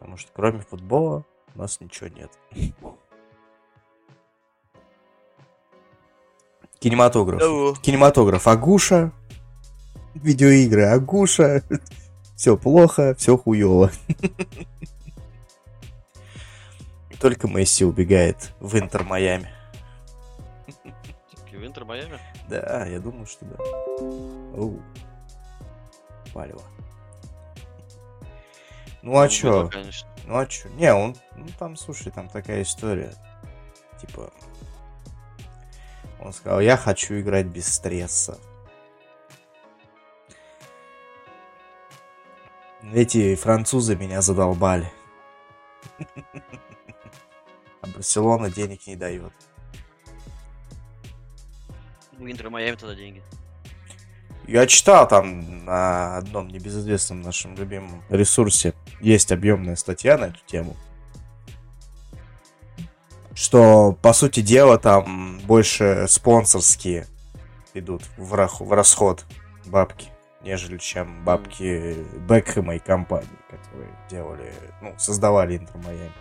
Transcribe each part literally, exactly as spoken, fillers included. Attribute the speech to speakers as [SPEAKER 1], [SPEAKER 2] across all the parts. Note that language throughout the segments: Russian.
[SPEAKER 1] Потому что кроме футбола у нас ничего нет. Кинематограф.
[SPEAKER 2] Алло.
[SPEAKER 1] Кинематограф Агуша. Видеоигры Агуша. Все плохо, все хуёво. И только Месси убегает в Интер Майами.
[SPEAKER 2] В Интер Майами?
[SPEAKER 1] Да, я думаю, что да. Оу. Палево. Ну а
[SPEAKER 2] Ну,
[SPEAKER 1] чё?
[SPEAKER 2] было, конечно.
[SPEAKER 1] Ну а чё? Не, он... Ну там, слушай, там такая история. Типа... Он сказал, я хочу играть без стресса. Эти французы меня задолбали. А Барселона денег не дает.
[SPEAKER 2] У Интер Майами тогда деньги.
[SPEAKER 1] Я читал там на одном небезызвестном нашем любимом ресурсе. Есть объемная статья на эту тему. Что, по сути дела, там больше спонсорские идут в, рах- в расход бабки, нежели чем бабки Бекхэма и компании, которые делали, ну, создавали Интер Майами.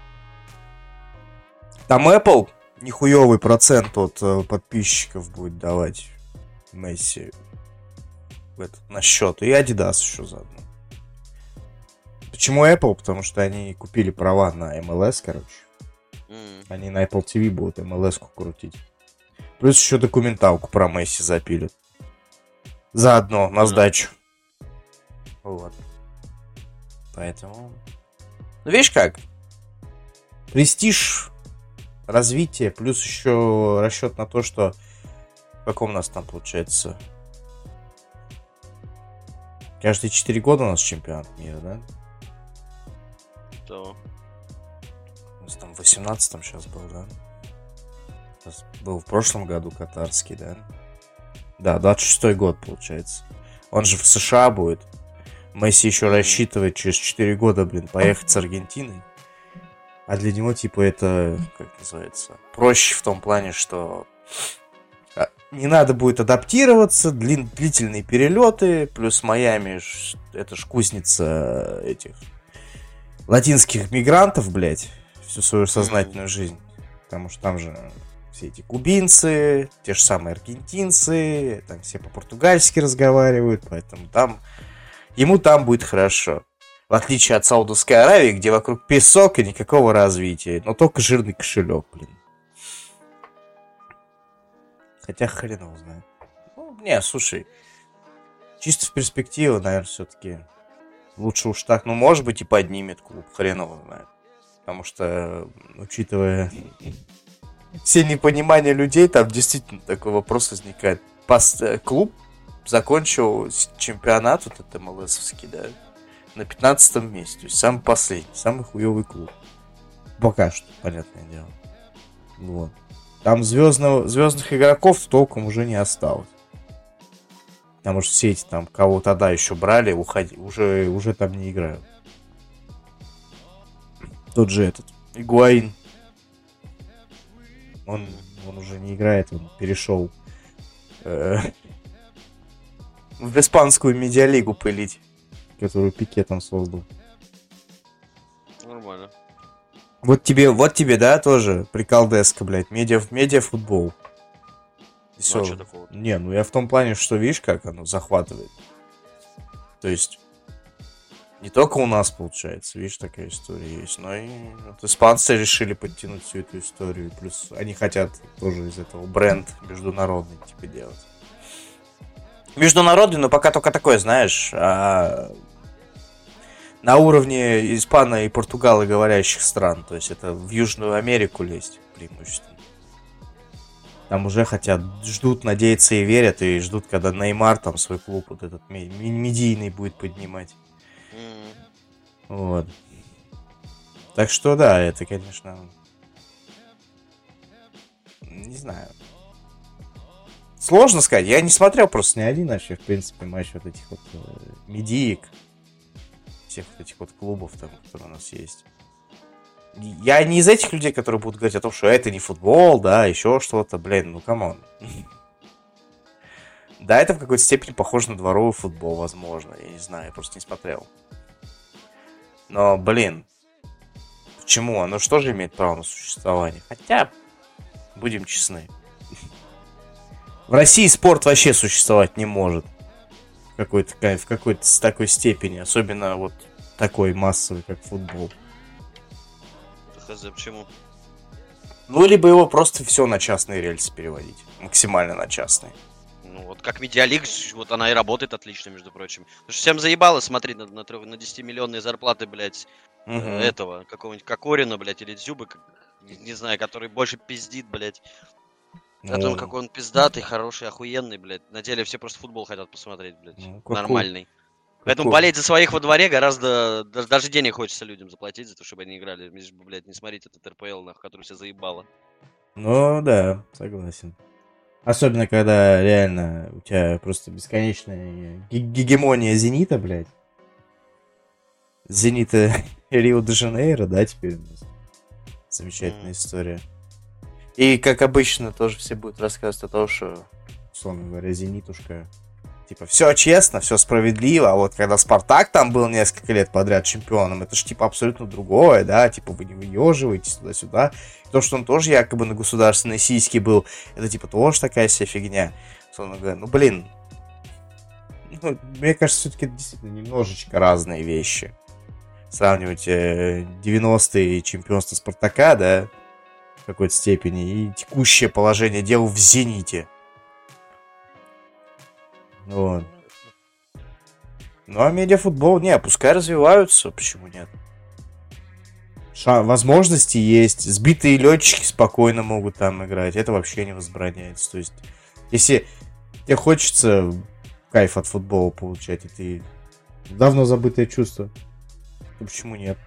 [SPEAKER 1] Там Apple нихуевый процент от э, подписчиков будет давать Месси в этот, на счет. И Adidas еще заодно. Почему Apple? Потому что они купили права на эм эл эс, короче.
[SPEAKER 2] Mm.
[SPEAKER 1] Они на Apple ти ви будут эм эл эс-ку крутить. Плюс еще документалку про Месси запилят. Заодно, на сдачу. Вот. Поэтому... Ну, видишь как? Престиж, развитие, плюс еще расчет на то, что... В каком у нас там получается? Каждые четыре года у нас чемпионат мира, да?
[SPEAKER 2] То.
[SPEAKER 1] У нас там в восемнадцатом сейчас был, да? Сейчас был в прошлом году катарский, да? Да, двадцать шестой год, получается. Он же в США будет. Месси еще рассчитывает через четыре года, блин, поехать с Аргентиной. А для него, типа, это, как называется, проще в том плане, что не надо будет адаптироваться, длин, длительные перелеты, плюс Майами, это ж кузница этих латинских мигрантов, блядь, всю свою сознательную жизнь. Потому что там же все эти кубинцы, те же самые аргентинцы, там все по-португальски разговаривают, поэтому там ему там будет хорошо. В отличие от Саудовской Аравии, где вокруг песок и никакого развития, но только жирный кошелек, блин. Хотя хрен его знает. Ну, не, слушай, чисто в перспективу, наверное, все-таки лучше уж так. Ну, может быть, и поднимет клуб, хрен его знает. Потому что, учитывая все непонимания людей, там действительно такой вопрос возникает. Пас- клуб закончил чемпионат, вот этот эм эл эс-овский, да, на пятнадцатом месте. То есть самый последний, самый хуёвый клуб. Пока что, понятное дело. Вот. Там звездного, звездных игроков толком уже не осталось. Потому что все эти там, кого тогда еще брали, уходи, уже, уже там не играют. Тот же этот, Игуаин. Он, он уже не играет, он перешел э, в испанскую медиалигу пылить, которую Пике там создал.
[SPEAKER 2] Нормально.
[SPEAKER 1] Вот тебе, вот тебе, да, тоже приколдеска, блядь, медиа, медиафутбол.
[SPEAKER 2] Ну, а что такого?
[SPEAKER 1] Не, ну я в том плане, что видишь, как оно захватывает. То есть, не только у нас, получается, видишь, такая история есть, но и вот испанцы решили подтянуть всю эту историю. Плюс они хотят тоже из этого бренд международный, типа, делать. Международный, но пока только такой, знаешь, а... на уровне испано- и португалоговорящих стран. То есть это в Южную Америку лезть преимущественно. Там уже хотят, ждут, надеются и верят, и ждут, когда Неймар там свой клуб вот этот ми- ми- медийный будет поднимать.
[SPEAKER 2] Mm.
[SPEAKER 1] Вот. Так что да, это, конечно, не знаю. Сложно сказать. Я не смотрел просто ни один вообще, в принципе, матч вот этих вот э, медиек. Всех вот этих вот клубов, там, которые у нас есть. Я не из этих людей, которые будут говорить о том, что это не футбол, да, еще что-то, блин, ну камон. Да, это в какой-то степени похоже на дворовый футбол, возможно. Я не знаю, я просто не смотрел. Но, блин, почему? Оно что же имеет право на существование? Хотя, будем честны. В России спорт вообще существовать не может. В какой-то, в какой-то с такой степени. Особенно вот такой массовый, как футбол.
[SPEAKER 2] Хз, почему?
[SPEAKER 1] Ну, либо его просто все на частные рельсы переводить. Максимально на частные.
[SPEAKER 2] Ну, вот как Медиалиг, вот она и работает отлично, между прочим. Потому что всем заебало смотреть на, на, трёх- на десятимиллионные зарплаты, блядь,
[SPEAKER 1] Угу.
[SPEAKER 2] э, этого, какого-нибудь Кокорина, блядь, или Дзюбы, как- не, не знаю, который больше пиздит, блядь. О том,
[SPEAKER 1] Ну,
[SPEAKER 2] какой он пиздатый, хороший, охуенный, блядь. На деле все просто футбол хотят посмотреть, блядь.
[SPEAKER 1] Ну, какой-
[SPEAKER 2] Нормальный. Поэтому
[SPEAKER 1] какой-
[SPEAKER 2] болеть за своих во дворе гораздо... Даже, даже денег хочется людям заплатить за то, чтобы они играли. Лишь бы, блядь, не смотреть этот эр пэ эл, нахуй, который все заебало.
[SPEAKER 1] Ну, да, согласен. Особенно, когда реально у тебя просто бесконечная ге- гегемония Зенита, блядь. Зенита Рио-де-Жанейро, да, теперь у нас. Замечательная
[SPEAKER 2] Мгм.
[SPEAKER 1] история. И, как обычно, тоже все будут рассказывать о том, что, условно говоря, Зенитушка, типа, все честно, все справедливо, а вот когда Спартак там был несколько лет подряд чемпионом, это же, типа, абсолютно другое, да, типа, вы не выеживаетесь туда-сюда. То, что он тоже якобы на государственной сиське был, это, типа, тоже такая вся фигня. Условно говоря, ну, блин, ну, мне кажется, все-таки это действительно немножечко разные вещи. Сравнивать э, девяностые чемпионство Спартака, да, в какой-то степени, и текущее положение дел в Зените. Вот. Ну, а медиафутбол, не, пускай развиваются, почему нет? Ша- возможности есть, сбитые летчики спокойно могут там играть, это вообще не возбраняется. То есть, если тебе хочется кайф от футбола получать, и ты давно забытое чувство, то почему нет?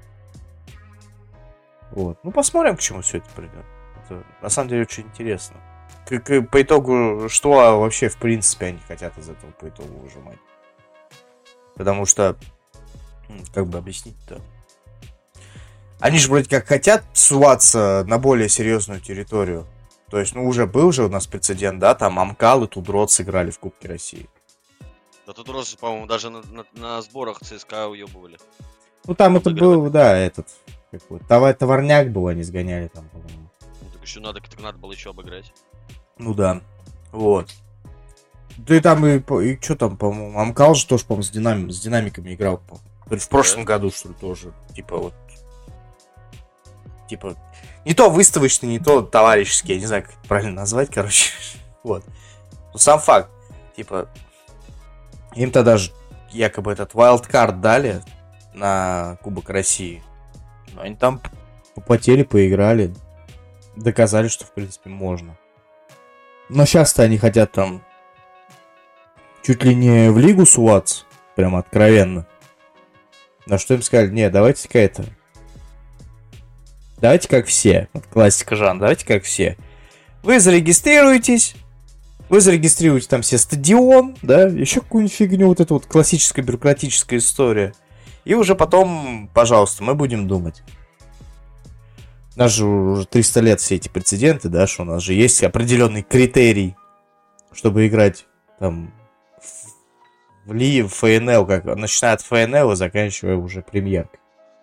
[SPEAKER 1] Вот. Ну, посмотрим, к чему все это придет. Это, на самом деле, очень интересно. К- к- по итогу, что вообще, в принципе, они хотят из этого по итогу выжимать. Потому что, м, как бы объяснить-то? Они же вроде как хотят суваться на более серьезную территорию. То есть, ну, уже был же у нас прецедент, да, там Амкал и Тудрот сыграли в Кубке России.
[SPEAKER 2] Да тут просто, по-моему, даже на, на- на сборах ЦСКА уебывали.
[SPEAKER 1] Ну, там это
[SPEAKER 2] Обыгрывали.
[SPEAKER 1] был, да, этот, какой товар, товарняк был, они сгоняли там, по-моему.
[SPEAKER 2] Ну, так еще надо, так надо было еще обыграть.
[SPEAKER 1] Ну да, вот. Да и там, и, по- и что там, по-моему, Амкал же тоже, по-моему, с, динами- с динамиками играл, по-моему. В прошлом году, что ли, тоже. Типа вот. Типа, не то выставочный, не то товарищеский, я не знаю, как это правильно назвать, короче. Вот. Но сам факт, типа, им тогда же якобы этот wildcard дали на Кубок России. Но они там попотели, поиграли, доказали, что, в принципе, можно. Но сейчас-то они хотят там чуть ли не в лигу суваться, прям откровенно. На что им сказали, не, давайте-ка это... Давайте как все. Вот классика жанра, давайте как все. Вы зарегистрируетесь, вы зарегистрируете там себе стадион, да, еще какую-нибудь фигню, вот эту вот классическая бюрократическая история. И уже потом, пожалуйста, мы будем думать. У нас же уже триста лет все эти прецеденты, да, что у нас же есть определенный критерий, чтобы играть там в Ли, в эф эн эл, как, начиная от эф эн эл и заканчивая уже премьеркой.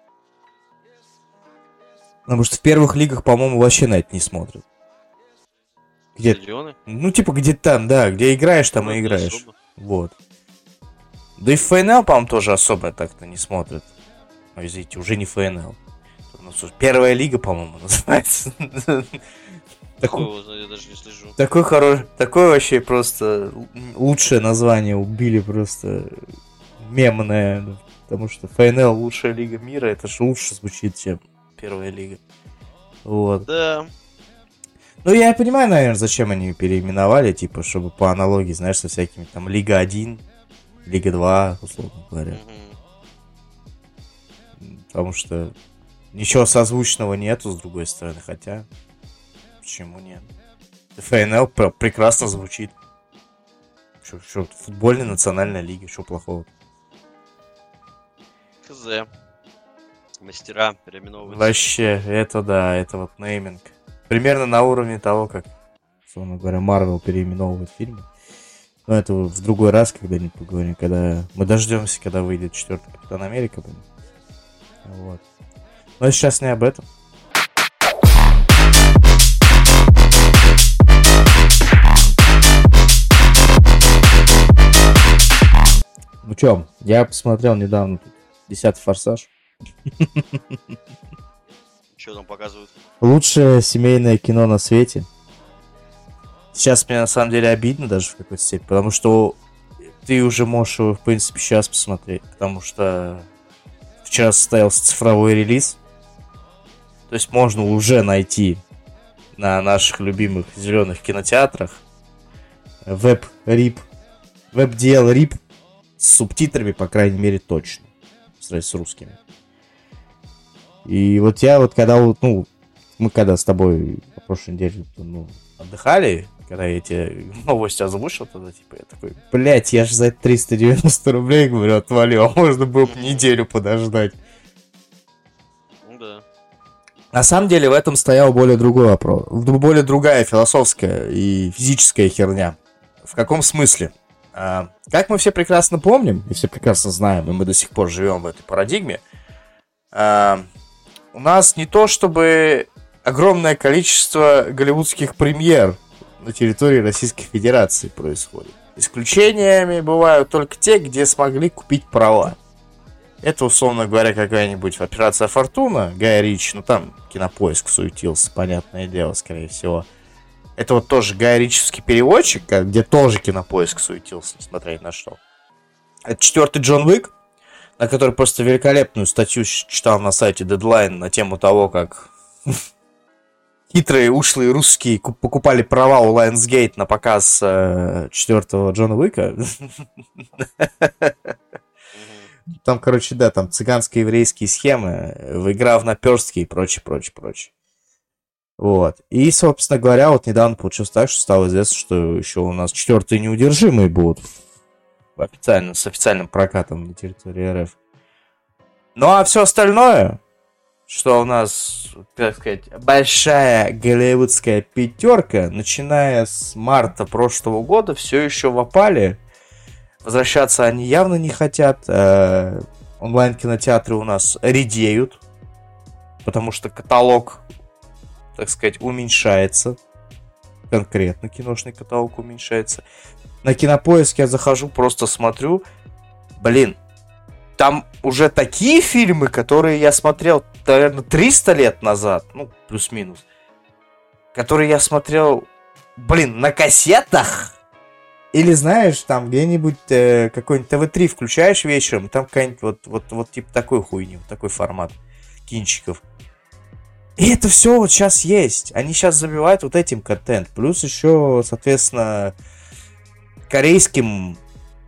[SPEAKER 1] Потому что в первых лигах, по-моему, вообще на это не смотрят. Где,
[SPEAKER 2] Стадионы?
[SPEAKER 1] ну, типа, где там, да, где играешь, там
[SPEAKER 2] Ну,
[SPEAKER 1] и
[SPEAKER 2] это не
[SPEAKER 1] играешь.
[SPEAKER 2] особо.
[SPEAKER 1] Вот. Да и в эф эн эл, по-моему, тоже особо так-то не смотрят. Ну, извините, уже не эф эн эл. Ну, слушай, первая лига, по-моему, называется.
[SPEAKER 2] Хуй
[SPEAKER 1] Такой,
[SPEAKER 2] его знает, я даже не слежу.
[SPEAKER 1] такой хороший, такое вообще просто лучшее название убили просто мемное. Потому что эф эн эл лучшая лига мира, это же лучше звучит, чем первая лига. Вот.
[SPEAKER 2] Да.
[SPEAKER 1] Ну, я понимаю, наверное, зачем они переименовали, типа, чтобы по аналогии, знаешь, со всякими там Лига один, Лига два, условно говоря.
[SPEAKER 2] Мгм.
[SPEAKER 1] Потому что ничего созвучного нету, с другой стороны, хотя, почему нет? эф эн эл пр- прекрасно звучит. Что, что, футбольная национальная лига, что плохого?
[SPEAKER 2] Хз. Мастера переименовываются.
[SPEAKER 1] Вообще, это да, это вот нейминг. Примерно на уровне того, как, условно говоря, Марвел переименовывает фильмы. Но это в другой раз когда-нибудь поговорим, когда мы дождемся, когда выйдет четвертый Капитан Америка. Блин. Вот. Но сейчас не об этом. Ну чё, я посмотрел недавно десятый форсаж.
[SPEAKER 2] Что там показывают?
[SPEAKER 1] Лучшее семейное кино на свете. Сейчас мне на самом деле обидно даже в какой-то степени, потому что ты уже можешь его, в принципе, сейчас посмотреть, потому что вчера состоялся цифровой релиз. То есть можно уже найти на наших любимых зеленых кинотеатрах веб-рип, веб-ди эл-рип с субтитрами, по крайней мере, точно. С русскими. И вот я вот когда вот, ну, мы когда с тобой по прошлой неделе ну, отдыхали, когда я эти новости озвучил, тогда типа я такой, блять, я же за триста девяносто рублей, говорю, отвалил, а можно было бы неделю подождать.
[SPEAKER 2] Ну да.
[SPEAKER 1] На самом деле в этом стоял более другой вопрос, более другая философская и физическая херня. В каком смысле? А, как мы все прекрасно помним, и все прекрасно знаем, и мы до сих пор живем в этой парадигме, а, у нас не то чтобы огромное количество голливудских премьер на территории Российской Федерации происходит. Исключениями бывают только те, где смогли купить права. Это, условно говоря, какая-нибудь «Операция Фортуна», Гая Ричи, ну там Кинопоиск суетился, понятное дело, скорее всего. Это вот тоже Гай Ричевский переводчик, где тоже Кинопоиск суетился, несмотря ни на что. Это четвертый Джон Уик, на который просто великолепную статью читал на сайте Deadline на тему того, как хитрые, ушлые русские покупали права у Lionsgate на показ э, четвертого Джона Уика. Там, короче, да, там цыганско-еврейские схемы, игра в наперстки и прочее, прочее, прочее. Вот. И, собственно говоря, вот недавно получилось так, что стало известно, что еще у нас четвертые неудержимые будут официально, с официальным прокатом на территории РФ. Ну а все остальное, что у нас, так сказать, большая голливудская пятерка, начиная с марта прошлого года, все еще в опале. Возвращаться они явно не хотят. Э, онлайн-кинотеатры у нас редеют, потому что каталог, так сказать, уменьшается. Конкретно киношный каталог уменьшается. На Кинопоиск я захожу, просто смотрю. Блин, там уже такие фильмы, которые я смотрел, наверное, триста лет назад, ну, плюс-минус, которые я смотрел, блин, на кассетах. Или, знаешь, там где-нибудь э, какой-нибудь тэ вэ три включаешь вечером, там какая-нибудь вот, вот, вот типа такой хуйни, вот такой формат кинчиков. И это все вот сейчас есть. Они сейчас забивают вот этим контент. Плюс еще, соответственно, корейским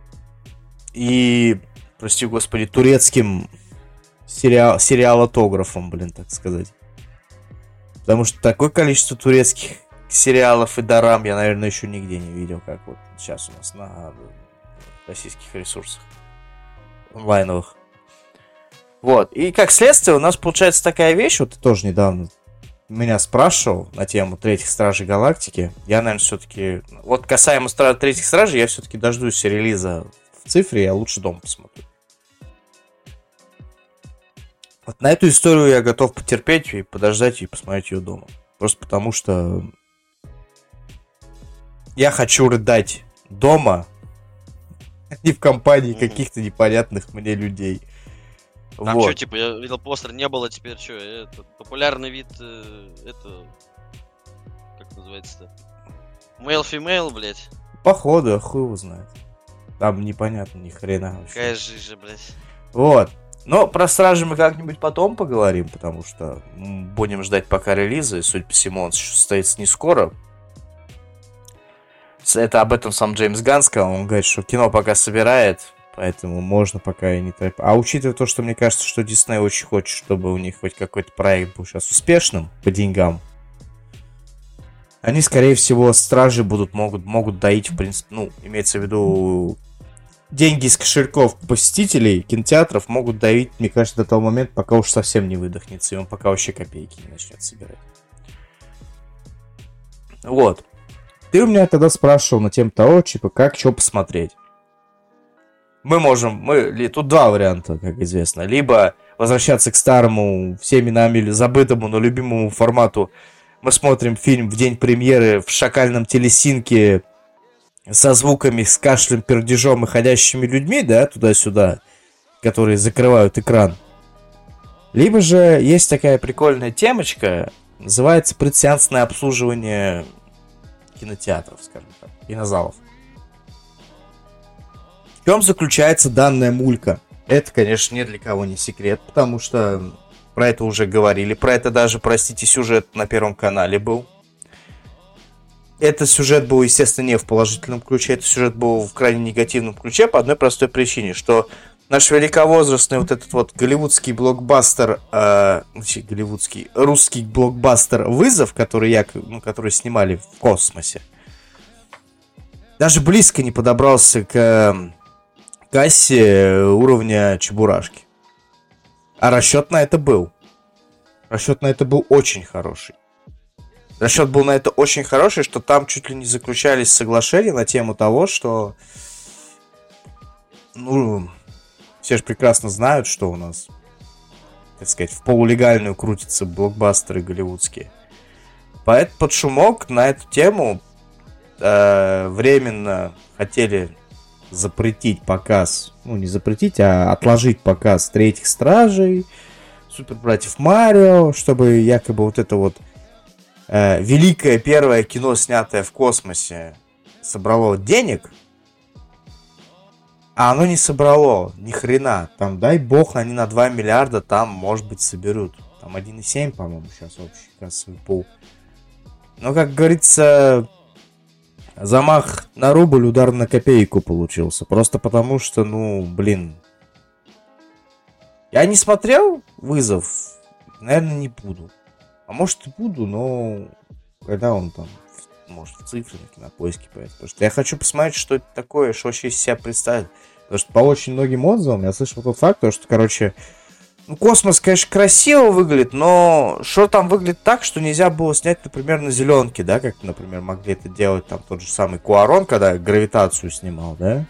[SPEAKER 1] и, прости господи, турецким сериал, сериалотографом, блин, так сказать. Потому что такое количество турецких сериалов и дорам я, наверное, еще нигде не видел, как вот сейчас у нас на российских ресурсах онлайновых. Вот. И как следствие у нас получается такая вещь, вот ты тоже недавно меня спрашивал на тему третьих Стражей Галактики. Я, наверное, все-таки... Вот касаемо стра... третьих Стражей, я все-таки дождусь релиза в цифре, я лучше дома посмотрю. Вот на эту историю я готов потерпеть и подождать и посмотреть ее дома. Просто потому что я хочу рыдать дома, а не в компании mm-hmm. каких-то непонятных мне людей.
[SPEAKER 2] Там
[SPEAKER 1] вот.
[SPEAKER 2] Что, типа, я видел постер, не было, теперь что, это популярный вид, э, это, как называется-то, male-female, блядь.
[SPEAKER 1] Походу, а хуй его знает. Там непонятно ни хрена вообще.
[SPEAKER 2] Какая жижа, блядь.
[SPEAKER 1] Вот. Но про Стражи мы как-нибудь потом поговорим, потому что будем ждать пока релиза, и, судя по всему, он состоится не скоро. Это об этом сам Джеймс Ганн сказал, он говорит, что кино пока собирает, поэтому можно пока и не торопиться. А учитывая то, что мне кажется, что Дисней очень хочет, чтобы у них хоть какой-то проект был сейчас успешным по деньгам, они, скорее всего, Стражи будут, могут, могут доить, в принципе, ну, имеется в виду, деньги из кошельков посетителей кинотеатров могут давить, мне кажется, до того момента, пока уж совсем не выдохнется, и он пока вообще копейки не начнет собирать. Вот. Ты у меня тогда спрашивал на тему того, типа, как что посмотреть. Мы можем, мы, тут два варианта, как известно. Либо возвращаться к старому, всеми нами забытому, но любимому формату. Мы смотрим фильм в день премьеры в шакальном телесинке со звуками, с кашлем, пердежом и ходящими людьми, да, туда-сюда, которые закрывают экран. Либо же есть такая прикольная темочка, называется предсеансное обслуживание кинотеатров, скажем так, кинозалов. В чем заключается данная мулька? Это, конечно, ни для кого не секрет, потому что про это уже говорили. Про это даже, простите, сюжет на Первом канале был. Этот сюжет был, естественно, не в положительном ключе. Этот сюжет был в крайне негативном ключе по одной простой причине, что наш великовозрастный вот этот вот голливудский блокбастер, э, голливудский, русский блокбастер «Вызов», который, я, ну, который снимали в космосе, даже близко не подобрался к кассе уровня Чебурашки. А расчет на это был. Расчет на это был очень хороший. Расчет был на это очень хороший, что там чуть ли не заключались соглашения на тему того, что... Ну, все же прекрасно знают, что у нас, так сказать, в полулегальную крутятся блокбастеры голливудские. Поэтому под шумок на эту тему э, временно хотели запретить показ, ну не запретить, а отложить показ «Третьих стражей», «Супер братьев Марио», чтобы якобы вот это вот э, великое первое кино, снятое в космосе, собрало денег, а оно не собрало ни хрена. Там, дай бог, они на два миллиарда там, может быть, соберут. Там один и семь, по-моему, сейчас общий кассовый пул. Но, как говорится, замах на рубль, удар на копейку получился. Просто потому что, ну, блин. Я не смотрел «Вызов», наверное, не буду. А может и буду, но когда он там, может, в цифре на Кинопоиске появится. Потому что я хочу посмотреть, что это такое, что вообще из себя представит. Потому что по очень многим отзывам я слышал тот факт, что, короче, ну, космос, конечно, красиво выглядит, но что там выглядит так, что нельзя было снять, например, на зеленке, да, как, например, могли это делать там тот же самый Куарон, когда гравитацию снимал, да?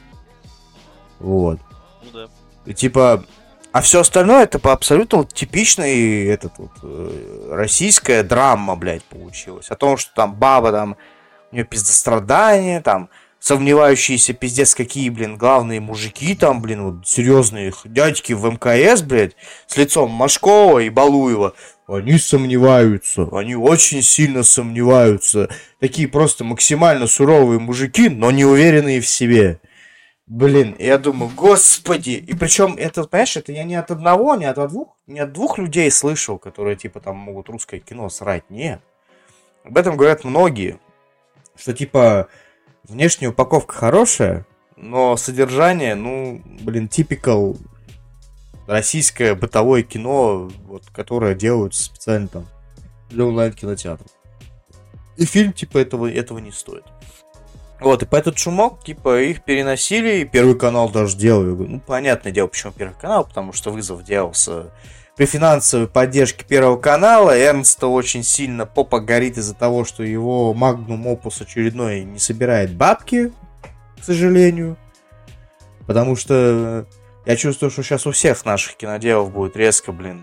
[SPEAKER 1] Вот.
[SPEAKER 2] Ну да.
[SPEAKER 1] И типа, а все остальное это по абсолютно вот типичной этот вот э, российская драма, блядь, получилась. О том, что там баба, там, у нее пиздострадание, там, сомневающиеся пиздец какие, блин, главные мужики там, блин, вот серьезные дядьки в МКС, блядь, с лицом Машкова и Балуева. Они сомневаются, они очень сильно сомневаются. Такие просто максимально суровые мужики, но не уверенные в себе. Блин, я думаю, господи. И причем, это, понимаешь, это я не от одного, не от двух, не от двух людей слышал, которые, типа, там могут русское кино срать. Нет. Об этом говорят многие. Что, типа, внешняя упаковка хорошая, но содержание, ну, блин, типикал российское бытовое кино, вот, которое делают специально там для онлайн-кинотеатров. И фильм, типа, этого, этого не стоит. Вот, и по этот шумок, типа, их переносили, и Первый канал даже делал. Я говорю, ну, понятное дело, почему Первый канал, потому что «Вызов» делался при финансовой поддержке Первого канала. Эрнста очень сильно попа горит из-за того, что его магнум опус очередной не собирает бабки, к сожалению. Потому что я чувствую, что сейчас у всех наших киноделов будет резко, блин,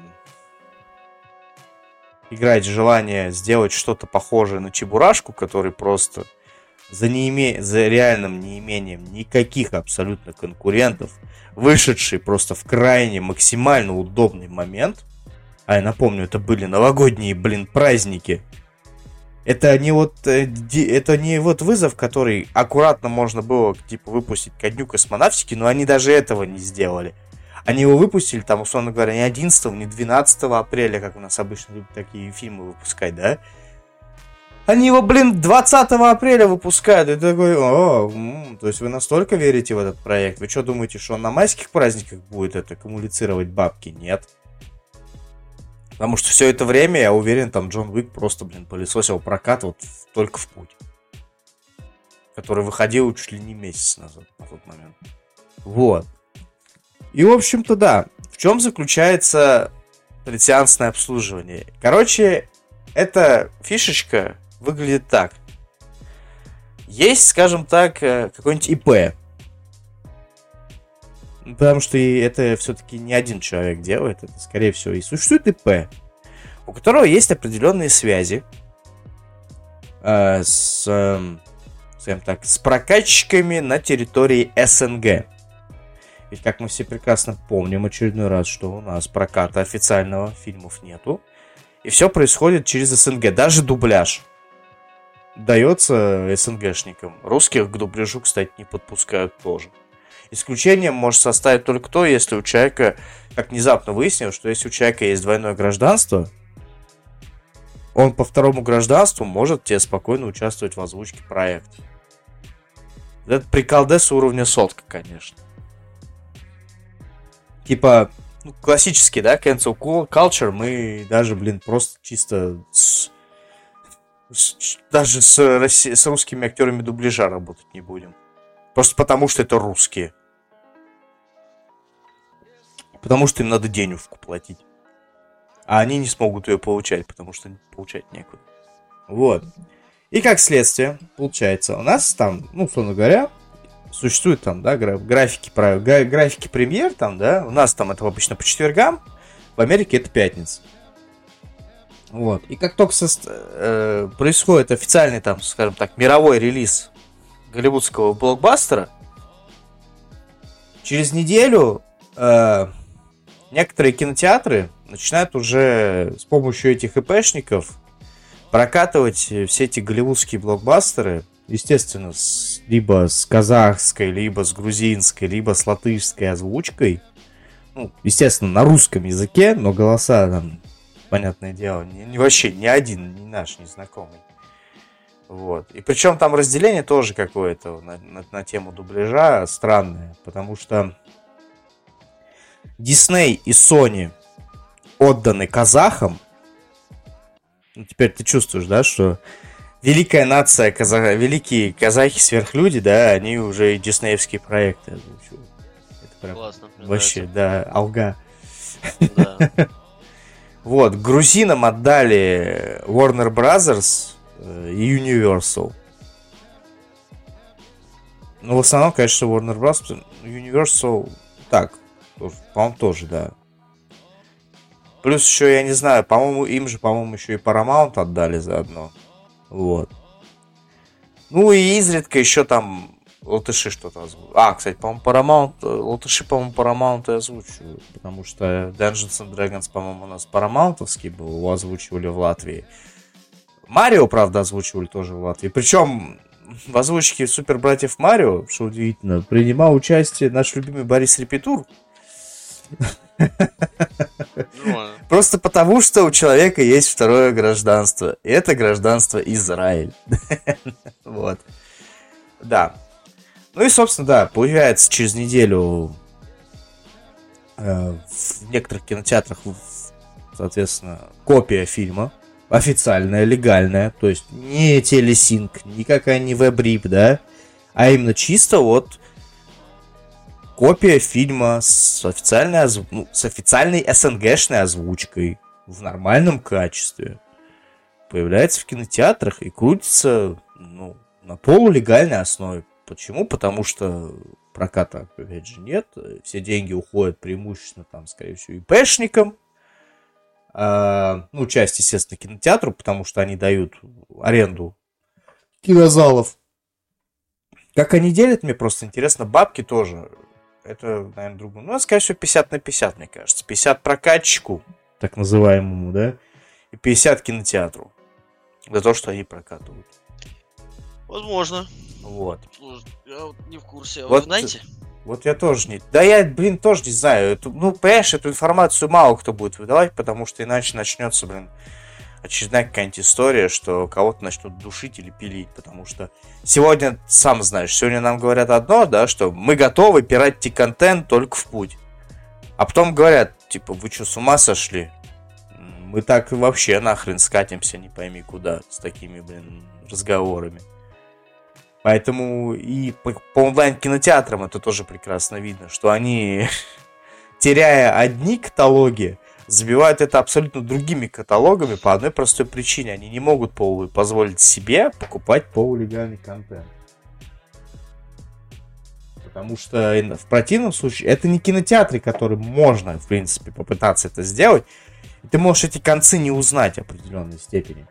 [SPEAKER 1] играть желание сделать что-то похожее на Чебурашку, который просто... За, неиме... за реальным неимением никаких абсолютно конкурентов, вышедший просто в крайне максимально удобный момент, а я напомню, это были новогодние, блин, праздники, это не вот, это не вот «Вызов», который аккуратно можно было, типа, выпустить ко дню космонавтики, но они даже этого не сделали. Они его выпустили, там, условно говоря, не одиннадцатого, не двенадцатого апреля, как у нас обычно любят такие фильмы выпускать, да? Они его, блин, двадцатого апреля выпускают. И ты такой, о, м-м, то есть вы настолько верите в этот проект? Вы что думаете, что он на майских праздниках будет это коммуницировать бабки? Нет. Потому что все это время, я уверен, там Джон Уик просто, блин, пылесосил прокат вот только в путь. Который выходил чуть ли не месяц назад, на тот момент. Вот. И, в общем-то, да. В чем заключается предсеансное обслуживание? Короче, эта фишечка выглядит так. Есть, скажем так, какой-нибудь ИП. Потому что это все-таки не один человек делает, это, скорее всего, и существует ИП, у которого есть определенные связи э, с, э, скажем так, с прокатчиками на территории СНГ. Ведь, как мы все прекрасно помним, очередной раз, что у нас проката официального фильмов нету, и все происходит через СНГ, даже дубляж дается СНГшникам. Русских к дубляжу, кстати, не подпускают тоже. Исключением может составить только то, если у человека, как внезапно выяснилось, что если у человека есть двойное гражданство, он по второму гражданству может тебе спокойно участвовать в озвучке проекта. Это приколдес уровня сотка, конечно. Типа, ну, классический, да, cancel culture, мы даже, блин, просто чисто с, с, даже с, с русскими актерами дубляжа работать не будем. Просто потому, что это русские. Потому что им надо денежку платить. А они не смогут ее получать, потому что получать некуда. Вот. И как следствие, получается, у нас там, ну, условно говоря, существуют там, да, графики, графики премьер, там, да, у нас там это обычно по четвергам, в Америке это пятница. Вот. И как только со, э, происходит официальный, там, скажем так, мировой релиз голливудского блокбастера, через неделю э, некоторые кинотеатры начинают уже с помощью этих ИПшников прокатывать все эти голливудские блокбастеры, естественно, с, либо с казахской, либо с грузинской, либо с латышской озвучкой. Ну, естественно, на русском языке, но голоса там, понятное дело, не, не вообще ни один, ни наш, ни знакомый. Вот. И причем там разделение тоже какое-то на, на, на тему дубляжа странное, потому что Disney и Sony отданы казахам. Ну, теперь ты чувствуешь, да, что великая нация, казах... великие казахи-сверхлюди, да, они уже и диснеевские проекты озвучивают. Это прям
[SPEAKER 2] классно,
[SPEAKER 1] вообще,
[SPEAKER 2] нравится.
[SPEAKER 1] да, алга.
[SPEAKER 2] Да.
[SPEAKER 1] Вот, грузинам отдали Warner Brothers и Universal. Ну, в основном, конечно, Warner Bros. Universal, так, тоже, по-моему, тоже, да. Плюс еще, я не знаю, по-моему, им же, по-моему, еще и Paramount отдали заодно. Вот. Ну и изредка еще там латыши что-то озвучивают. А, кстати, по-моему, Paramount, латыши, по-моему, Paramount и озвучивают. Потому что Dungeons and Dragons, по-моему, у нас Paramountовский был, его озвучивали в Латвии. Марио, правда, озвучивали тоже в Латвии. Причем в озвучке Супер Братьев Марио, что удивительно, принимал участие наш любимый Борис Репетур. Просто потому, что у человека есть второе гражданство. И это гражданство Израиль. Вот. Да. Ну и, собственно, да, появляется через неделю э, в некоторых кинотеатрах, соответственно, копия фильма. Официальная, легальная. То есть не телесинк, никакая не веб-рип, да. А именно чисто вот копия фильма с официальной, озв... ну, с официальной СНГшной озвучкой в нормальном качестве появляется в кинотеатрах и крутится, ну, на полулегальной основе. Почему? Потому что проката, опять же, нет. Все деньги уходят преимущественно, там, скорее всего, ИПшникам. А, ну, часть, естественно, кинотеатру, потому что они дают аренду кинозалов. Как они делят, мне просто интересно. Бабки тоже. Это, наверное, другое. Ну, скорее всего, пятьдесят на пятьдесят, мне кажется. пятьдесят прокатчику, так называемому, да, и пятьдесят кинотеатру. За то, что они прокатывают.
[SPEAKER 2] Возможно.
[SPEAKER 1] Вот.
[SPEAKER 2] Слушай, я вот не в курсе. А
[SPEAKER 1] вот,
[SPEAKER 2] вы знаете?
[SPEAKER 1] Вот я тоже не... Да я, блин, тоже не знаю. Эту, ну, понимаешь, эту информацию мало кто будет выдавать, потому что иначе начнется, блин, очередная какая-нибудь история, что кого-то начнут душить или пилить, потому что сегодня, сам знаешь, сегодня нам говорят одно, да, что мы готовы пиратить контент только в путь. А потом говорят, типа, вы что, с ума сошли? Мы так вообще нахрен скатимся, не пойми куда, с такими, блин, разговорами. Поэтому и по, по онлайн-кинотеатрам это тоже прекрасно видно, что они, теряя одни каталоги, забивают это абсолютно другими каталогами по одной простой причине. Они не могут полу- позволить себе покупать полулегальный контент. Потому что в противном случае это не кинотеатры, которые можно, в принципе, попытаться это сделать. И ты можешь эти концы не узнать в определенной степени.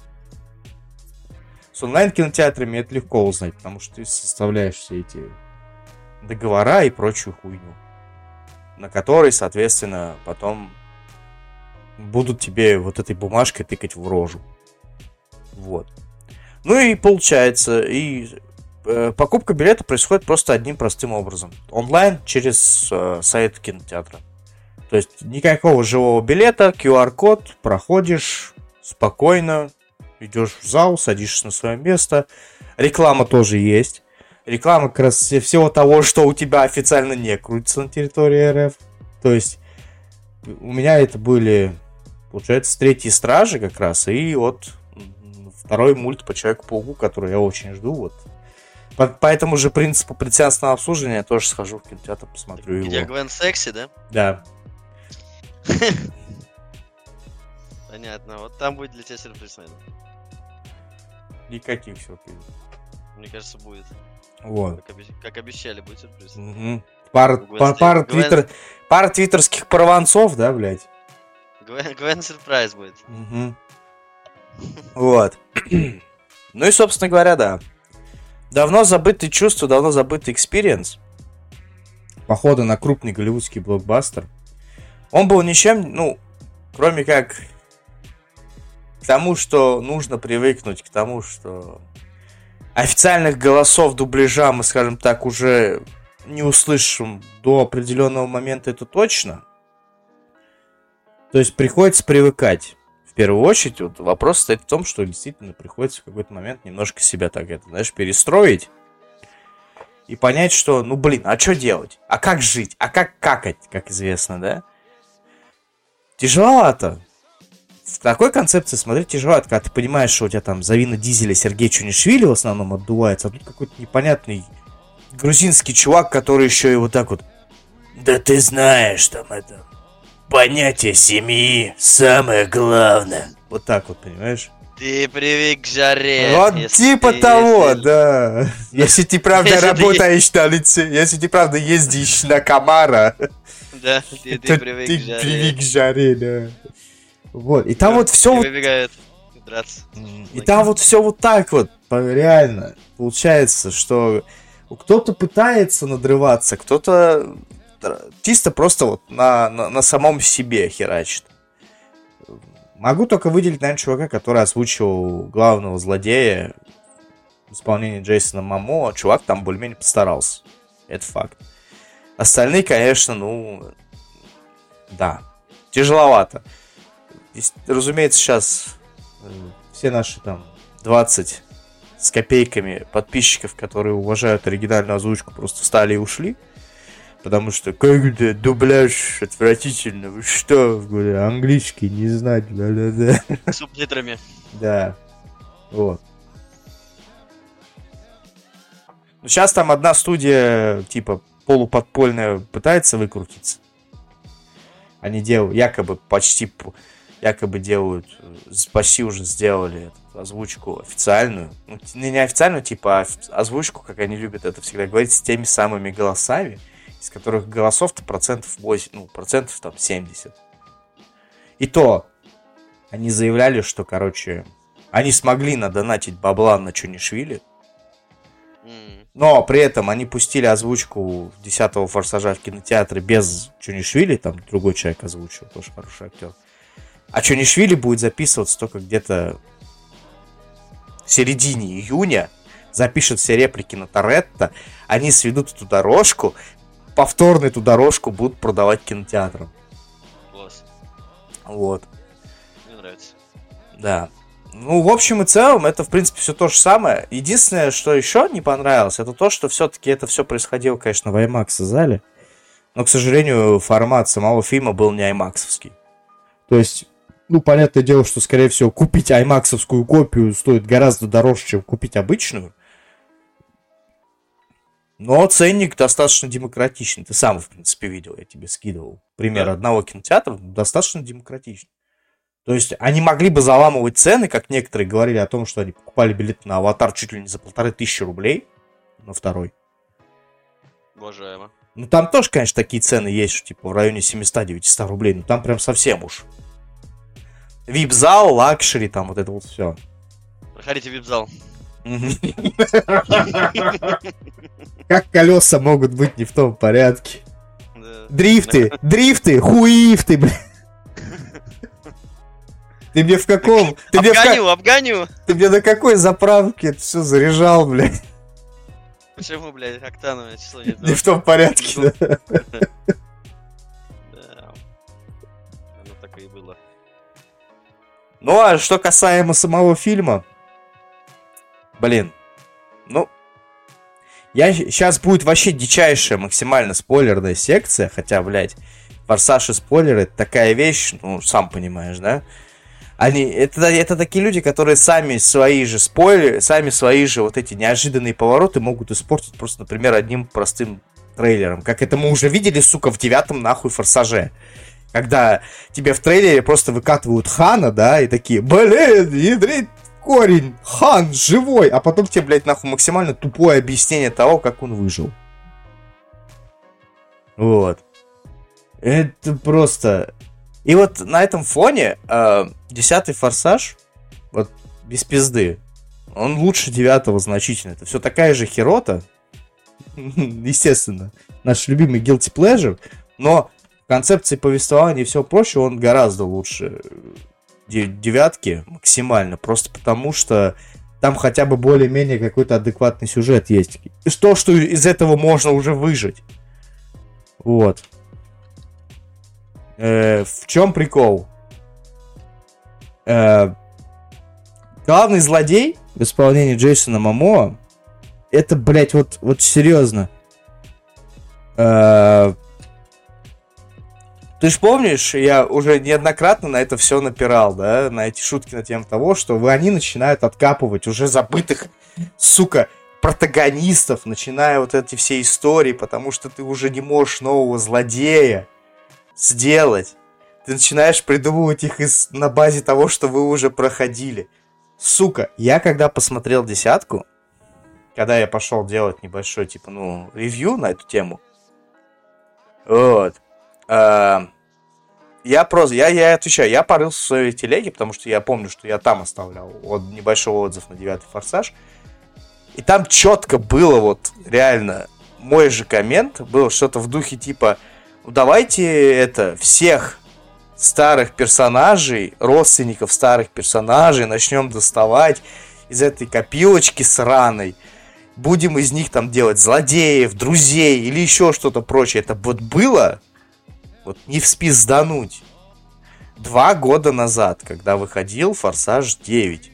[SPEAKER 1] С онлайн-кинотеатрами это легко узнать, потому что ты составляешь все эти договора и прочую хуйню, на которой, соответственно, потом будут тебе вот этой бумажкой тыкать в рожу. Вот. Ну и получается, и э, покупка билета происходит просто одним простым образом. Онлайн через э, сайт кинотеатра. То есть никакого живого билета, ку ар-код, проходишь спокойно, идешь в зал, садишься на свое место. Реклама тоже есть. Реклама как раз всего того, что у тебя официально не крутится на территории эр эф. То есть у меня это были, получается, третьи стражи как раз. И вот второй мульт по Человеку-пауку, который я очень жду. Вот. По, по этому же принципу предсеансного обслуживания я тоже схожу в кинотеатр, посмотрю
[SPEAKER 2] Где
[SPEAKER 1] его.
[SPEAKER 2] Гвен Секси, да?
[SPEAKER 1] Да.
[SPEAKER 2] Понятно. Вот там будет для тебя сюрприз, наверное.
[SPEAKER 1] Никаких сюрпризов.
[SPEAKER 2] Мне кажется, будет.
[SPEAKER 1] Вот.
[SPEAKER 2] Как, обещ... как обещали, будет сюрприз.
[SPEAKER 1] Угу. Пара,
[SPEAKER 2] Гвен
[SPEAKER 1] пара,
[SPEAKER 2] Стей-
[SPEAKER 1] пара,
[SPEAKER 2] Гвен-
[SPEAKER 1] твиттер, пара твиттерских порванцов, да, блядь?
[SPEAKER 2] Гвен, Гвен сюрприз будет.
[SPEAKER 1] Угу. Вот. Ну и, собственно говоря, да. Давно забытые чувства, давно забытый экспириенс похода на крупный голливудский блокбастер. Он был ничем, ну, кроме как к тому, что нужно привыкнуть, к тому, что официальных голосов дубляжа мы, скажем так, уже не услышим до определенного момента, это точно. То есть приходится привыкать. В первую очередь, вот вопрос стоит в том, что действительно приходится в какой-то момент немножко себя так, это, знаешь, перестроить и понять, что, ну, блин, а что делать? А как жить? А как какать, как известно, да? Тяжеловато. В такой концепции смотреть тяжеловато, когда ты понимаешь, что у тебя там за вина Дизеля Сергей Чунишвили в основном отдувается, а тут какой-то непонятный грузинский чувак, который еще и вот так вот: да ты знаешь, там это понятие семьи самое главное. Вот так вот, понимаешь?
[SPEAKER 2] Ты привык к жаре.
[SPEAKER 1] Вот
[SPEAKER 2] если
[SPEAKER 1] типа
[SPEAKER 2] ты-
[SPEAKER 1] того,
[SPEAKER 2] если-
[SPEAKER 1] да. Если ты правда
[SPEAKER 2] Если ты
[SPEAKER 1] работаешь на лице, если ты правда ездишь на Камара,
[SPEAKER 2] Да, ты, ты
[SPEAKER 1] то
[SPEAKER 2] привык
[SPEAKER 1] ты
[SPEAKER 2] к жаре.
[SPEAKER 1] привык к жаре, да. Вот, и там вот все
[SPEAKER 2] И
[SPEAKER 1] вот
[SPEAKER 2] выбегают драться.
[SPEAKER 1] И там вот все вот так вот, по- реально. Получается, что кто-то пытается надрываться, кто-то тр- чисто просто вот на, на, на самом себе херачит. Могу только выделить, наверное, чувака, который озвучивал главного злодея в исполнении Джейсона Момо. Чувак там более-менее постарался. Это факт. Остальные, конечно, ну... Да. Тяжеловато. И, разумеется, сейчас э, все наши там двадцать с копейками подписчиков, которые уважают оригинальную озвучку, просто встали и ушли. Потому что как это дубляж отвратительно. Вы что, говорю, английский не знать, да-да-да.
[SPEAKER 2] С субтитрами.
[SPEAKER 1] Да. Вот. Ну, сейчас там одна студия, типа, полуподпольная пытается выкрутиться. Они делают, якобы, почти, п- якобы делают, э, почти уже сделали эту озвучку официальную. Ну, т- не официальную, типа, а оф- озвучку, как они любят это всегда говорить, с теми самыми голосами, из которых голосов-то процентов восемь, ну, процентов там семьдесят. И то, они заявляли, что, короче, они смогли надонатить бабла на Чунишвили,
[SPEAKER 2] М.
[SPEAKER 1] но при этом они пустили озвучку десятого форсажа в кинотеатре без Чунишвили, там другой человек озвучил, тоже хороший актер. А Чунишвили будет записываться только где-то в середине июня, запишет все реплики на Торетто, они сведут эту дорожку, повторно эту дорожку будут продавать кинотеатрам.
[SPEAKER 2] Класс.
[SPEAKER 1] Вот.
[SPEAKER 2] Мне нравится.
[SPEAKER 1] Да. Ну, в общем и целом, это, в принципе, все то же самое. Единственное, что еще не понравилось, это то, что все-таки это все происходило, конечно, в IMAX зале. Но, к сожалению, формат самого фильма был не аймаксовский. То есть, ну, понятное дело, что, скорее всего, купить аймаксовскую копию стоит гораздо дороже, чем купить обычную. Но ценник достаточно демократичный. Ты сам, в принципе, видел, я тебе скидывал пример
[SPEAKER 2] Да.
[SPEAKER 1] одного кинотеатра, достаточно демократичный. То есть они могли бы заламывать цены, как некоторые говорили о том, что они покупали билеты на «Аватар» чуть ли не за полторы тысячи рублей на второй.
[SPEAKER 2] Уважаемо.
[SPEAKER 1] Ну, там тоже, конечно, такие цены есть, что, типа, в районе семьсот-девятьсот рублей. Ну, там прям совсем уж. Вип-зал, лакшери, там вот это вот все.
[SPEAKER 2] Проходите в вип-зал.
[SPEAKER 1] Как колеса могут быть не в том порядке? Дрифты, дрифты, хуифты, блядь. Ты мне в каком... Ты
[SPEAKER 2] обгоню,
[SPEAKER 1] мне в...
[SPEAKER 2] обгоню.
[SPEAKER 1] Ты мне на какой заправке это все заряжал, блядь?
[SPEAKER 2] Почему, блядь, октановое число не
[SPEAKER 1] Не в том порядке, да?
[SPEAKER 2] Да. Оно так и было.
[SPEAKER 1] Ну, а что касаемо самого фильма... Блин, ну... Я... Сейчас будет вообще дичайшая максимально спойлерная секция, хотя, блядь, форсаж и спойлеры — это такая вещь, ну, сам понимаешь, да? Они, это, это такие люди, которые сами свои же спойлеры, сами свои же вот эти неожиданные повороты могут испортить просто, например, одним простым трейлером. Как это мы уже видели, сука, в девятом нахуй форсаже. Когда тебе в трейлере просто выкатывают Хана, да, и такие, блин, ядрить корень, Хан живой, а потом тебе, блядь, нахуй максимально тупое объяснение того, как он выжил. Вот. Это просто... И вот на этом фоне э, десятый форсаж, вот без пизды, он лучше девятого значительно. Это все такая же херота, естественно, наш любимый guilty pleasure, но в концепции повествования и всего прочего он гораздо лучше девятки максимально, просто потому что там хотя бы более-менее какой-то адекватный сюжет есть. И то, что из этого можно уже выжить. Вот. Э, в чем прикол? Э, главный злодей в исполнении Джейсона Момоа, это, блядь, вот, вот серьезно. Э, ты ж помнишь, я уже неоднократно на это все напирал, да, на эти шутки на тему того, что вы, они начинают откапывать уже забытых, сука, протагонистов, начиная вот эти все истории, потому что ты уже не можешь нового злодея сделать. Ты начинаешь придумывать их из, на базе того, что вы уже проходили. Сука, я когда посмотрел десятку, когда я пошел делать небольшой, типа, ну, ревью на эту тему, вот, э, я просто, я, я отвечаю, я порылся в своей телеге, потому что я помню, что я там оставлял вот, небольшой отзыв на девятый форсаж, и там четко было вот, реально, мой же коммент, было что-то в духе типа, давайте это, всех старых персонажей, родственников старых персонажей начнем доставать из этой копилочки сраной. Будем из них там делать злодеев, друзей или еще что-то прочее. Это вот было, вот не вспиздануть, два года назад, когда выходил Форсаж девять.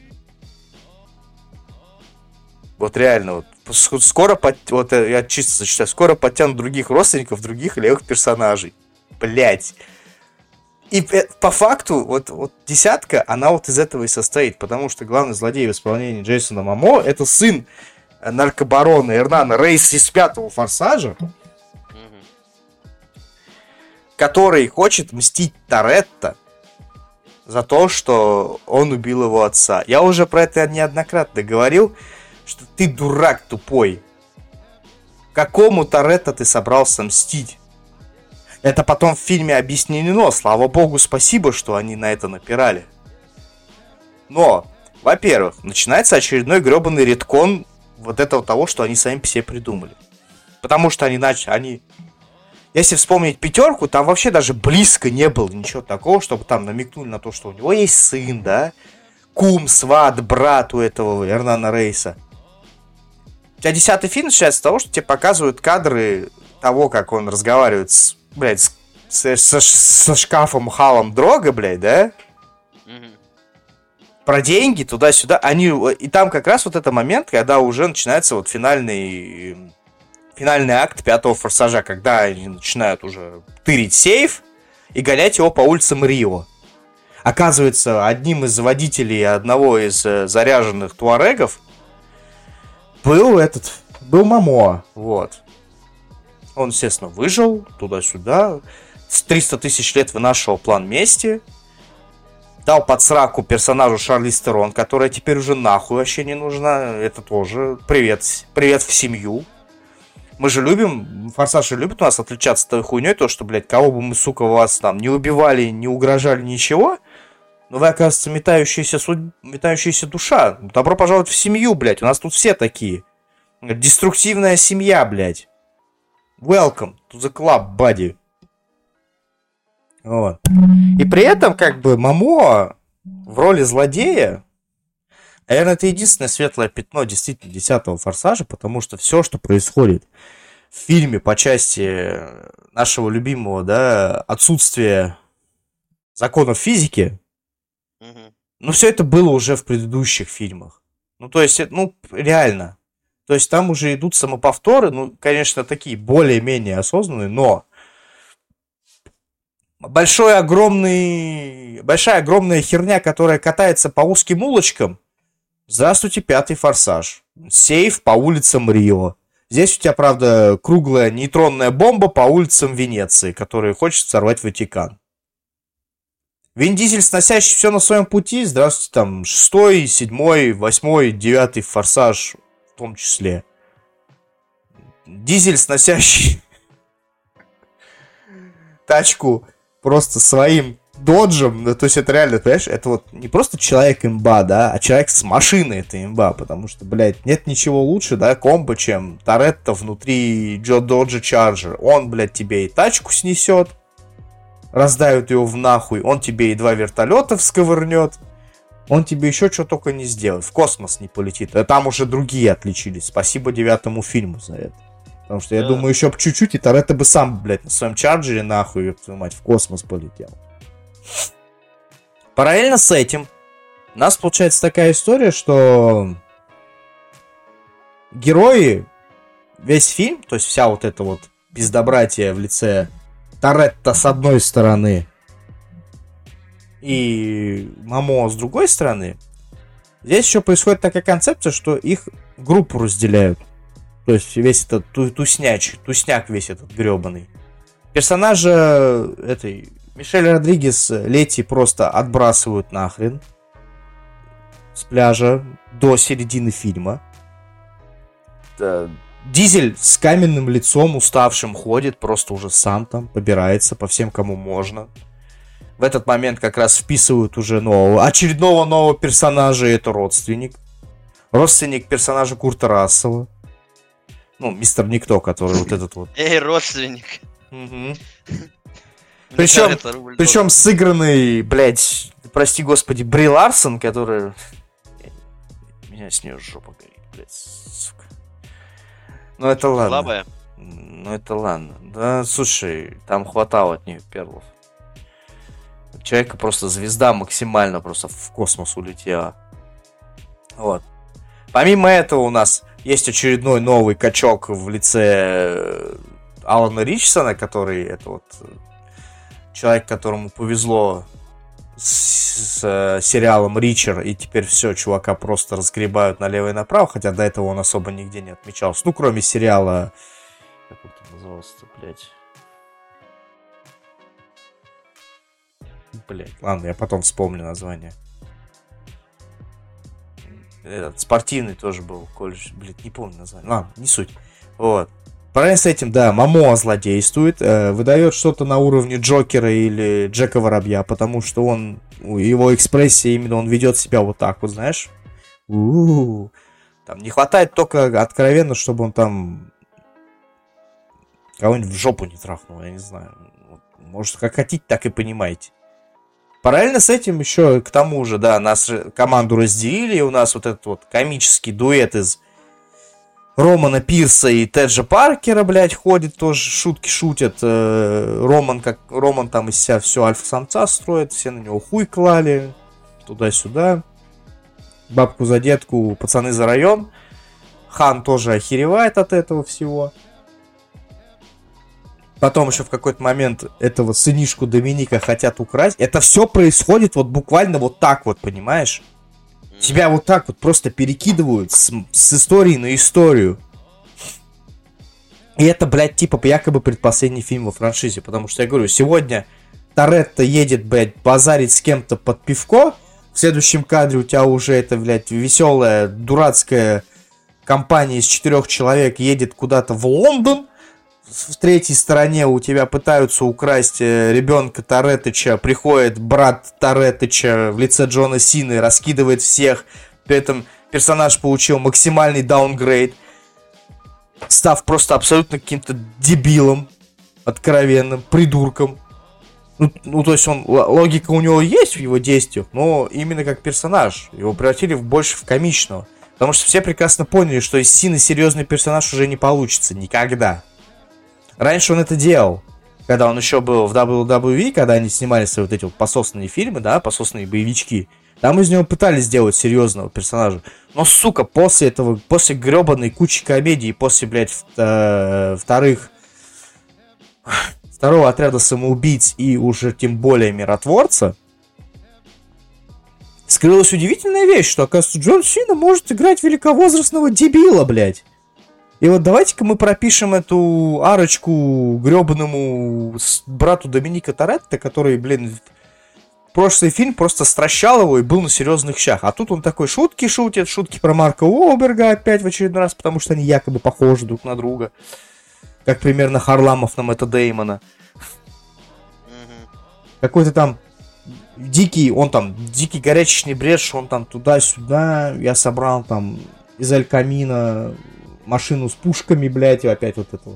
[SPEAKER 1] Вот реально, вот скоро, под, вот я чисто зачитаю, скоро подтянут других родственников, других левых персонажей. Блять. И по факту, вот, вот десятка, она вот из этого и состоит, потому что главный злодей в исполнении Джейсона Момо — это сын наркобарона Эрнана Рейса из пятого Форсажа, mm-hmm. который хочет мстить Торетто за то, что он убил его отца. Я уже про это неоднократно говорил, что ты дурак тупой. Какому Торетто ты собрался мстить? Это потом в фильме объяснено. Слава богу, спасибо, что они на это напирали. Но, во-первых, начинается очередной гребаный редкон вот этого того, что они сами себе придумали. Потому что они начали... Они... Если вспомнить пятерку, там вообще даже близко не было ничего такого, чтобы там намекнули на то, что у него есть сын, да? Кум, сват, брат у этого Эрнана Рейса. У тебя десятый фильм начинается с того, что тебе показывают кадры того, как он разговаривает с, блядь, с, с, со, со шкафом Халом Дрога, блядь, да? Mm-hmm. Про деньги, туда-сюда. Они, и там как раз вот этот момент, когда уже начинается вот финальный, финальный акт пятого Форсажа, когда они начинают уже тырить сейф и гонять его по улицам Рио. Оказывается, одним из водителей одного из заряженных туарегов был этот, был Момоа, вот. Он, естественно, выжил туда-сюда, с триста тысяч лет вынашивал план мести, дал под сраку персонажу Шарлиз Терон, которая теперь уже нахуй вообще не нужна, это тоже привет, привет в семью. Мы же любим, Форсаж же любит у нас отличаться той хуйней, то, что, блядь, кого бы мы, сука, вас там не убивали, не угрожали, ничего, но вы, оказывается, метающаяся, суд... метающаяся душа. Добро пожаловать в семью, блядь, у нас тут все такие. Деструктивная семья, блядь. Welcome to the club, buddy. Вот. И при этом, как бы, Момоа в роли злодея, наверное, это единственное светлое пятно действительно десятого Форсажа, потому что все, что происходит в фильме по части нашего любимого, да, отсутствия законов физики, mm-hmm. ну, все это было уже в предыдущих фильмах. Ну, то есть, ну, реально. То есть, там уже идут самоповторы, ну, конечно, такие более-менее осознанные, но большой, огромный, большая, огромная херня, которая катается по узким улочкам. Здравствуйте, пятый Форсаж. Сейф по улицам Рио. Здесь у тебя, правда, круглая нейтронная бомба по улицам Венеции, которую хочет взорвать Ватикан. Вин Дизель, сносящий все на своем пути. Здравствуйте, там, шестой, седьмой, восьмой, девятый Форсаж в том числе. Дизель, сносящий тачку просто своим доджем, ну, то есть это реально, понимаешь, это вот не просто человек-имба, да, а человек с машиной это имба, потому что, блядь, нет ничего лучше, да, комбо, чем Торетто внутри Джо Доджа Чарджер. Он, блядь, тебе и тачку снесет, раздавит его в нахуй, он тебе и два вертолета всковырнет, он тебе еще что только не сделает, в космос не полетит, а там уже другие отличились, спасибо девятому фильму за это. Потому что я yeah. думаю, еще чуть-чуть, и Торетто бы сам, блядь, на своем Чарджере, нахуй, ёб твою мать, в космос полетел. Параллельно с этим у нас получается такая история, что герои, весь фильм, то есть вся вот эта вот бездобратие в лице Торетто с одной стороны и Момоа с другой стороны, здесь еще происходит такая концепция, что их группу разделяют. То есть весь этот тусняч, тусняк весь этот гребаный. Персонажа этой Мишель Родригес Летти просто отбрасывают нахрен с пляжа до середины фильма. Дизель с каменным лицом, уставшим, ходит, просто уже сам там побирается по всем, кому можно. В этот момент как раз вписывают уже нового, очередного нового персонажа, и это родственник. Родственник персонажа Курта Рассела. Ну, мистер Никто, который вот этот вот.
[SPEAKER 2] Эй, родственник.
[SPEAKER 1] Угу. Причем, причем сыгранный, блядь, прости господи, Бри Ларсон, который... Меня с нее жопа горит, блядь, сука. Ну это ладно.
[SPEAKER 2] Слабая?
[SPEAKER 1] Ну это ладно. Да, слушай, там хватало от нее перлов. Человека просто звезда максимально просто в космос улетела. Вот. Помимо этого у нас есть очередной новый качок в лице Алана Ричсона, который это вот человек, которому повезло с, с сериалом Ричер, и теперь все, чувака просто разгребают налево и направо, хотя до этого он особо нигде не отмечался. Ну, кроме сериала... Как это назывался-то, блядь? Блядь, ладно, я потом вспомню название. Этот спортивный тоже был колледж, блядь, не помню название. Ладно, не суть. Вот. Параллельно с этим, да, Момоа злодействует, э, выдает что-то на уровне Джокера или Джека Воробья, потому что он, его экспрессия именно, он ведет себя вот так вот, знаешь. У-у-у. Там не хватает только откровенно, чтобы он там кого-нибудь в жопу не трахнул, я не знаю. Может, как хотите, так и понимаете. Параллельно с этим еще, к тому же, да, нас команду разделили, и у нас вот этот вот комический дуэт из Романа Пирса и Теджа Паркера, блядь, ходит, тоже шутки шутят. Роман, как, Роман там из себя все альфа-самца строит, все на него хуй клали, туда-сюда. Бабку за детку, пацаны за район. Хан тоже охеревает от этого всего. Потом еще в какой-то момент этого сынишку Доминика хотят украсть. Это все происходит вот буквально вот так вот, понимаешь? Тебя вот так вот просто перекидывают с, с истории на историю. И это, блядь, типа якобы предпоследний фильм во франшизе. Потому что я говорю, сегодня Торетто едет, блядь, базарить с кем-то под пивко. В следующем кадре у тебя уже это, блядь, веселая, дурацкая компания из четырех человек едет куда-то в Лондон, в третьей стороне у тебя пытаются украсть ребенка Торетыча, приходит брат Торетыча в лице Джона Сины, раскидывает всех, при этом персонаж получил максимальный даунгрейд, став просто абсолютно каким-то дебилом, откровенным, придурком. Ну, ну, то есть он, логика у него есть в его действиях, но именно как персонаж. Его превратили в, больше в комичного. Потому что все прекрасно поняли, что из Сины серьезный персонаж уже не получится. Никогда. Раньше он это делал. Когда он еще был в дабл ю дабл ю и, когда они снимали свои вот эти вот пососные фильмы, да, пососные боевички. Там из него пытались сделать серьезного персонажа. Но, сука, после этого, после гребаной кучи комедий, после, блядь, э, вторых... второго отряда самоубийц и уже тем более миротворца, скрылась удивительная вещь, что, оказывается, Джон Сина может играть великовозрастного дебила, блядь. И вот давайте-ка мы пропишем эту арочку гребаному брату Доминика Торетто, который, блин, прошлый фильм просто стращал его и был на серьезных щах. А тут он такой шутки шутит, шутки про Марка Уолберга опять в очередной раз, потому что они якобы похожи друг на друга. Как примерно Харламов на Мэтта Дэймона. Mm-hmm. Какой-то там дикий, он там, дикий горячечный бред, что он там туда-сюда, я собрал там из Аль-Камина машину с пушками, блядь, и опять вот это вот.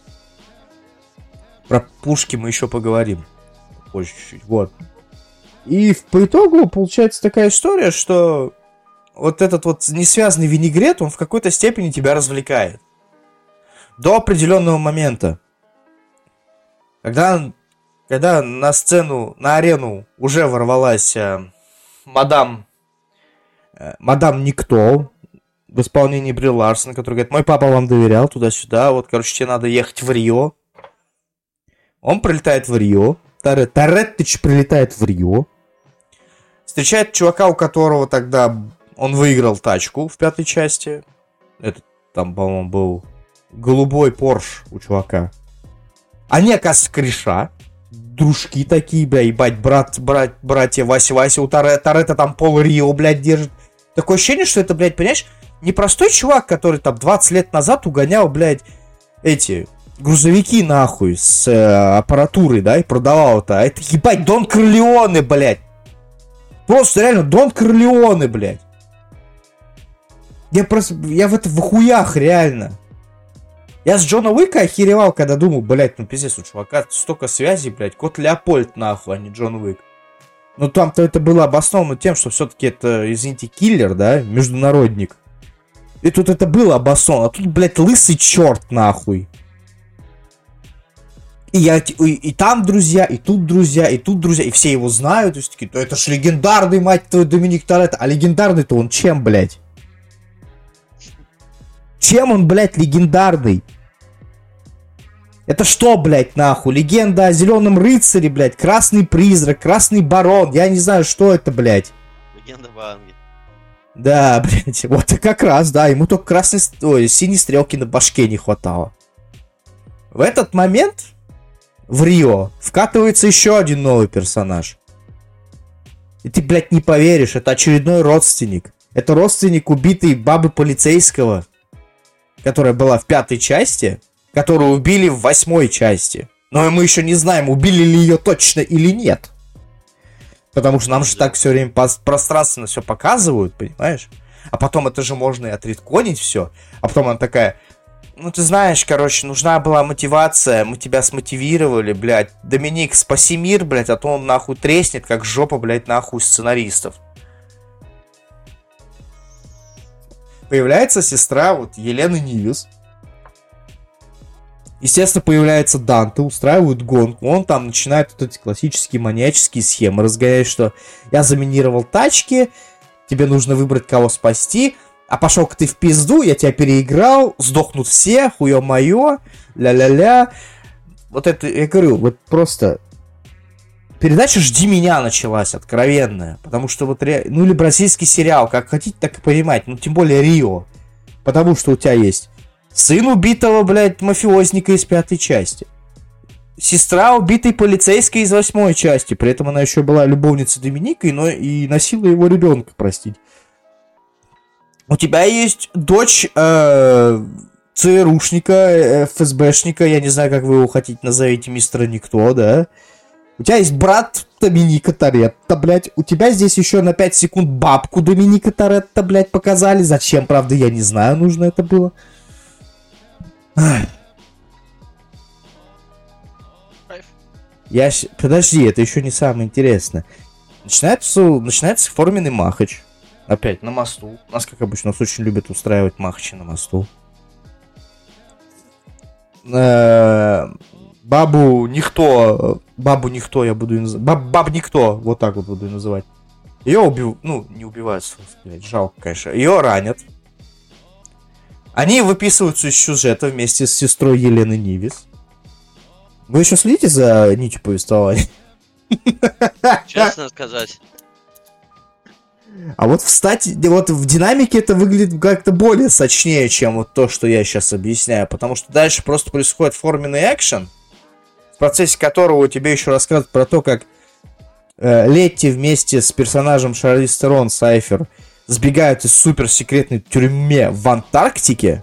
[SPEAKER 1] Про пушки мы еще поговорим позже чуть-чуть, вот. И по итогу получается такая история, что вот этот вот несвязанный винегрет, он в какой-то степени тебя развлекает. До определенного момента. Когда, когда на сцену, на арену уже ворвалась э, мадам, э, мадам Никто в исполнении Бри Ларсон, который говорит: мой папа вам доверял, туда-сюда, вот, короче, тебе надо ехать в Рио. Он прилетает в Рио, Торетыч прилетает в Рио, встречает чувака, у которого тогда он выиграл тачку в пятой части. Это там, по-моему, был голубой Порш у чувака. Они, оказывается, кореша. Дружки такие, бля, ебать, брат, брат, братья Вася, Вася, у Торетто, Торетто там пол Рио, блядь, держит. Такое ощущение, что это, блядь, понимаешь, непростой чувак, который там двадцать лет назад угонял, блядь, эти грузовики, нахуй, с э, аппаратурой, да, и продавал это. А это, ебать, Дон Корлеоне, блядь. Просто реально Дон Корлеоне, блядь. Я просто, я в это в охуях, реально. Я с Джона Уика охеревал, когда думал, блядь, ну пиздец, у чувака столько связей, блядь, кот Леопольд, нахуй, а не Джон Уик. Но там-то это было обосновано тем, что все-таки это, извините, киллер, да, международник. И тут это было обосновано, а тут, блядь, лысый черт, нахуй. И, я, и, и там друзья, и тут друзья, и тут друзья, и все его знают, то есть такие, это ж легендарный, мать твою, Доминик Торетто. А легендарный-то он чем, блядь? Чем он, блядь, легендарный? Это что, блядь, нахуй? Легенда о Зеленом Рыцаре, блядь, Красный Призрак, Красный Барон, я не знаю, что это, блядь.
[SPEAKER 2] Легенда Ванги.
[SPEAKER 1] Да, блядь, вот и как раз, да, ему только красной, ой, синей стрелки на башке не хватало. В этот момент в Рио вкатывается еще один новый персонаж. И ты, блядь, не поверишь, это очередной родственник. Это родственник убитой бабы полицейского, которая была в пятой части, которую убили в восьмой части. Но мы еще не знаем, убили ли ее точно или нет. Потому что нам же так все время пространственно все показывают, понимаешь? А потом это же можно и отредконить все. А потом она такая: ну ты знаешь, короче, нужна была мотивация, мы тебя смотивировали, блядь. Доминик, спаси мир, блядь, а то он нахуй треснет, как жопа, блядь, нахуй сценаристов. Появляется сестра вот Елены Нивис. Естественно, появляется Данте, устраивают гонку. Он там начинает вот эти классические маньяческие схемы разгонять, что я заминировал тачки, тебе нужно выбрать, кого спасти, а пошел-ка ты в пизду, я тебя переиграл, сдохнут все, хуё-моё, ля-ля-ля. Вот это, я говорю, вот просто... Передача «Жди меня» началась, откровенная. Потому что вот, ре... ну или бразильский сериал, как хотите, так и понимать. Ну, тем более Рио. Потому что у тебя есть сын убитого, блядь, мафиозника из пятой части. Сестра убитой полицейской из восьмой части. При этом она еще была любовницей Доминика, но и носила его ребенка, простите. У тебя есть дочь э, ЦРУшника, ФСБшника, я не знаю, как вы его хотите назовите, мистера Никто, да? У тебя есть брат Доминика Торетто, блядь. У тебя здесь еще на пять секунд бабку Доминика Торетто, блядь, показали. Зачем, правда, я не знаю, нужно это было. Я... Подожди, это еще не самое интересное. Начинается, начинается форменный махач. Опять на мосту. Нас, как обычно, нас очень любят устраивать махачи на мосту. Бабу Никто, бабу Никто я буду ее называть. Баб, баб Никто, вот так вот буду ее называть. Ее убив... Ну, не убивают, блядь, жалко, конечно. Ее ранят. Они выписываются из сюжета вместе с сестрой Елены Нивис. Вы еще следите за нитью повествования?
[SPEAKER 2] Честно сказать.
[SPEAKER 1] А вот, кстати, вот в динамике это выглядит как-то более сочнее, чем вот то, что я сейчас объясняю. Потому что дальше просто происходит форменный экшен, в процессе которого тебе еще рассказывают про то, как э, Летти вместе с персонажем Шарлиз Терон, Сайфер, сбегают из суперсекретной тюрьмы в Антарктике,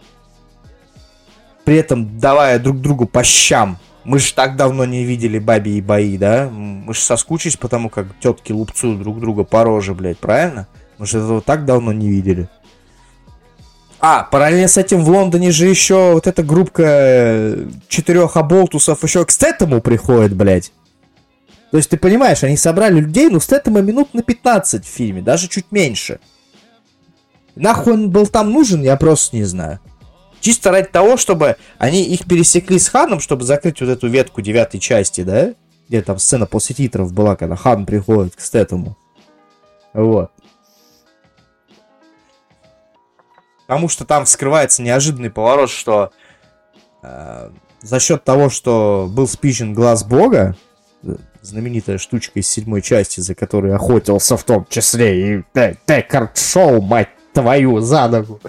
[SPEAKER 1] при этом давая друг другу по щам. Мы ж так давно не видели бабьи бои, да? Мы ж соскучились, потому как тетки лупцуют друг друга по роже, блядь, правильно? Мы же этого так давно не видели. А, параллельно с этим в Лондоне же еще вот эта группка четырех оболтусов еще к Стэттему приходит, блядь. То есть ты понимаешь, они собрали людей, ну, Стэттема минут на пятнадцать в фильме, даже чуть меньше. Нахуй он был там нужен, я просто не знаю. Чисто ради того, чтобы они их пересекли с Ханом, чтобы закрыть вот эту ветку девятой части, да? Где там сцена после титров была, когда Хан приходит к Стэттему. Вот. Потому что там вскрывается неожиданный поворот, что э, за счет того, что был спичен глаз Бога, знаменитая штучка из седьмой части, за которой охотился в том числе и Декард Шоу, мать твою, за ногу.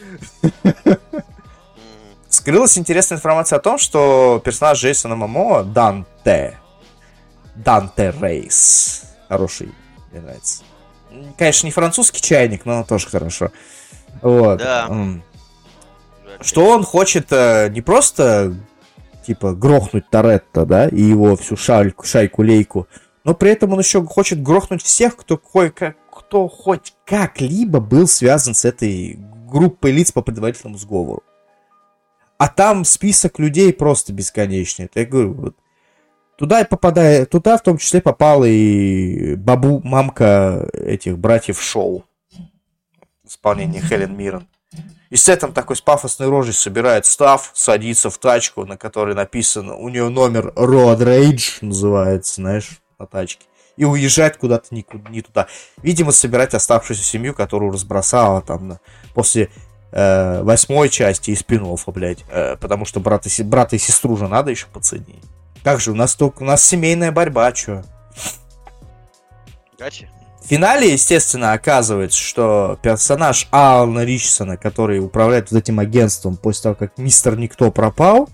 [SPEAKER 1] Скрылась интересная информация о том, что персонаж Джейсона Момоа, Данте, Данте Рейс, хороший, мне нравится. Конечно, не французский чайник, но тоже хорошо. Вот.
[SPEAKER 2] Да.
[SPEAKER 1] Что он хочет э, не просто, типа, грохнуть Торетто, да, и его всю шайку, шайку-лейку, но при этом он еще хочет грохнуть всех, кто, кое-как, кто хоть как-либо был связан с этой группой лиц по предварительному сговору. А там список людей просто бесконечный. Я говорю, вот, туда и попадает, туда в том числе попала и бабу, мамка этих братьев Шоу. В исполнении Хелен Миррен. И с этим такой с пафосной рожей собирает став, садится в тачку, на которой написано, у нее номер Road Rage называется, знаешь, на тачке. И уезжает куда-то не, не туда. Видимо, собирать оставшуюся семью, которую разбросала там после э, восьмой части и спин-оффа, блядь. Э, потому что брата и, брата и сестру же надо еще пацанить. Как же, у нас только у нас семейная борьба, чё?
[SPEAKER 2] Гачи.
[SPEAKER 1] В финале, естественно, оказывается, что персонаж Алана Ричсона, который управляет вот этим агентством после того, как мистер Никто пропал,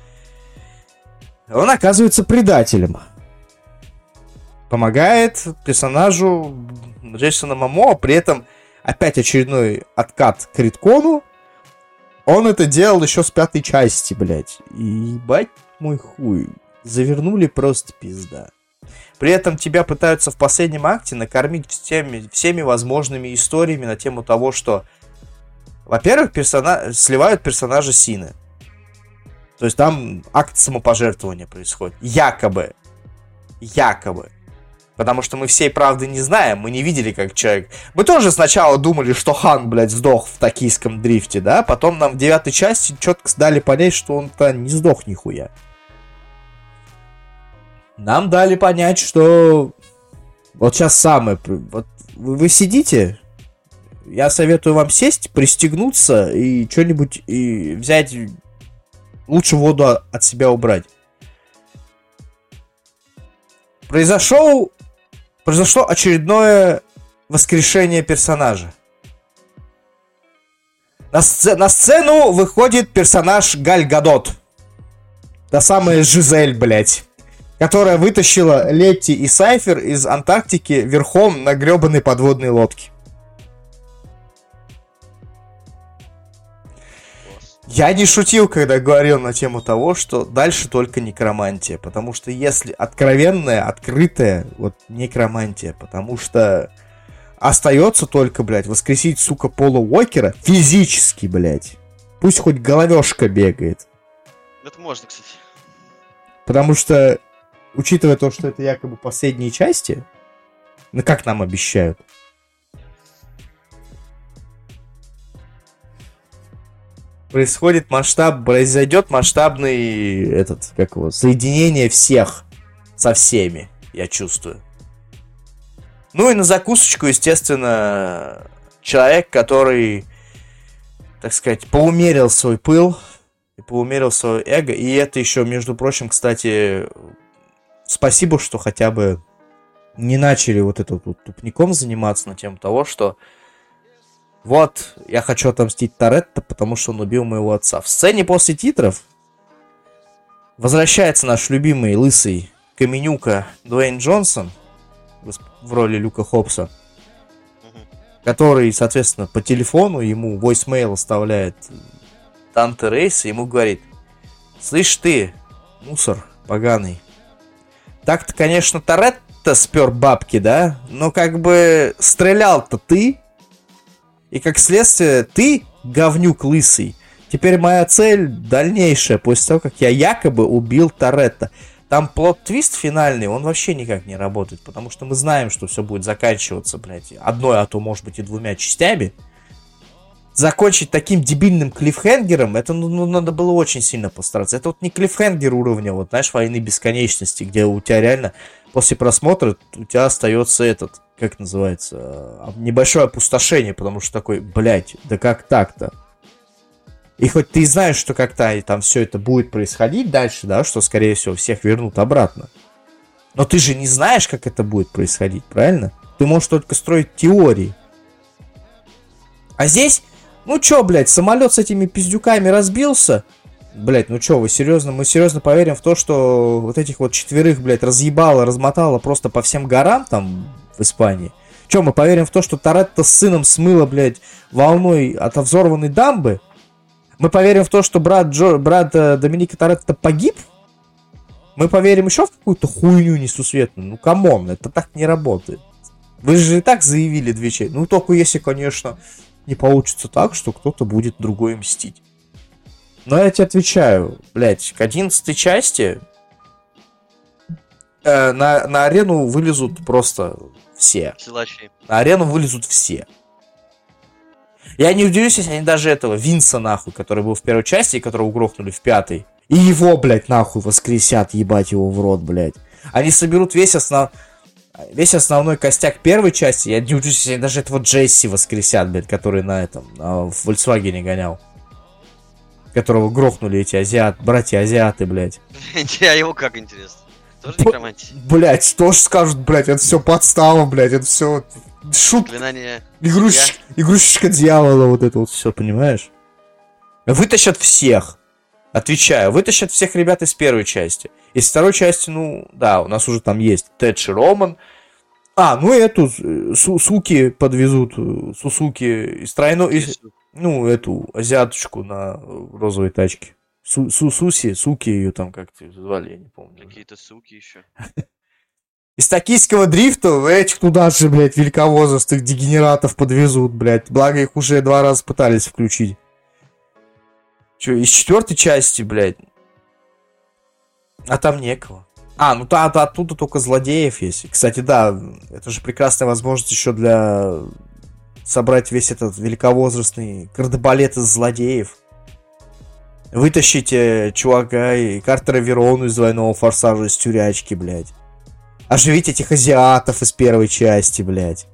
[SPEAKER 1] он оказывается предателем. Помогает персонажу Джейсона Момоа, при этом опять очередной откат к риткону. Он это делал еще с пятой части, блядь. И ебать мой хуй. Завернули просто пизда. При этом тебя пытаются в последнем акте накормить всеми, всеми возможными историями на тему того, что, во-первых, персона... сливают персонажа Сины. То есть там акт самопожертвования происходит. Якобы. Якобы. Потому что мы всей правды не знаем, мы не видели, как человек... Мы тоже сначала думали, что Хан, блядь, сдох в токийском дрифте, да? Потом нам в девятой части четко дали понять, что он-то не сдох нихуя. Нам дали понять, что вот сейчас самое... Вот вы сидите, я советую вам сесть, пристегнуться и что-нибудь и взять... Лучше воду от себя убрать. Произошел... Произошло очередное воскрешение персонажа. На, сц... На сцену выходит персонаж Галь Гадот. Та самая Жизель, блядь. Которая вытащила Летти и Сайфер из Антарктики верхом на гребаной подводной лодке. Я не шутил, когда говорил на тему того, что дальше только некромантия. Потому что если откровенная, открытая, вот некромантия. Потому что остается только, блядь, воскресить, сука, Пола Уокера физически, блядь. Пусть хоть головешка бегает.
[SPEAKER 2] Это можно, кстати.
[SPEAKER 1] Потому что, учитывая то, что это якобы последние части, ну как нам обещают, происходит масштаб, произойдет масштабный этот, как его, соединение всех со всеми, я чувствую. Ну и на закусочку, естественно, человек, который, так сказать, поумерил свой пыл и поумерил свое эго. И это еще, между прочим, кстати, спасибо, что хотя бы не начали вот это вот тупником заниматься на тему того, что вот, я хочу отомстить Торетто, потому что он убил моего отца. В сцене после титров возвращается наш любимый лысый каменюка Дуэйн Джонсон в роли Люка Хопса, который, соответственно, по телефону ему voicemail оставляет Данте Рейс и ему говорит: слышь ты, мусор поганый, так-то, конечно, Торетто спер бабки, да, но как бы стрелял-то ты. И как следствие, ты, говнюк лысый, теперь моя цель дальнейшая, после того, как я якобы убил Торетто. Там плот-твист финальный, он вообще никак не работает, потому что мы знаем, что все будет заканчиваться, блядь, одной, а то, может быть, и двумя частями. Закончить таким дебильным клиффхенгером, это, ну, ну, надо было очень сильно постараться. Это вот не клиффхенгер уровня, вот, знаешь, Войны Бесконечности, где у тебя реально после просмотра у тебя остается этот, как называется, небольшое опустошение, потому что такой, блядь, да как так-то? И хоть ты и знаешь, что как-то там все это будет происходить дальше, да, что, скорее всего, всех вернут обратно. Но ты же не знаешь, как это будет происходить, правильно? Ты можешь только строить теории. А здесь, ну чё, блядь, самолет с этими пиздюками разбился? Блядь, ну чё, вы серьезно, мы серьезно поверим в то, что вот этих вот четверых, блядь, разъебало, размотало просто по всем горам там в Испании? Чё, мы поверим в то, что Торетто с сыном смыло, блядь, волной от взорванной дамбы? Мы поверим в то, что брат, Джо, брат э, Доминика Торетто погиб? Мы поверим еще в какую-то хуйню несусветную? Ну, камон, это так не работает. Вы же и так заявили две части. Ну, только если, конечно, не получится так, что кто-то будет другой мстить. Но я тебе отвечаю, блядь, к одиннадцатой части э, на, на арену вылезут просто все.
[SPEAKER 2] Силачи.
[SPEAKER 1] На арену вылезут все. Я не удивлюсь, если они даже этого Винса, нахуй, который был в первой части, и которого грохнули в пятой, и его, блядь, нахуй воскресят, ебать его в рот, блядь. Они соберут весь, основ... весь основной костяк первой части. Я не удивлюсь, если они даже этого Джесси воскресят, блядь, который на этом, на... в Volkswagen гонял. Которого грохнули эти азиат... братья-азиаты, блядь.
[SPEAKER 2] А его как, интересно? Тоже некромантия?
[SPEAKER 1] Блядь, тоже скажут, блядь, это все подстава, блядь, это все... Шут... Игрушечка... Игрушечка дьявола, вот это вот все, понимаешь? Вытащат всех. Отвечаю, вытащат всех ребят из первой части. Из второй части, ну, да, у нас уже там есть Тедж и Роман. А, ну эту су суки подвезут, Сусуки из тройной... Из, ну, эту азиаточку на розовой тачке. Су Су Суси, суки ее там как-то звали, я не помню.
[SPEAKER 2] Какие-то суки еще.
[SPEAKER 1] Из токийского дрифта этих туда же, блядь, великовозрастных дегенератов подвезут, блядь. Благо их уже два раза пытались включить. Че, из четвертой части, блядь. А там некого. А, ну то, то, оттуда только злодеев есть. Кстати, да, это же прекрасная возможность еще для собрать весь этот великовозрастный кардебалет из злодеев. Вытащите чувака и Картера Верону из двойного форсажа из тюрячки, блядь. Оживить этих азиатов из первой части, блядь.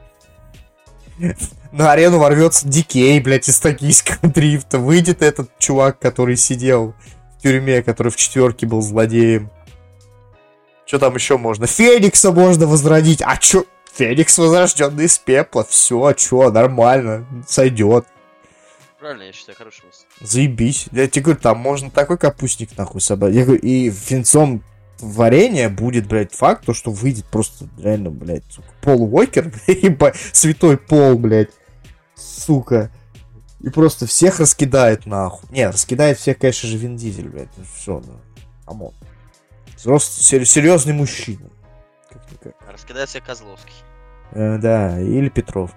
[SPEAKER 1] На арену ворвется Дикей, блядь, из токийского дрифта. Выйдет этот чувак, который сидел в тюрьме, который в четверке был злодеем. Что там еще можно? Феникса можно возродить. А чё? Феникс возрожденный из пепла. Все, а чё? Нормально. Сойдет.
[SPEAKER 2] Правильно, я считаю, хороший мысль.
[SPEAKER 1] Заебись. Я тебе говорю, там можно такой капустник нахуй собрать. Я говорю, и венцом варенье будет, блядь, факт, то, что выйдет просто реально, блядь, сука, Пол Уокер, ебать, святой Пол, блядь, сука. И просто всех раскидает нахуй. Не, раскидает всех, конечно же, Вин Дизель, блядь. Ну все, ну, камон. Взрослый, серьезный мужчина. Как-никак.
[SPEAKER 2] Раскидает всех Козловский.
[SPEAKER 1] Э, да, или Петров.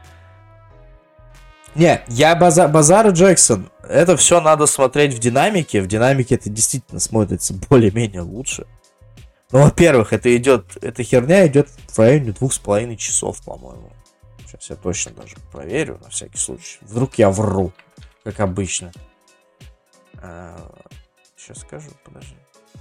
[SPEAKER 1] Не, я база, базар Джексон. Это все надо смотреть в динамике. В динамике это действительно смотрится более-менее лучше. Ну, во-первых, это идет, эта херня идет в районе двух с половиной часов, по-моему. Сейчас я точно даже проверю, на всякий случай. Вдруг я вру, как обычно. А, сейчас скажу, подожди.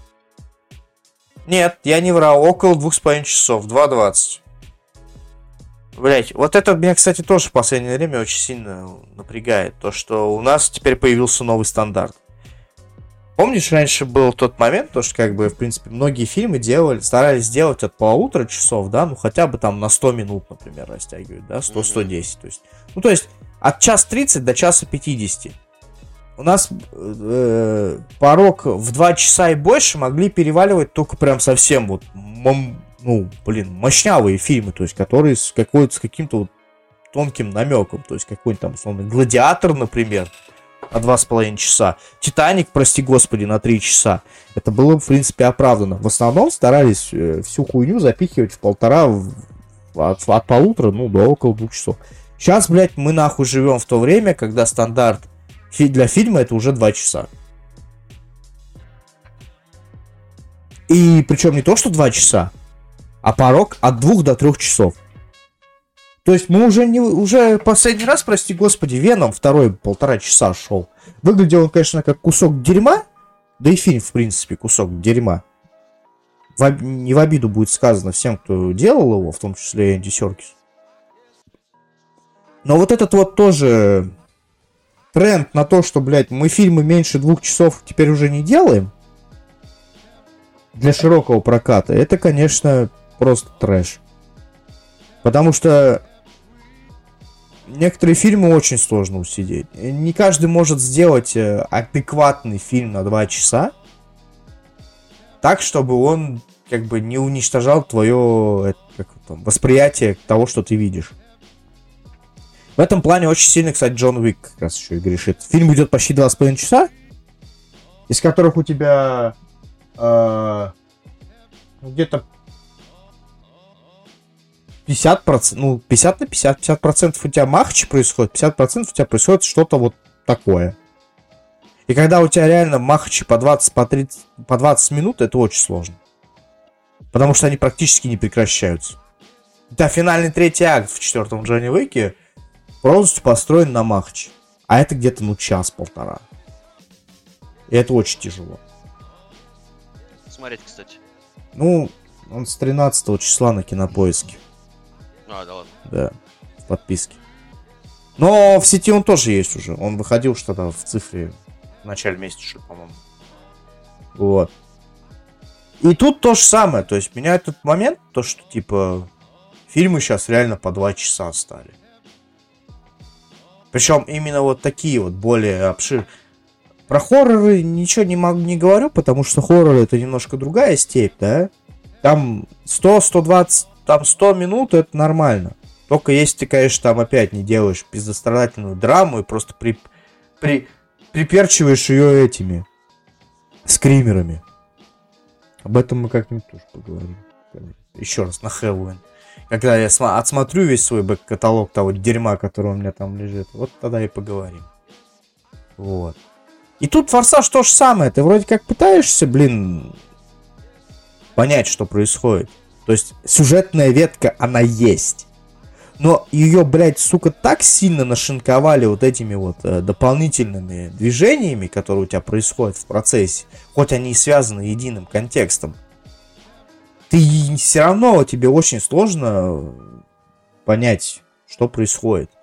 [SPEAKER 1] Нет, я не врал. Около двух с половиной часов. два двадцать. Блять, вот это меня, кстати, тоже в последнее время очень сильно напрягает. То, что у нас теперь появился новый стандарт. Помнишь, раньше был тот момент, то, что, как бы, в принципе, многие фильмы делали, старались сделать от полутора часов, да, ну, хотя бы там на сто минут, например, растягивать, да, сто сто десять, то есть, ну, то есть, от часа тридцать до часа пятидесяти. У нас э, порог в два часа и больше могли переваливать только прям совсем вот, мом, ну, блин, мощнявые фильмы, то есть, которые с, какой-то, с каким-то вот тонким намеком, то есть, какой-нибудь там, условно, «Гладиатор», например, на два с половиной часа. «Титаник», прости господи, на три часа. Это было, в принципе, оправдано. В основном старались э, всю хуйню запихивать в полтора, в, от, от полутора, ну, до около двух часов. Сейчас, блядь, мы нахуй живем в то время, когда стандарт фи- для фильма это уже два часа. И причем не то, что два часа, а порог от двух до трех часов. То есть мы уже не уже последний раз, прости господи, Веном второй полтора часа шел. Выглядел он, конечно, как кусок дерьма, да и фильм, в принципе, кусок дерьма. В об... Не в обиду будет сказано всем, кто делал его, в том числе и Энди Серкис. Но вот этот вот тоже тренд на то, что, блядь, мы фильмы меньше двух часов теперь уже не делаем для широкого проката, это, конечно, просто трэш. Потому что некоторые фильмы очень сложно усидеть. Не каждый может сделать адекватный фильм на два часа так, чтобы он как бы не уничтожал твое как, там, восприятие того, что ты видишь. В этом плане очень сильно, кстати, Джон Уик как раз еще и грешит. Фильм идет почти два с половиной часа, из которых у тебя э, где-то пятьдесят процентов, ну, пятьдесят на пятьдесят, пятьдесят процентов у тебя махачи происходит, пятьдесят процентов у тебя происходит что-то вот такое. И когда у тебя реально махачи по двадцать, по тридцать, по двадцать минут, это очень сложно. Потому что они практически не прекращаются. Да, финальный третий акт в четвертом Джонни Уике полностью построен на махачи. А это где-то, ну, час-полтора. И это очень тяжело.
[SPEAKER 2] Смотреть, кстати.
[SPEAKER 1] Ну, он с тринадцатого числа на Кинопоиске.
[SPEAKER 2] А, да ладно.
[SPEAKER 1] Да, в подписке. Но в сети он тоже есть уже. Он выходил что-то в цифре в начале месяца, по-моему. Вот. И тут то же самое. То есть меня этот момент, то что типа фильмы сейчас реально по два часа стали. Причем именно вот такие вот более обширные. Про хорроры ничего не, могу, не говорю, потому что хоррор это немножко другая степь, да? Там сто - сто двадцать, там сто минут это нормально. Только если ты, конечно, там опять не делаешь пиздострадательную драму и просто при, при, приперчиваешь ее этими скримерами. Об этом мы как-нибудь тоже поговорим. Еще раз, на Хэллоуин. Когда я см- отсмотрю весь свой бэк-каталог того дерьма, который у меня там лежит, вот тогда и поговорим. Вот. И тут «Форсаж» то же самое. Ты вроде как пытаешься, блин, понять, что происходит. То есть сюжетная ветка, она есть. Но ее, блядь, сука, так сильно нашинковали вот этими вот э, дополнительными движениями, которые у тебя происходят в процессе, хоть они и связаны единым контекстом. Ты все равно, тебе очень сложно понять, что происходит.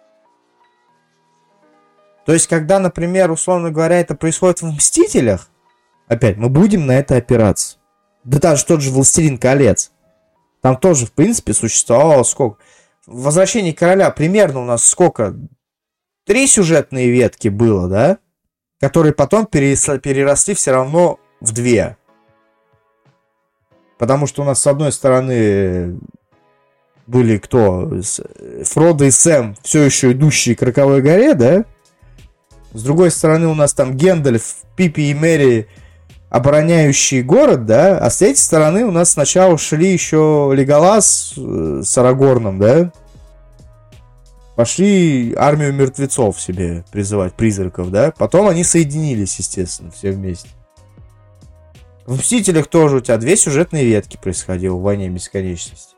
[SPEAKER 1] То есть, когда, например, условно говоря, это происходит в «Мстителях», опять, мы будем на это опираться. Да даже тот же «Властелин колец». Там тоже, в принципе, существовало сколько... В «Возвращении короля» примерно у нас сколько? Три сюжетные ветки было, да? Которые потом переросли все равно в две. Потому что у нас, с одной стороны, были кто? Фродо и Сэм, все еще идущие к Роковой горе, да? С другой стороны у нас там Гендальф, Пипи и Мэри, обороняющие город, да, а с третьей стороны у нас сначала шли еще Леголас с Арагорном, да, пошли армию мертвецов себе призывать, призраков, да, потом они соединились, естественно, все вместе. В Мстителях тоже у тебя две сюжетные ветки происходило в Войне Бесконечности.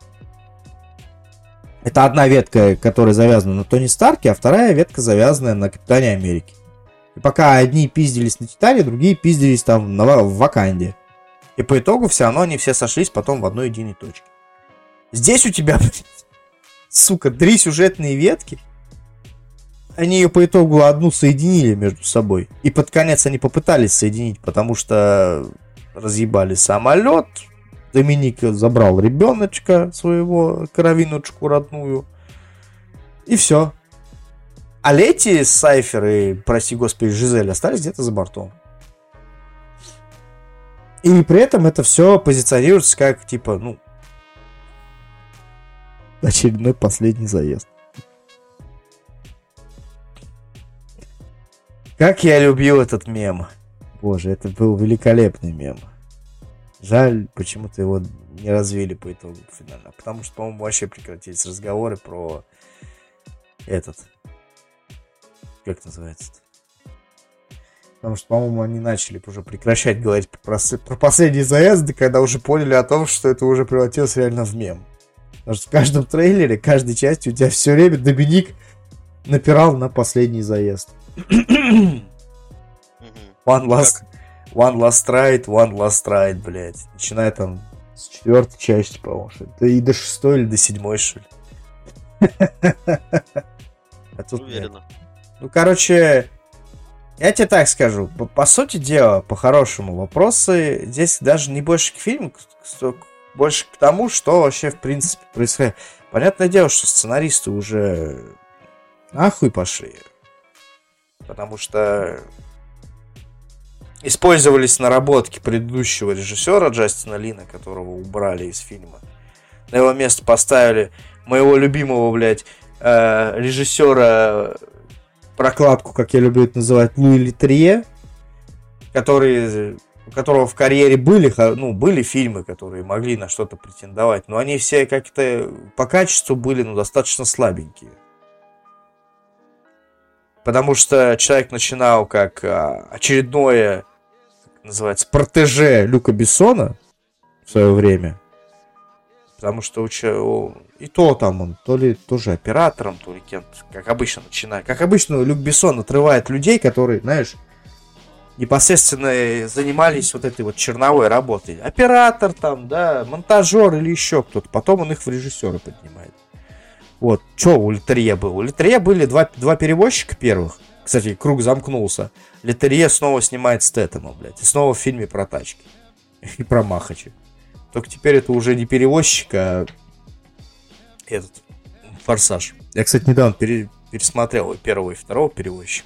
[SPEAKER 1] Это одна ветка, которая завязана на Тони Старке, а вторая ветка завязанная на Капитане Америки. И пока одни пиздились на Титане, другие пиздились там на, в Ваканде. И по итогу все равно они все сошлись потом в одной единой точке. Здесь у тебя, сука, три сюжетные ветки. Они ее по итогу одну соединили между собой. И под конец они попытались соединить, потому что разъебали самолет. Доминик забрал ребеночка своего, кровиночку родную. И все. А Лети, Сайфер и, прости господи, Жизель остались где-то за бортом. И при этом это все позиционируется как, типа, ну, очередной последний заезд. Как я любил этот мем. Боже, это был великолепный мем. Жаль, почему-то его не развили по итогу финально. Потому что, по-моему, вообще прекратились разговоры про этот... Как называется-то? Потому что, по-моему, они начали уже прекращать говорить про, про последние заезды, когда уже поняли о том, что это уже превратилось реально в мем. Потому что в каждом трейлере, каждой части у тебя все время Доминик напирал на последний заезд. One last, one last ride, one last ride, блядь. Начиная там с четвертой части, по-моему. Да и до шестой или до седьмой, что ли. А тут уверенно. Ну, короче, я тебе так скажу. По, по сути дела, по-хорошему, вопросы здесь даже не больше к фильму, больше к тому, что вообще, в принципе, происходит. Понятное дело, что сценаристы уже нахуй пошли. Потому что использовались наработки предыдущего режиссера Джастина Лина, которого убрали из фильма. На его место поставили моего любимого, блядь, э, режиссера, прокладку, как я люблю это называть, Луи Летерье, который, у которого в карьере были, ну, были фильмы, которые могли на что-то претендовать, но они все как-то по качеству были, ну, достаточно слабенькие. Потому что человек начинал как а, очередное, как называется, протеже Люка Бессона в свое время. Потому что у, и то там он то ли тоже оператором, то ли кем-то, как обычно начинает. Как обычно Люк Бессон отрывает людей, которые, знаешь, непосредственно занимались вот этой вот черновой работой. Оператор там, да, монтажер или еще кто-то. Потом он их в режиссеры поднимает. Вот, что у Летерье было? У Летерье были два, два перевозчика первых. Кстати, круг замкнулся. Летерье снова снимает Стэтэма, блядь. И снова в фильме про тачки. И про Махача. Только теперь это уже не перевозчик, а этот, Форсаж. Я, кстати, недавно пере, пересмотрел и первого, и второго перевозчика.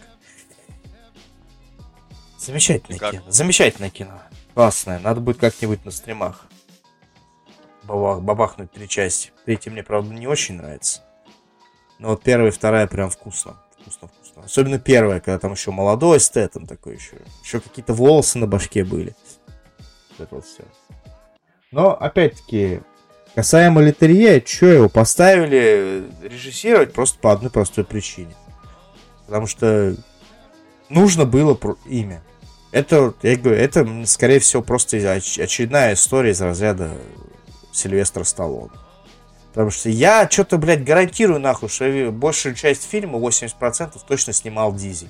[SPEAKER 1] Замечательное кино. Замечательное кино. Классное. Надо будет как-нибудь на стримах бабах, бабахнуть три части. Третья мне, правда, не очень нравится. Но вот первая и вторая прям вкусно. Вкусно, вкусно. Особенно первая, когда там еще молодой Стэтэм такой еще. Еще какие-то волосы на башке были. Вот это вот все. Но, опять-таки, касаемо Летерье, что его поставили режиссировать просто по одной простой причине. Потому что нужно было имя. Это, я говорю, это, скорее всего, просто очередная история из разряда Сильвестра Сталлоне. Потому что я что-то, блядь, гарантирую нахуй, что большую часть фильма, восемьдесят процентов, точно снимал Дизель.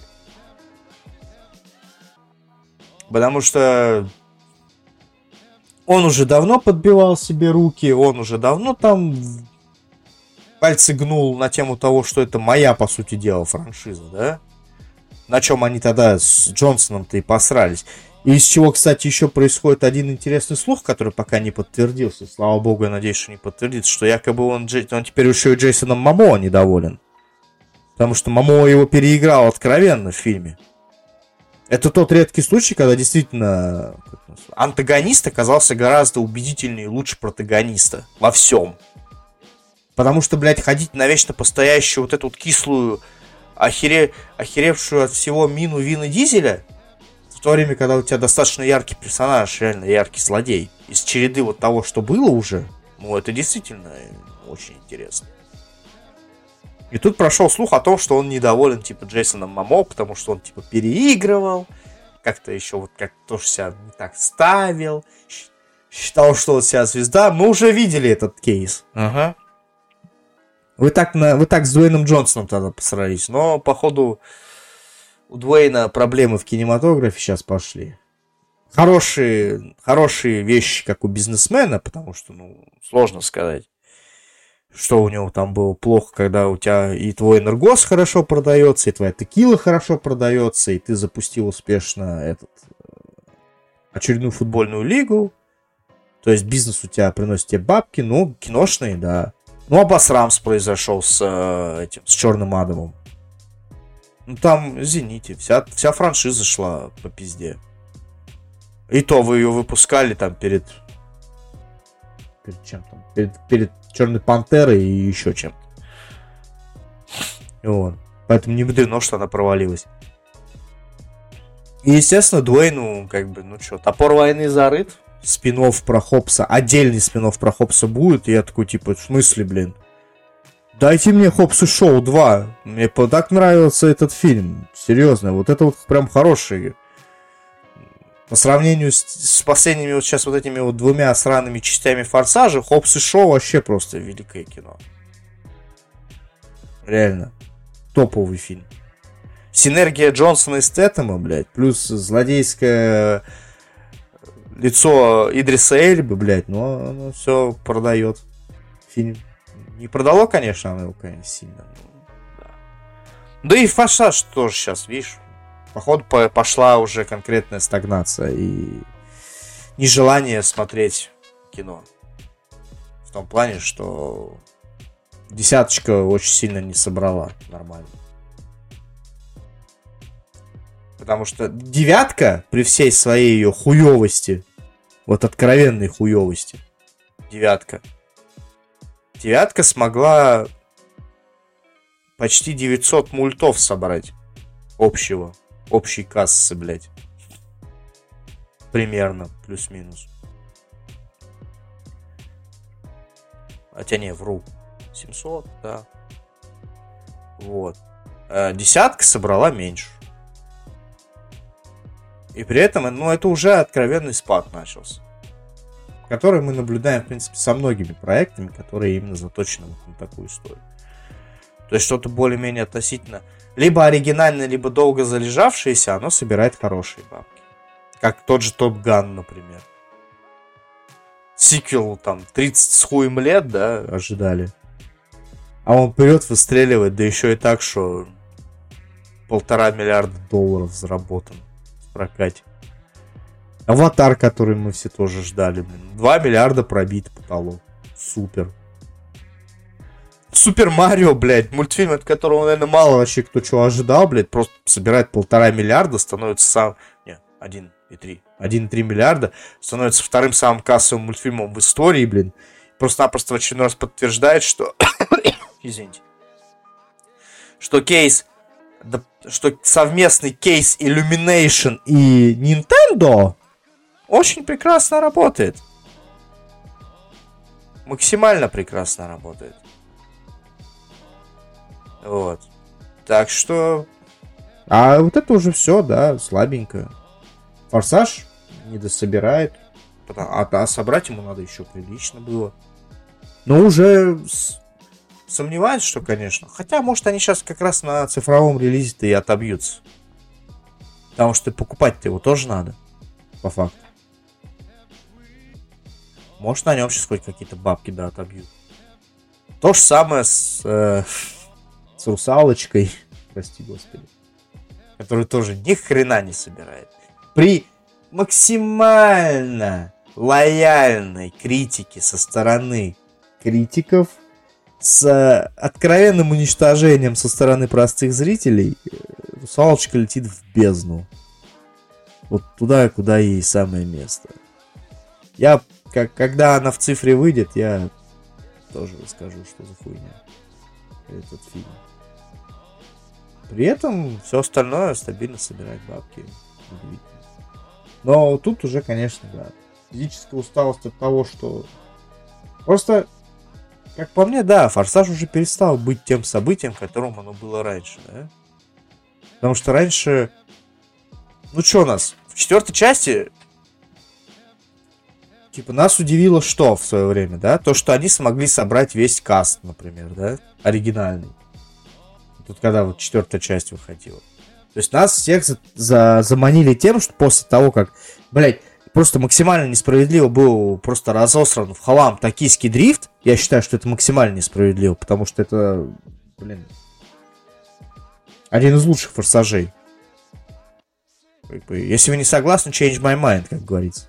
[SPEAKER 1] Потому что он уже давно подбивал себе руки, он уже давно там пальцы гнул на тему того, что это моя, по сути дела, франшиза, да? На чем они тогда с Джонсоном-то и посрались. И из чего, кстати, еще происходит один интересный слух, который пока не подтвердился. Слава богу, я надеюсь, что не подтвердится, что якобы он, он теперь еще и Джейсоном Момоа недоволен. Потому что Момоа его переиграл откровенно в фильме. Это тот редкий случай, когда действительно антагонист оказался гораздо убедительнее и лучше протагониста во всем. Потому что, блядь, ходить на вечно постоящую вот эту вот кислую охере... охеревшую от всего мину Вина Дизеля, в то время, когда у тебя достаточно яркий персонаж, реально яркий злодей, из череды вот того, что было уже, ну, это действительно очень интересно. И тут прошел слух о том, что он недоволен, типа, Джейсоном Момо, потому что он, типа, переигрывал, как-то еще вот как тоже себя не так ставил, считал, что вот себя звезда. Мы уже видели этот кейс. Ага. Вы так, на, вы так с Дуэйном Джонсоном тогда посрались, но, походу, у Дуэйна проблемы в кинематографе сейчас пошли. Хорошие, хорошие вещи, как у бизнесмена, потому что, ну, сложно сказать, что у него там было плохо, когда у тебя и твой энергос хорошо продается, и твоя текила хорошо продается, и ты запустил успешно этот, очередную футбольную лигу. То есть бизнес у тебя приносит тебе бабки, ну, киношные, да. Ну, обосрамс произошел с этим, с Черным Адамом. Ну, там, извините, вся, вся франшиза шла по пизде. И то вы ее выпускали там перед... Перед чем там? Перед, перед Черной Пантерой и еще чем-то. Вот. Поэтому не мудрено, что она провалилась. И, естественно, Дуэйну, как бы, ну что, топор войны зарыт. Спин-офф про Хопса, отдельный спин-офф про Хопса будет. И я такой, типа, в смысле, блин? Дайте мне Хопсу Шоу два. Мне так нравился этот фильм. Серьезно, вот это вот прям хороший. По сравнению с, с последними вот сейчас вот этими вот двумя сраными частями Форсажа, Хопс и Шоу вообще просто великое кино. Реально. Топовый фильм. Синергия Джонсона и Стэтэма, блядь, плюс злодейское лицо Идриса Эльбы, блядь, но оно все продает. Фильм не продало, конечно, оно его, конечно, сильно. Но, да. Да и Форсаж тоже сейчас, видишь, походу пошла уже конкретная стагнация и нежелание смотреть кино. В том плане, что десяточка очень сильно не собрала нормально. Потому что девятка, при всей своей ее хуевости, вот откровенной хуевости, девятка, девятка смогла почти девятьсот мультов собрать общего. Общей кассы, блядь. Примерно, плюс-минус. Хотя не, вру. семьсот, да. Вот. А десятка собрала меньше. И при этом, ну, это уже откровенный спад начался. Который мы наблюдаем, в принципе, со многими проектами, которые именно заточены вот на такую историю. То есть что-то более-менее относительно либо оригинальное, либо долго залежавшееся, оно собирает хорошие бабки. Как тот же Топ Ган, например. Сиквел там тридцать с хуем лет, да, ожидали. А он вперед выстреливает, да еще и так, что полтора миллиарда долларов заработан в прокате. Аватар, который мы все тоже ждали, блин. два миллиарда пробит потолок. Супер. Супер Марио, блядь, мультфильм, от которого, наверное, мало вообще кто чего ожидал, блядь, просто собирает полтора миллиарда, становится сам... Не, один и три. один и три миллиарда, становится вторым самым кассовым мультфильмом в истории, блин. Просто-напросто в очередной раз подтверждает, что... Извините. Что кейс... Да, что совместный кейс Illumination и Nintendo очень прекрасно работает. Максимально прекрасно работает. Вот. Так что... А вот это уже все, да, слабенько. Форсаж не дособирает. А, а собрать ему надо еще прилично было. Но уже с... сомневаюсь, что, конечно. Хотя, может, они сейчас как раз на цифровом релизе-то и отобьются. Потому что покупать-то его тоже надо. По факту. Может, на нем сейчас хоть какие-то бабки, да, отобьют. То же самое с... Э... с Русалочкой, прости господи, который тоже ни хрена не собирает. При максимально лояльной критике со стороны критиков, с откровенным уничтожением со стороны простых зрителей, Русалочка летит в бездну. Вот туда, куда ей самое место. Я, как, когда она в цифре выйдет, я тоже расскажу, что за хуйня этот фильм. При этом все остальное стабильно собирает бабки. Но тут уже, конечно, да, физическая усталость от того, что... Просто, как по мне, да, «Форсаж» уже перестал быть тем событием, которым оно было раньше, да? Потому что раньше... Ну что у нас? В четвертой части... Типа, нас удивило что в свое время, да? То, что они смогли собрать весь каст, например, да? Оригинальный. Тут когда вот четвертая часть выходила. То есть нас всех за- за- заманили тем, что после того, как, блядь, просто максимально несправедливо был просто разосран в хлам токийский дрифт, я считаю, что это максимально несправедливо, потому что это, блин, один из лучших форсажей. Как бы, если вы не согласны, change my mind, как говорится.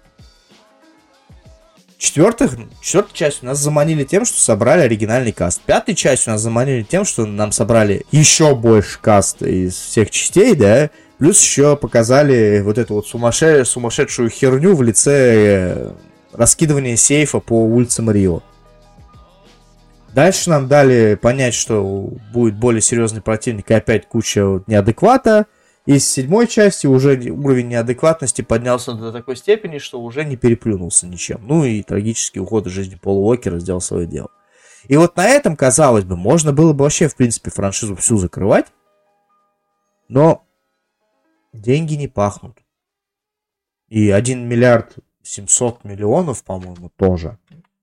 [SPEAKER 1] Четвертых, четвертую часть у нас заманили тем, что собрали оригинальный каст. Пятую часть у нас заманили тем, что нам собрали еще больше каста из всех частей, да. Плюс еще показали вот эту вот сумасшедшую, сумасшедшую херню в лице раскидывания сейфа по улицам Рио. Дальше нам дали понять, что будет более серьезный противник и опять куча неадеквата. И с седьмой части уже уровень неадекватности поднялся до такой степени, что уже не переплюнулся ничем. Ну и трагический уход из жизни Пола Уокера сделал свое дело. И вот на этом, казалось бы, можно было бы вообще, в принципе, франшизу всю закрывать. Но деньги не пахнут. И один миллиард семьсот миллионов, по-моему, тоже.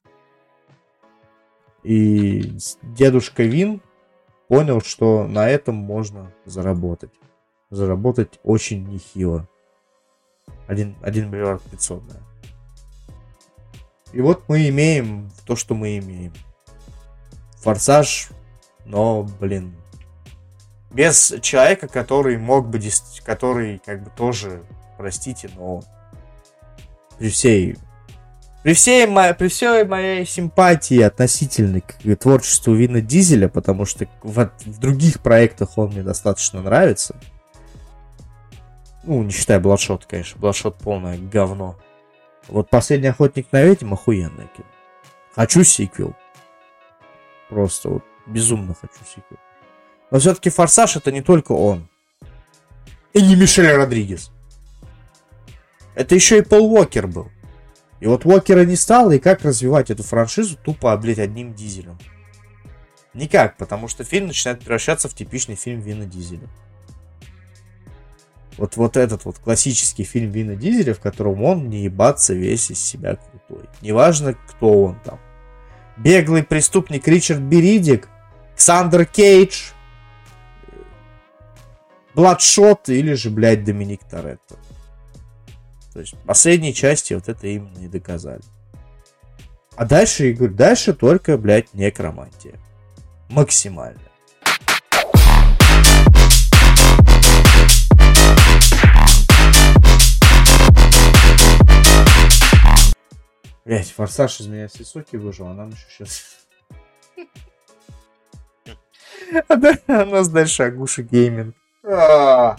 [SPEAKER 1] И дедушка Вин понял, что на этом можно заработать. Заработать очень нехило. один миллиард пятьсот, да. И вот мы имеем то, что мы имеем. Форсаж, но, блин, без человека, который мог бы, который, как бы, тоже, простите, но при всей, при всей, при всей моей симпатии относительной к творчеству Вина Дизеля, потому что в, в других проектах он мне достаточно нравится. Ну, не считая Бладшот, конечно. Бладшот полное говно. Вот «Последний охотник на ведьм» охуенное кино. Хочу сиквел. Просто вот безумно хочу сиквел. Но все-таки «Форсаж» это не только он. И не Мишель Родригес. Это еще и Пол Уокер был. И вот Уокера не стало, и как развивать эту франшизу тупо, блядь, одним Дизелем? Никак, потому что фильм начинает превращаться в типичный фильм Вина Дизеля. Вот, вот этот вот классический фильм Вина Дизеля, в котором он не ебаться весь из себя крутой. Неважно, кто он там. Беглый преступник Ричард Беридик, Ксандер Кейдж, Бладшот или же, блядь, Доминик Торетто. То есть последние части вот это именно и доказали. А дальше, я говорю, дальше только, блядь, некромантия. Максимально. Блять, «Форсаж» из меня все соки выжил, а нам еще сейчас... А да, у нас дальше Агуша Гейминг.
[SPEAKER 2] Класс.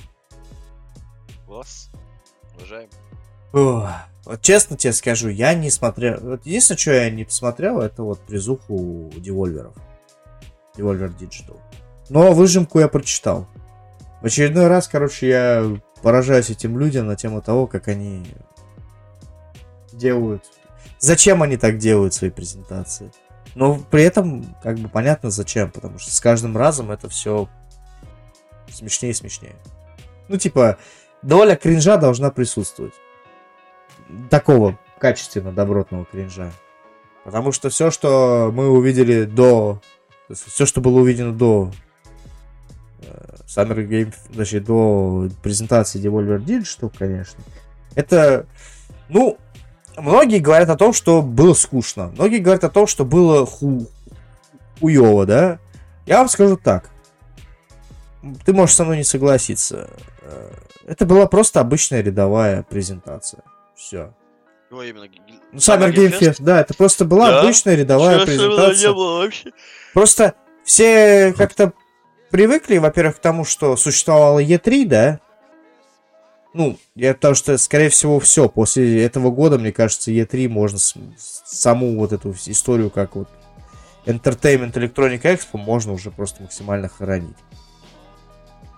[SPEAKER 2] Уважаем.
[SPEAKER 1] Вот честно тебе скажу, я не смотрел... Вот единственное, что я не посмотрел, это вот призуху Devolver'ов. Devolver Digital. Но выжимку я прочитал. В очередной раз, короче, я поражаюсь этим людям на тему того, как они делают... Зачем они так делают свои презентации? Но при этом, как бы, понятно зачем, потому что с каждым разом это все смешнее и смешнее. Ну, типа, доля кринжа должна присутствовать. Такого качественно добротного кринжа. Потому что все, что мы увидели до... Все, что было увидено до Summer Game, значит, до презентации Devolver Digital, конечно, это, ну... Многие говорят о том, что было скучно. Многие говорят о том, что было ху... хуёво, да? Я вам скажу так. Ты можешь со мной не согласиться. Это была просто обычная рядовая презентация. Все.
[SPEAKER 2] Ну, именно...
[SPEAKER 1] Ну, Summer Game Fest, да, это просто была да? обычная рядовая Чего презентация. Не было вообще? Просто все как-то привыкли, во-первых, к тому, что существовало и три, да? Ну, я потому что, скорее всего, все. После этого года, мне кажется, и три можно с, саму вот эту историю, как вот Entertainment Electronic Expo, можно уже просто максимально хоронить.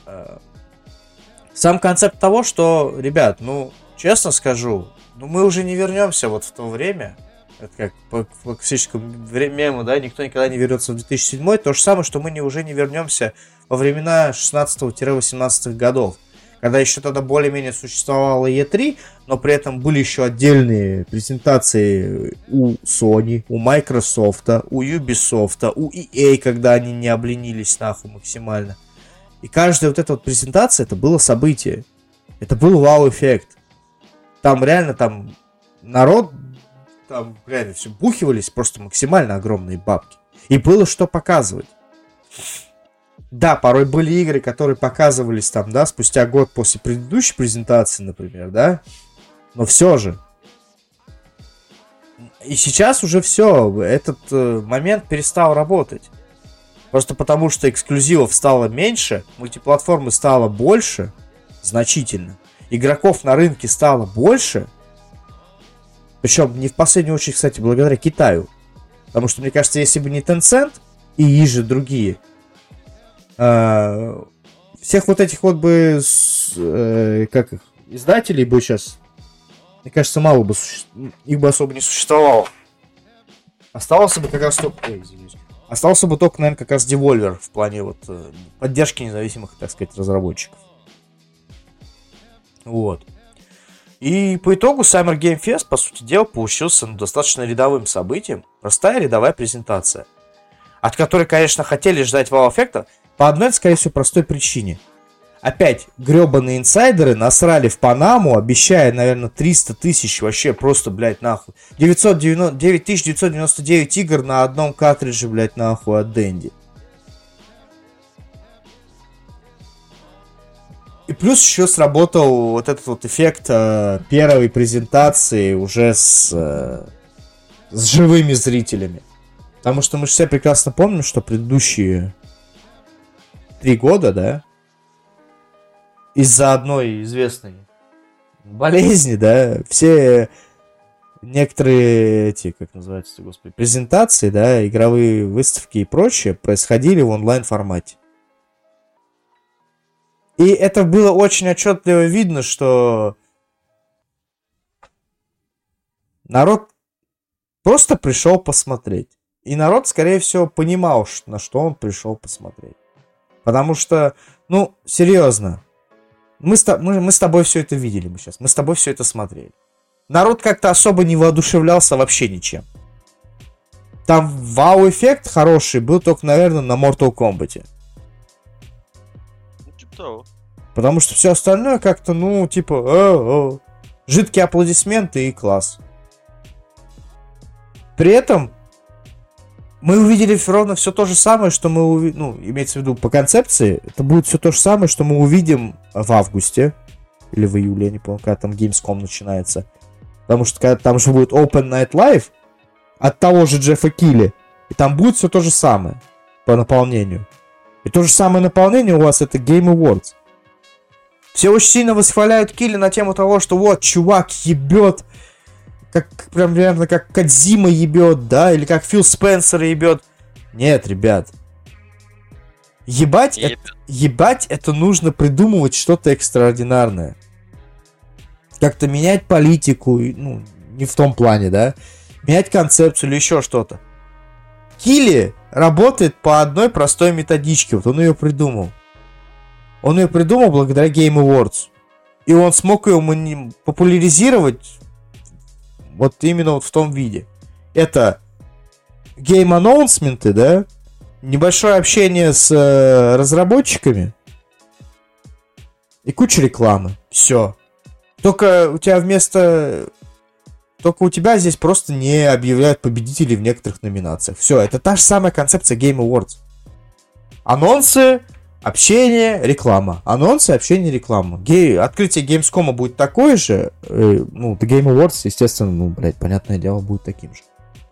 [SPEAKER 1] э, сам концепт того, что, ребят, ну, честно скажу, ну, мы уже не вернемся вот в то время, это как по, по классическому мему, да, никто никогда не вернется в две тысячи седьмой, то же самое, что мы не, уже не вернемся во времена шестнадцатого-восемнадцатых годов, когда еще тогда более-менее существовало и три, но при этом были еще отдельные презентации у Sony, у Microsoft, у Ubisoft, у и эй, когда они не обленились нахуй максимально. И каждая вот эта вот презентация, это было событие. Это был вау-эффект. Там реально там народ, там реально все бухивались, просто максимально огромные бабки. И было что показывать. Да, порой были игры, которые показывались там, да, спустя год после предыдущей презентации, например, да. Но все же. И сейчас уже все, этот э, момент перестал работать. Просто потому, что эксклюзивов стало меньше, мультиплатформы стало больше, значительно. Игроков на рынке стало больше. Причем не в последнюю очередь, кстати, благодаря Китаю. Потому что, мне кажется, если бы не Tencent и и же другие, э, всех вот этих вот бы с, э, как их, издателей бы сейчас, мне кажется, мало бы суще... их бы особо не существовало. Оставался бы как раз только... Ой, извините. Остался бы только, наверное, как раз Devolver в плане вот э, поддержки независимых, так сказать, разработчиков. Вот. И по итогу Summer Game Fest, по сути дела, получился ну, достаточно рядовым событием. Простая рядовая презентация. От которой, конечно, хотели ждать вау-эффекта по одной, скорее всего, простой причине. Опять гребаные инсайдеры насрали в Панаму, обещая, наверное, триста тысяч вообще просто, блядь, нахуй. девять тысяч девятьсот девяносто девять игр на одном картридже, блядь, нахуй от Dendy. И плюс еще сработал вот этот вот эффект э, первой презентации уже с, э, с живыми зрителями. Потому что мы же все прекрасно помним, что предыдущие три года, да, из-за одной известной болезни, да, все некоторые эти, как называется, господи, презентации, да, игровые выставки и прочее происходили в онлайн-формате. И это было очень отчетливо видно, что народ просто пришел посмотреть. И народ, скорее всего, понимал, на что он пришел посмотреть. Потому что, ну, серьезно, Мы с, мы, мы с тобой все это видели мы сейчас. Мы с тобой все это смотрели. Народ как-то особо не воодушевлялся вообще ничем. Там вау-эффект хороший был только, наверное, на Mortal Kombat.
[SPEAKER 2] Ну, типа того.
[SPEAKER 1] Потому что все остальное как-то, ну, типа, о-о, жидкие аплодисменты и класс. При этом мы увидели ровно все то же самое, что мы увидим, ну, имеется в виду по концепции, это будет все то же самое, что мы увидим в августе, или в июле, я не помню, когда там Gamescom начинается. Потому что когда, там же будет Open Night Live от того же Джеффа Килли, и там будет все то же самое по наполнению. И то же самое наполнение у вас это Game Awards. Все очень сильно восхваляют Килли на тему того, что вот, чувак ебет, как, прям, примерно как Кодзима ебет, да, или как Фил Спенсер ебет. Нет, ребят. Ебать, это, ебать, это нужно придумывать что-то экстраординарное. Как-то менять политику, ну, не в том плане, да, менять концепцию или еще что-то. Килли работает по одной простой методичке, вот он ее придумал. Он ее придумал благодаря Game Awards. И он смог ее мани- популяризировать вот именно вот в том виде. Это гейм-анонсменты, да, небольшое общение с э, разработчиками и куча рекламы. Все. Только у тебя вместо... Только у тебя здесь просто не объявляют победителей в некоторых номинациях. Все, это та же самая концепция Game Awards. Анонсы, общение, реклама. Анонсы, общение, реклама. Гей... Открытие Gamescom будет такое же. Э, ну, The Game Awards, естественно, ну, блядь, понятное дело, будет таким же.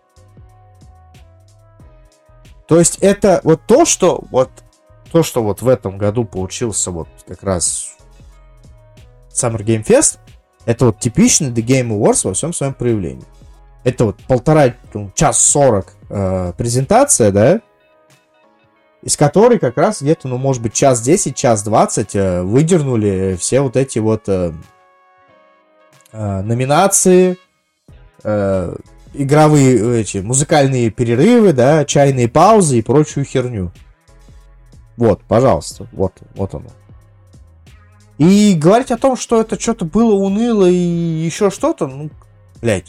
[SPEAKER 1] То есть это вот то, что вот то, что вот в этом году получился вот как раз Summer Game Fest, это вот типичный The Game Awards во всем своем проявлении. Это вот полтора, ну, час сорок э, презентация, да, из которой как раз где-то, ну, может быть, час десять, час двадцать э, выдернули все вот эти вот э, э, номинации, э, игровые, эти, музыкальные перерывы, да, чайные паузы и прочую херню. Вот, пожалуйста, вот, вот оно. И говорить о том, что это что-то было уныло и еще что-то, ну, блядь.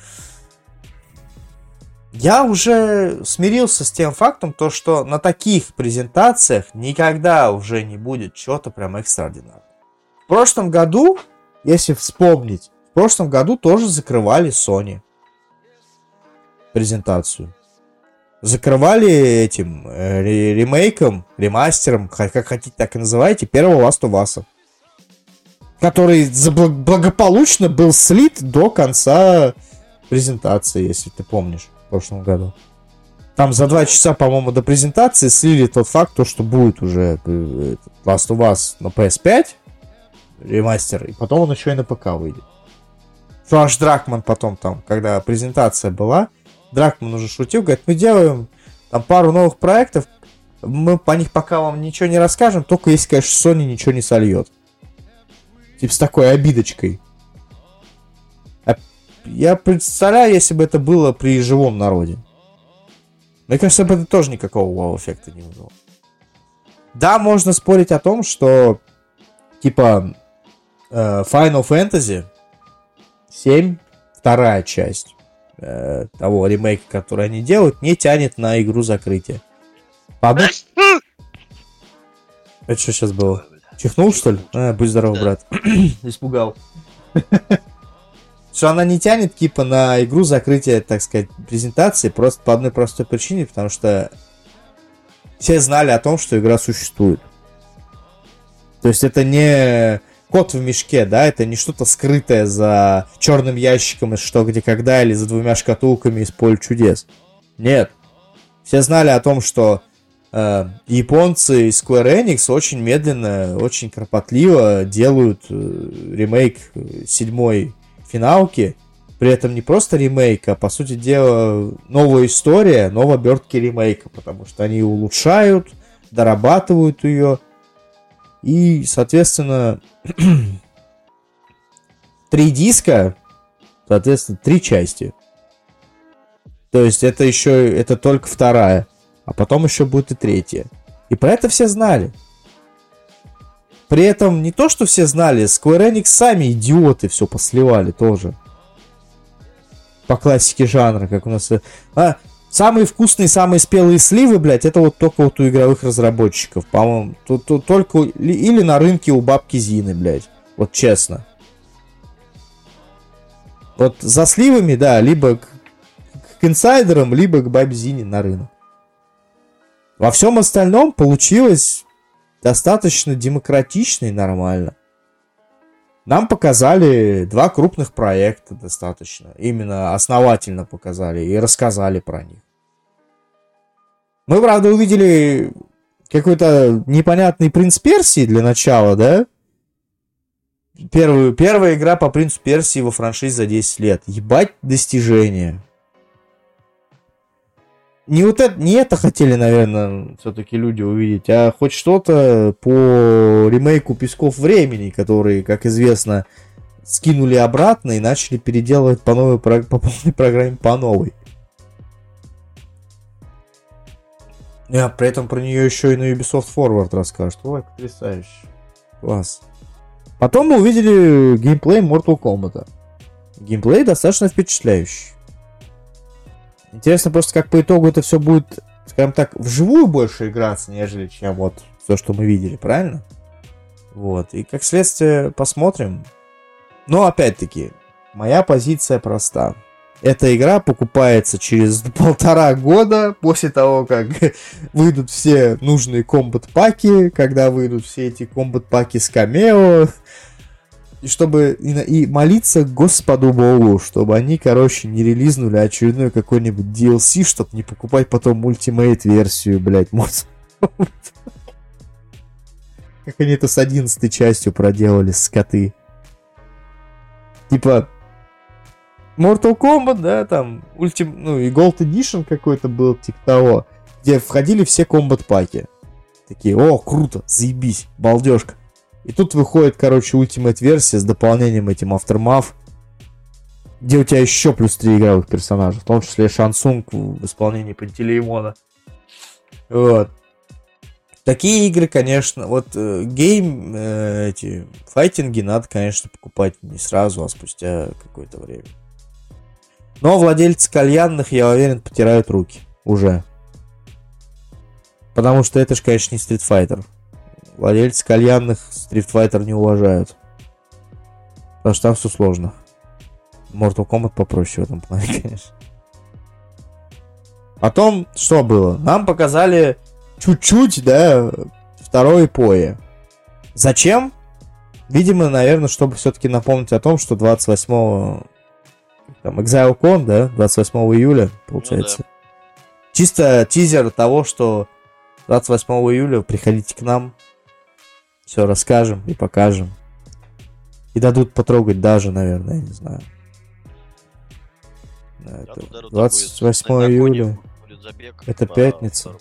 [SPEAKER 1] Я уже смирился с тем фактом, то, что на таких презентациях никогда уже не будет чего-то прям экстраординарного. В прошлом году, если вспомнить, в прошлом году тоже закрывали Sony презентацию. Закрывали этим э, ремейком, ремастером, как хотите так и называйте, первого Last of Us, который благополучно был слит до конца презентации, если ты помнишь, в прошлом году. Там за два часа, по-моему, до презентации слили тот факт, то, что будет уже Last of Us на пи эс пять ремастер, и потом он еще и на ПК выйдет. Что аж Дракман потом там, когда презентация была, Дракман уже шутил, говорит, мы делаем там пару новых проектов, мы по них пока вам ничего не расскажем, только если, конечно, Sony ничего не сольет. Типа с такой обидочкой. Я представляю, если бы это было при живом народе. Мне кажется, бы это тоже никакого вау-эффекта не вызвало. Да, можно спорить о том, что типа э, Final Fantasy семь, вторая часть э, того ремейка, который они делают, не тянет на игру закрытия. Одну... Это что сейчас было? Чихнул, что ли? А, будь здоров, да. Брат. Испугал. Что она не тянет, типа, на игру закрытия, так сказать, презентации, просто по одной простой причине, потому что все знали о том, что игра существует. То есть это не кот в мешке, да, это не что-то скрытое за черным ящиком из что, где, когда, или за двумя шкатулками из поля чудес. Нет. Все знали о том, что э, японцы из Square Enix очень медленно, очень кропотливо делают э, ремейк седьмой финалки. При этом не просто ремейк, а, по сути дела, новая история, новые обертки ремейка, потому что они улучшают, дорабатывают ее. И, соответственно, три диска, соответственно, три части. То есть это еще, это только вторая, а потом еще будет и третья. И про это все знали. При этом не то, что все знали, Square Enix сами идиоты все посливали тоже. По классике жанра, как у нас... А, самые вкусные, самые спелые сливы, блядь, это вот только вот у игровых разработчиков. По-моему, тут, тут только... Или на рынке у бабки Зины, блядь. Вот честно. Вот за сливами, да, либо к, к инсайдерам, либо к бабе Зине на рынок. Во всем остальном получилось достаточно демократично и нормально. Нам показали два крупных проекта достаточно. Именно основательно показали и рассказали про них. Мы, правда, увидели какой-то непонятный принц Персии для начала, да? Первую, первая игра по принцу Персии во франшизе за десять лет. Ебать достижения. Не вот это, не это хотели, наверное, все-таки люди увидеть, а хоть что-то по ремейку Песков Времени, которые, как известно, скинули обратно и начали переделывать по новой, по полной программе по новой. А при этом про нее еще и на Ubisoft Forward расскажут. Ой, потрясающе. Класс. Потом мы увидели геймплей Mortal Kombat. Геймплей достаточно впечатляющий. Интересно просто, как по итогу это все будет, скажем так, вживую больше играться, нежели чем вот все, что мы видели, правильно? Вот, и как следствие посмотрим. Но опять-таки, моя позиция проста. Эта игра покупается через полтора года после того, как выйдут все нужные комбат-паки, когда выйдут все эти комбат-паки с камео. И чтобы и, и молиться Господу Богу, чтобы они, короче, не релизнули очередной какой-нибудь ди эл си, чтобы не покупать потом ультимейт-версию, блять, мод. Как они это с одиннадцатой частью проделали, скоты. Типа, Mortal Kombat, да, там, ультим, ну и Gold Edition какой-то был, типа того. где входили все комбат-паки. Такие, о, круто, заебись, балдежка. И тут выходит, короче, ультимейт-версия с дополнением этим Aftermath, где у тебя еще плюс три игровых персонажа, в том числе Шансунг в исполнении Пантелеймона. Вот. Такие игры, конечно, вот э, гейм, э, эти файтинги надо, конечно, покупать не сразу, а спустя какое-то время. Но владельцы кальянных, я уверен, потирают руки уже. Потому что это же, конечно, не Street Fighter. Владельцы кальянных Street Fighter не уважают. Потому что там все сложно. Mortal Kombat попроще в этом плане, конечно. Потом, что было? Нам показали чуть-чуть, да, второе поe. Зачем? Видимо, наверное, чтобы все-таки напомнить о том, что двадцать восьмого... Там, ExileCon, да, двадцать восьмого июля, получается. Ну, да. Чисто тизер того, что двадцать восьмого июля приходите к нам. Все расскажем и покажем. И дадут потрогать даже, наверное, я не знаю. Это двадцать восьмого июля. Это пятница.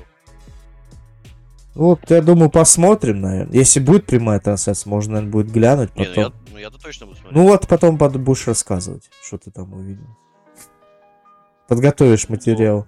[SPEAKER 1] Вот, я думаю, посмотрим, наверное. Если будет прямая трансляция, можно, наверное, будет глянуть потом. Не, ну, я, ну я-то точно буду смотреть. Ну вот, потом будешь рассказывать, что ты там увидел. Подготовишь материал.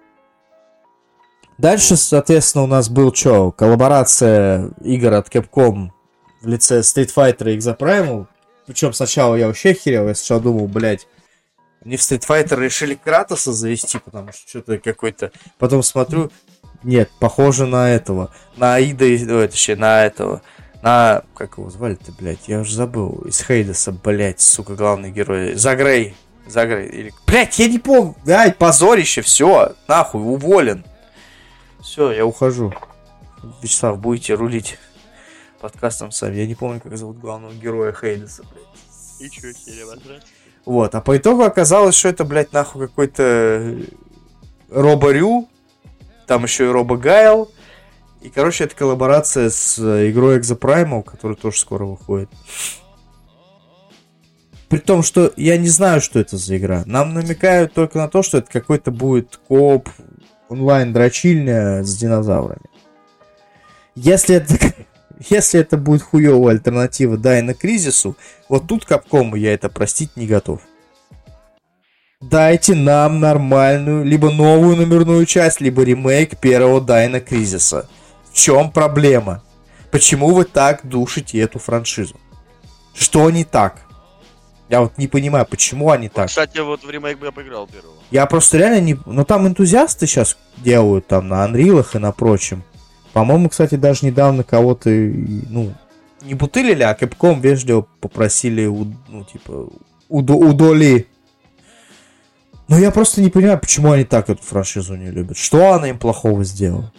[SPEAKER 1] Дальше, соответственно, у нас был что? Коллаборация игр от Capcom в лице Street Fighter и Exoprimal. Причем сначала я вообще херел, я сначала думал, блядь, они в Street Fighter решили Кратоса завести, потому что что-то какой-то... Потом смотрю, нет, похоже на этого, на Аида, ой, точнее, на этого, на... Как его звали-то, блядь, я уже забыл, из Хейдеса, блядь, сука, главный герой, Загрей, Загрей, или... Блядь, я не помню, блядь, позорище, все, нахуй, уволен. Все, я ухожу. Вячеслав, будете рулить подкастом сами. Я не помню, как зовут главного героя Хейдеса, блядь. И чё, херево, да? Вот, а по итогу оказалось, что это, блядь, нахуй какой-то Робо-Рю, там еще и Робо-Гайл. И, короче, это коллаборация с игрой Exoprimal, которая тоже скоро выходит. При том, что я не знаю, что это за игра. Нам намекают только на то, что это какой-то будет кооп онлайн-дрочильня с динозаврами. Если это, если это будет хуёвая альтернатива Dino Crisis, вот тут Capcom я это простить не готов. Дайте нам нормальную, либо новую номерную часть, либо ремейк первого Dino Crisis. В чем проблема? Почему вы так душите эту франшизу? Что не так? Я вот не понимаю, почему они так.
[SPEAKER 2] Кстати, вот в ремейк бы я поиграл первого.
[SPEAKER 1] Я просто реально не... Ну, там энтузиасты сейчас делают, там, на Unreal'ах и на прочем. По-моему, кстати, даже недавно кого-то, ну, не бутылили, а Capcom вежливо попросили, ну, типа, удо- удоли. Но я просто не понимаю, почему они так эту франшизу не любят. Что она им плохого сделала?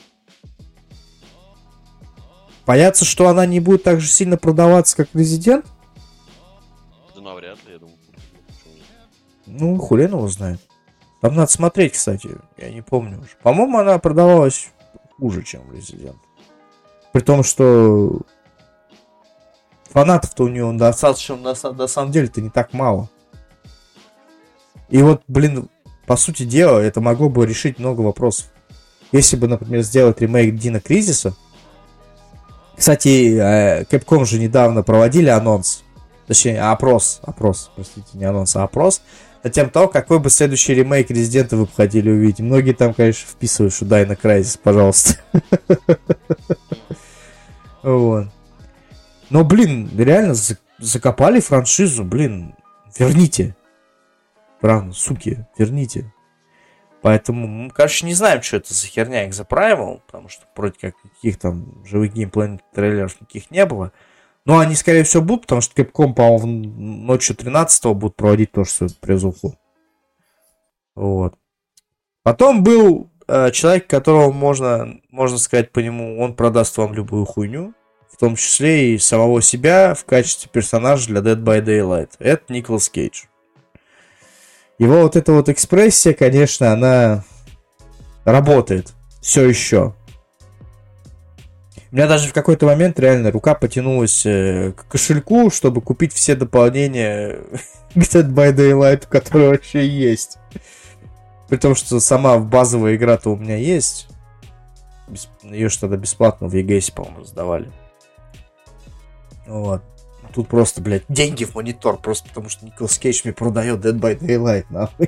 [SPEAKER 1] Боятся, что она не будет так же сильно продаваться, как Resident?
[SPEAKER 2] Навряд ли, я думаю.
[SPEAKER 1] Ну, хулен его знает. Там надо смотреть, кстати. Я не помню уже. По-моему, она продавалась хуже, чем Resident. При том, что фанатов-то у него достаточно, на, на самом деле-то не так мало. И вот, блин, по сути дела, это могло бы решить много вопросов. Если бы, например, сделать ремейк Dino Crisis. Кстати, Capcom же недавно проводили анонс. Точнее, опрос, опрос, простите, не анонс, а опрос, на тему того, какой бы следующий ремейк Резидента вы бы хотели увидеть. Многие там, конечно, вписывают, что Dino Crisis, пожалуйста. Вот. Но, блин, реально закопали франшизу, блин, верните. Правда, суки, верните. Поэтому мы, конечно, не знаем, что это за херня Exoprimal, потому что вроде как никаких там живых геймплейных трейлеров никаких не было. Но они, скорее всего, будут, потому что Capcom, по-моему, ночью тринадцатого будут проводить тоже свою призуху. Вот. Потом был э, человек, которого можно, можно сказать по нему, он продаст вам любую хуйню, в том числе и самого себя в качестве персонажа для Dead by Daylight. Это Николас Кейдж. Его вот эта вот экспрессия, конечно, она работает все еще. У меня даже в какой-то момент реально рука потянулась э, к кошельку, чтобы купить все дополнения к Dead by Daylight, которые вообще есть. При том, что сама базовая игра-то у меня есть. Ее же тогда бесплатно в и джи эс, по-моему, сдавали. Вот. Тут просто, блядь, деньги в монитор, просто потому что Николас Кейдж мне продает Dead by Daylight, нахуй.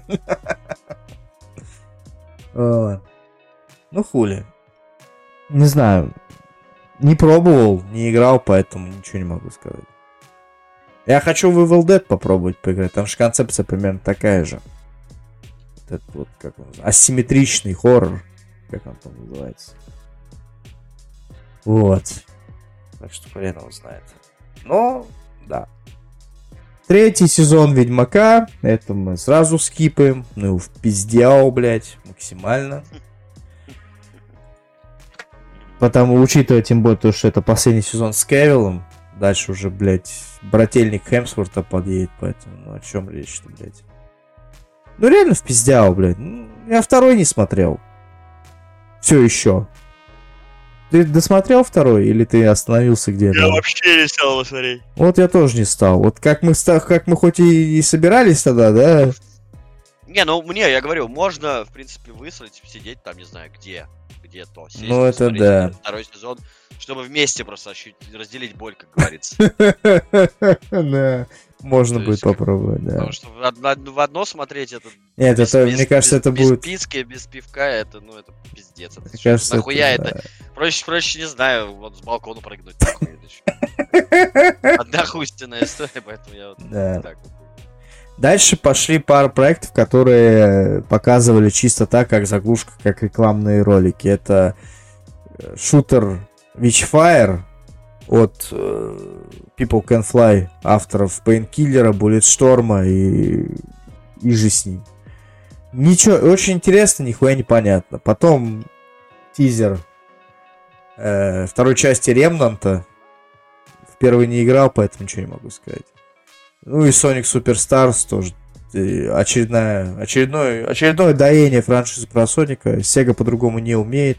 [SPEAKER 1] Ну, хули. Не знаю. Не пробовал, не играл, поэтому ничего не могу сказать. Я хочу в Evil Dead попробовать поиграть. Там же концепция примерно такая же. Вот этот вот, как он называется, асимметричный хоррор. Как он там называется. Вот. Так что хрен его знает. Но, да. Третий сезон Ведьмака. Это мы сразу скипаем. Ну, в пиздяу, блядь. Максимально. Потому, учитывая тем более, то, что это последний сезон с Кевиллом, дальше уже, блядь, брательник Хемсворта подъедет, поэтому, ну, о чем речь-то, блядь. Ну, реально в пиздяу, блядь. Я второй не смотрел. Все еще. Ты досмотрел второй, или ты остановился где-то?
[SPEAKER 2] Я вообще не стал его смотреть.
[SPEAKER 1] Вот я тоже не стал. Вот как мы, как мы хоть и, и собирались тогда, да?
[SPEAKER 2] Не, ну, мне, я говорю, можно, в принципе, выслать, сидеть там, не знаю, где. Где-то сесть,
[SPEAKER 1] ну, это да.
[SPEAKER 2] Второй сезон, чтобы вместе просто ощутить, разделить боль, как говорится.
[SPEAKER 1] Да, можно будет попробовать, да.
[SPEAKER 2] Потому что в одно смотреть это...
[SPEAKER 1] Нет, это, мне кажется, это будет...
[SPEAKER 2] Без писки, без пивка, это, ну, это пиздец. Нахуя это? Проще, проще, не знаю, вот с балкона прыгнуть. Одна хуйственная история, поэтому я вот так вот.
[SPEAKER 1] Дальше пошли пара проектов, которые показывали чисто так, как заглушка, как рекламные ролики. Это шутер Witchfire от People Can Fly, авторов Painkiller, Bulletstorm и, и же с ним. Ничего, очень интересно, нихуя непонятно. Потом тизер э, второй части Ремнанта. В первой не играл, поэтому ничего не могу сказать. Ну и Sonic Superstars тоже очередная, очередное, очередное доение франшизы про Соника. Sega по-другому не умеет.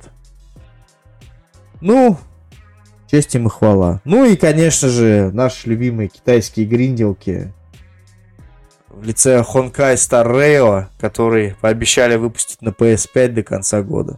[SPEAKER 1] Ну, честь им и хвала. Ну и, конечно же, наши любимые китайские гринделки в лице Honkai Star Rail, которые пообещали выпустить на пи эс пять до конца года.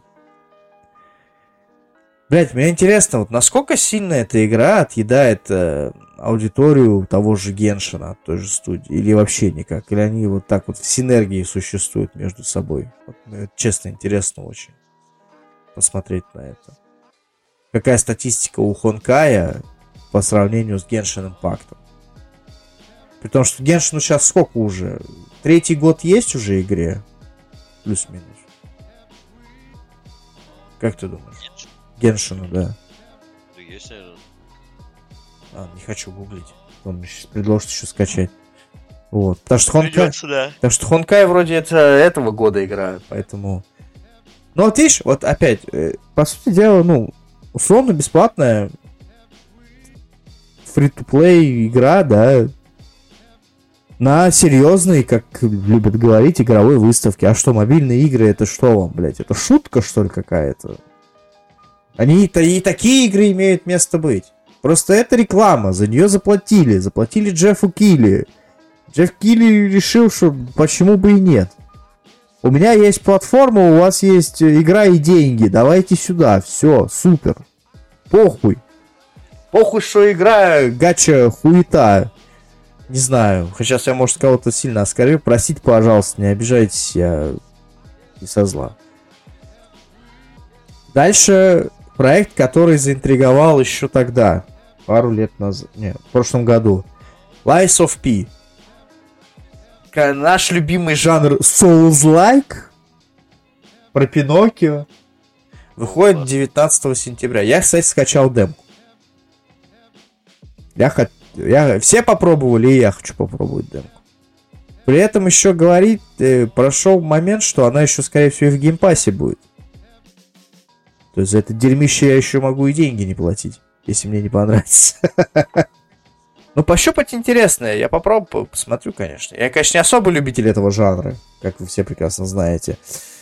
[SPEAKER 1] Блять, мне интересно, вот насколько сильно эта игра отъедает э, аудиторию того же Геншина от той же студии, или вообще никак, или они вот так вот в синергии существуют между собой. Вот, мне, честно, интересно очень посмотреть на это. Какая статистика у Хонкая по сравнению с Genshin Impact? При том, что Геншину сейчас сколько уже? Третий год есть уже игре? Плюс-минус. Как ты думаешь? Геншину, да.
[SPEAKER 2] Да есть, наверное.
[SPEAKER 1] А, не хочу гуглить. Он мне сейчас предложит еще скачать. Вот. Потому что Хонкай... Да. Потому что Хонкай вроде это этого года игра, поэтому... Ну вот видишь, вот опять, по сути дела, ну, условно бесплатная фри-то-плей игра, да, на серьезные, как любят говорить, игровой выставке. А что, мобильные игры, это что вам, блядь? Это шутка, что ли, какая-то? Они-то и такие игры имеют место быть. Просто это реклама, за нее заплатили. Заплатили Джеффу Килли. Джефф Килли решил, что почему бы и нет. У меня есть платформа, у вас есть игра и деньги. Давайте сюда, все, супер. Похуй. Похуй, что игра гача хуета. Не знаю, сейчас я, может, кого-то сильно оскорбил. Простите, пожалуйста, не обижайтесь, я не со зла. Дальше проект, который заинтриговал еще тогда, пару лет назад, не, в прошлом году. Lies of P. Наш любимый жанр Souls-like про Пиноккио выходит девятнадцатого сентября. Я, кстати, скачал демку. Я хочу... Я... Все попробовали, и я хочу попробовать демку. При этом еще говорит, э, прошел момент, что она еще, скорее всего, и в геймпассе будет. То есть за это дерьмище я еще могу и деньги не платить, если мне не понравится. Ну, пощупать интересно. Я попробую, посмотрю, конечно. Я, конечно, не особый любитель этого жанра, как вы все прекрасно знаете.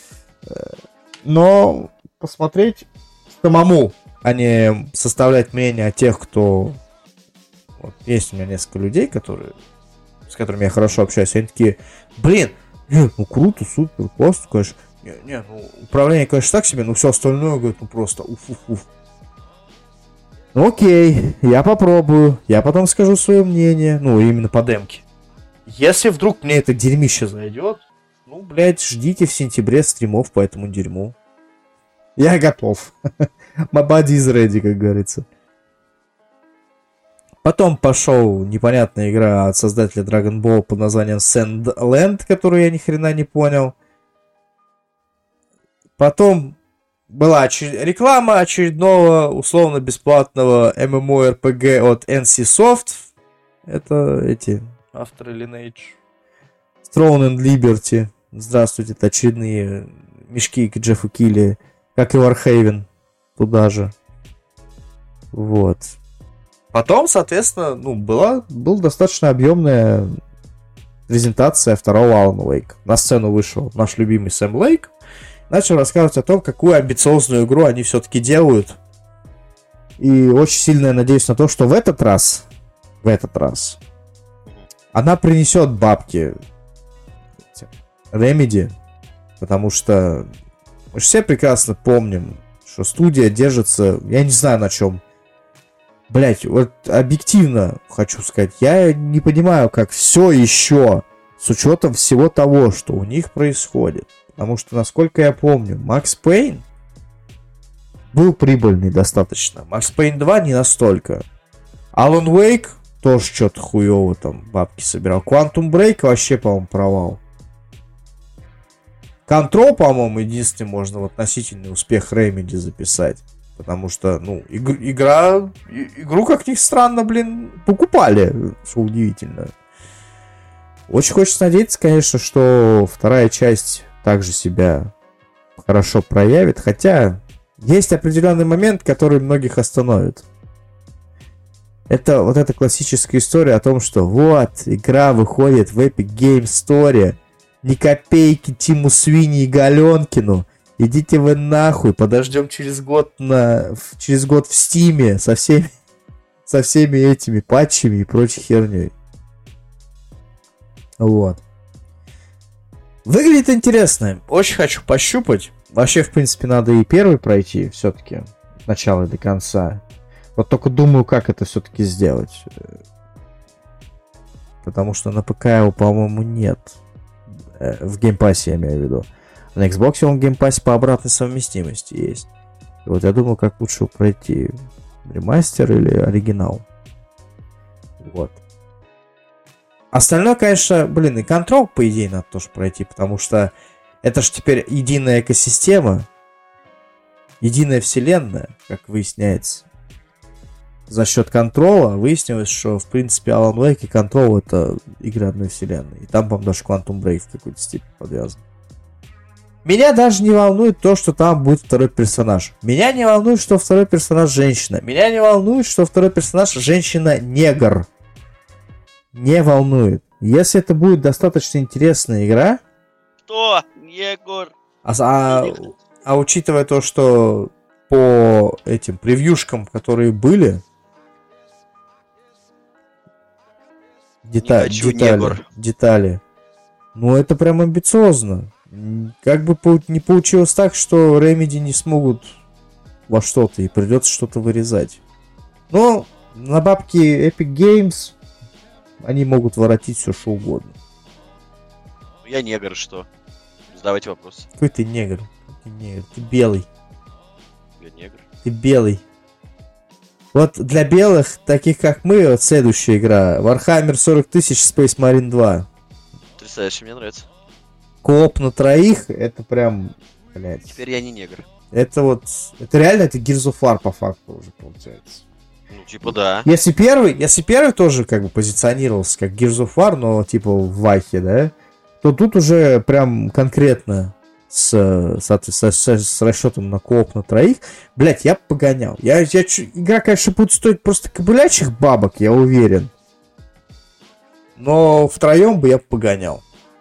[SPEAKER 1] Но посмотреть самому, а не составлять мнение о тех, кто... Вот, есть у меня несколько людей, которые... с которыми я хорошо общаюсь. Они такие, блин, Не, ну круто, супер, классно, конечно. Не, не, ну управление, конечно, так себе, но все остальное, говорит, ну просто уф-уф-уф. Ну окей, я попробую, я потом скажу свое мнение, ну именно по демке. Если вдруг мне это дерьмище зайдет, ну, блядь, ждите в сентябре стримов по этому дерьму. Я готов. My body is ready, как говорится. Потом пошел непонятная игра от создателя Dragon Ball под названием Sandland, которую я ни хрена не понял. Потом была очер... реклама очередного условно-бесплатного MMORPG от эн си Soft. Это эти авторы Lineage. Throne and Liberty. Здравствуйте, это очередные мешки к Джеффу Килли, как и Warhaven. Туда же. Вот. Потом, соответственно, ну, была, была достаточно объемная презентация второго Alan Wake. На сцену вышел наш любимый Сэм Лейк. Начал рассказывать о том, какую амбициозную игру они все-таки делают. И очень сильно надеюсь на то, что в этот раз, в этот раз, она принесет бабки Remedy, потому что мы все прекрасно помним, что студия держится, я не знаю на чем. Блять, вот объективно хочу сказать, я не понимаю, как все еще, с учетом всего того, что у них происходит. Потому что, насколько я помню, Макс Пейн был прибыльный достаточно. Макс Пейн два не настолько. Alan Wake тоже что-то хуёво там бабки собирал. Quantum Break вообще, по-моему, провал. Control, по-моему, единственный можно в относительный успех Remedy записать. Потому что, ну, иг- игра... И- игру, как ни странно, блин, покупали. Что удивительно. Очень хочется надеяться, конечно, что вторая часть также себя хорошо проявит. Хотя есть определенный момент, который многих остановит. Это вот эта классическая история о том, что вот, игра выходит в Epic Games Store. Ни копейки Тиму Свини и Галенкину. Идите вы нахуй. Подождем через год на... через год в Стиме со всеми, со всеми этими патчами и прочей херней. Вот. Выглядит интересно. Очень хочу пощупать. Вообще, в принципе, надо и первый пройти все-таки. От начала до конца. Вот только думаю, как это все-таки сделать. Потому что на ПК его, по-моему, нет. В геймпассе, я имею в виду. На Xbox он в геймпассе по обратной совместимости есть. И вот я думаю, как лучше пройти. Ремастер или оригинал. Вот. Остальное, конечно, блин, и Control, по идее, надо тоже пройти, потому что это же теперь единая экосистема, единая вселенная, как выясняется. За счет Control выяснилось, что, в принципе, Alan Wake и Control — это игры одной вселенной. И там, по-моему, даже Quantum Break в какой-то степени подвязан. Меня даже не волнует то, что там будет второй персонаж. Меня не волнует, что второй персонаж женщина. Меня не волнует, что второй персонаж женщина-негр. Не волнует. Если это будет достаточно интересная игра...
[SPEAKER 2] Что? Егор?
[SPEAKER 1] А, а, а учитывая то, что по этим превьюшкам, которые были... Деталь,
[SPEAKER 2] хочу,
[SPEAKER 1] детали,
[SPEAKER 2] негр.
[SPEAKER 1] детали. Ну, это прям амбициозно. Как бы не получилось так, что Remedy не смогут во что-то и придется что-то вырезать. Но на бабки Epic Games они могут воротить все, что угодно.
[SPEAKER 2] Я негр, что? Задавайте вопрос.
[SPEAKER 1] Какой ты негр? Ты негр, ты белый.
[SPEAKER 2] Я негр.
[SPEAKER 1] Ты белый. Вот для белых, таких как мы, вот следующая игра. Warhammer сорок тысяч Space Marine два.
[SPEAKER 2] Потрясающе, мне нравится.
[SPEAKER 1] Кооп на троих, это прям, блядь.
[SPEAKER 2] Теперь я не негр.
[SPEAKER 1] Это вот, это реально, это Gears of War по факту уже получается.
[SPEAKER 2] Ну, типа, да.
[SPEAKER 1] Если первый, если первый тоже как бы позиционировался как Gears of War, но типа в Вахе, да, то тут уже прям конкретно с, с, с, с расчетом на кооп на троих, блять, я погонял. Я, я, игра, конечно, будет стоить просто кобылячих бабок, я уверен. Но втроем бы я погонял.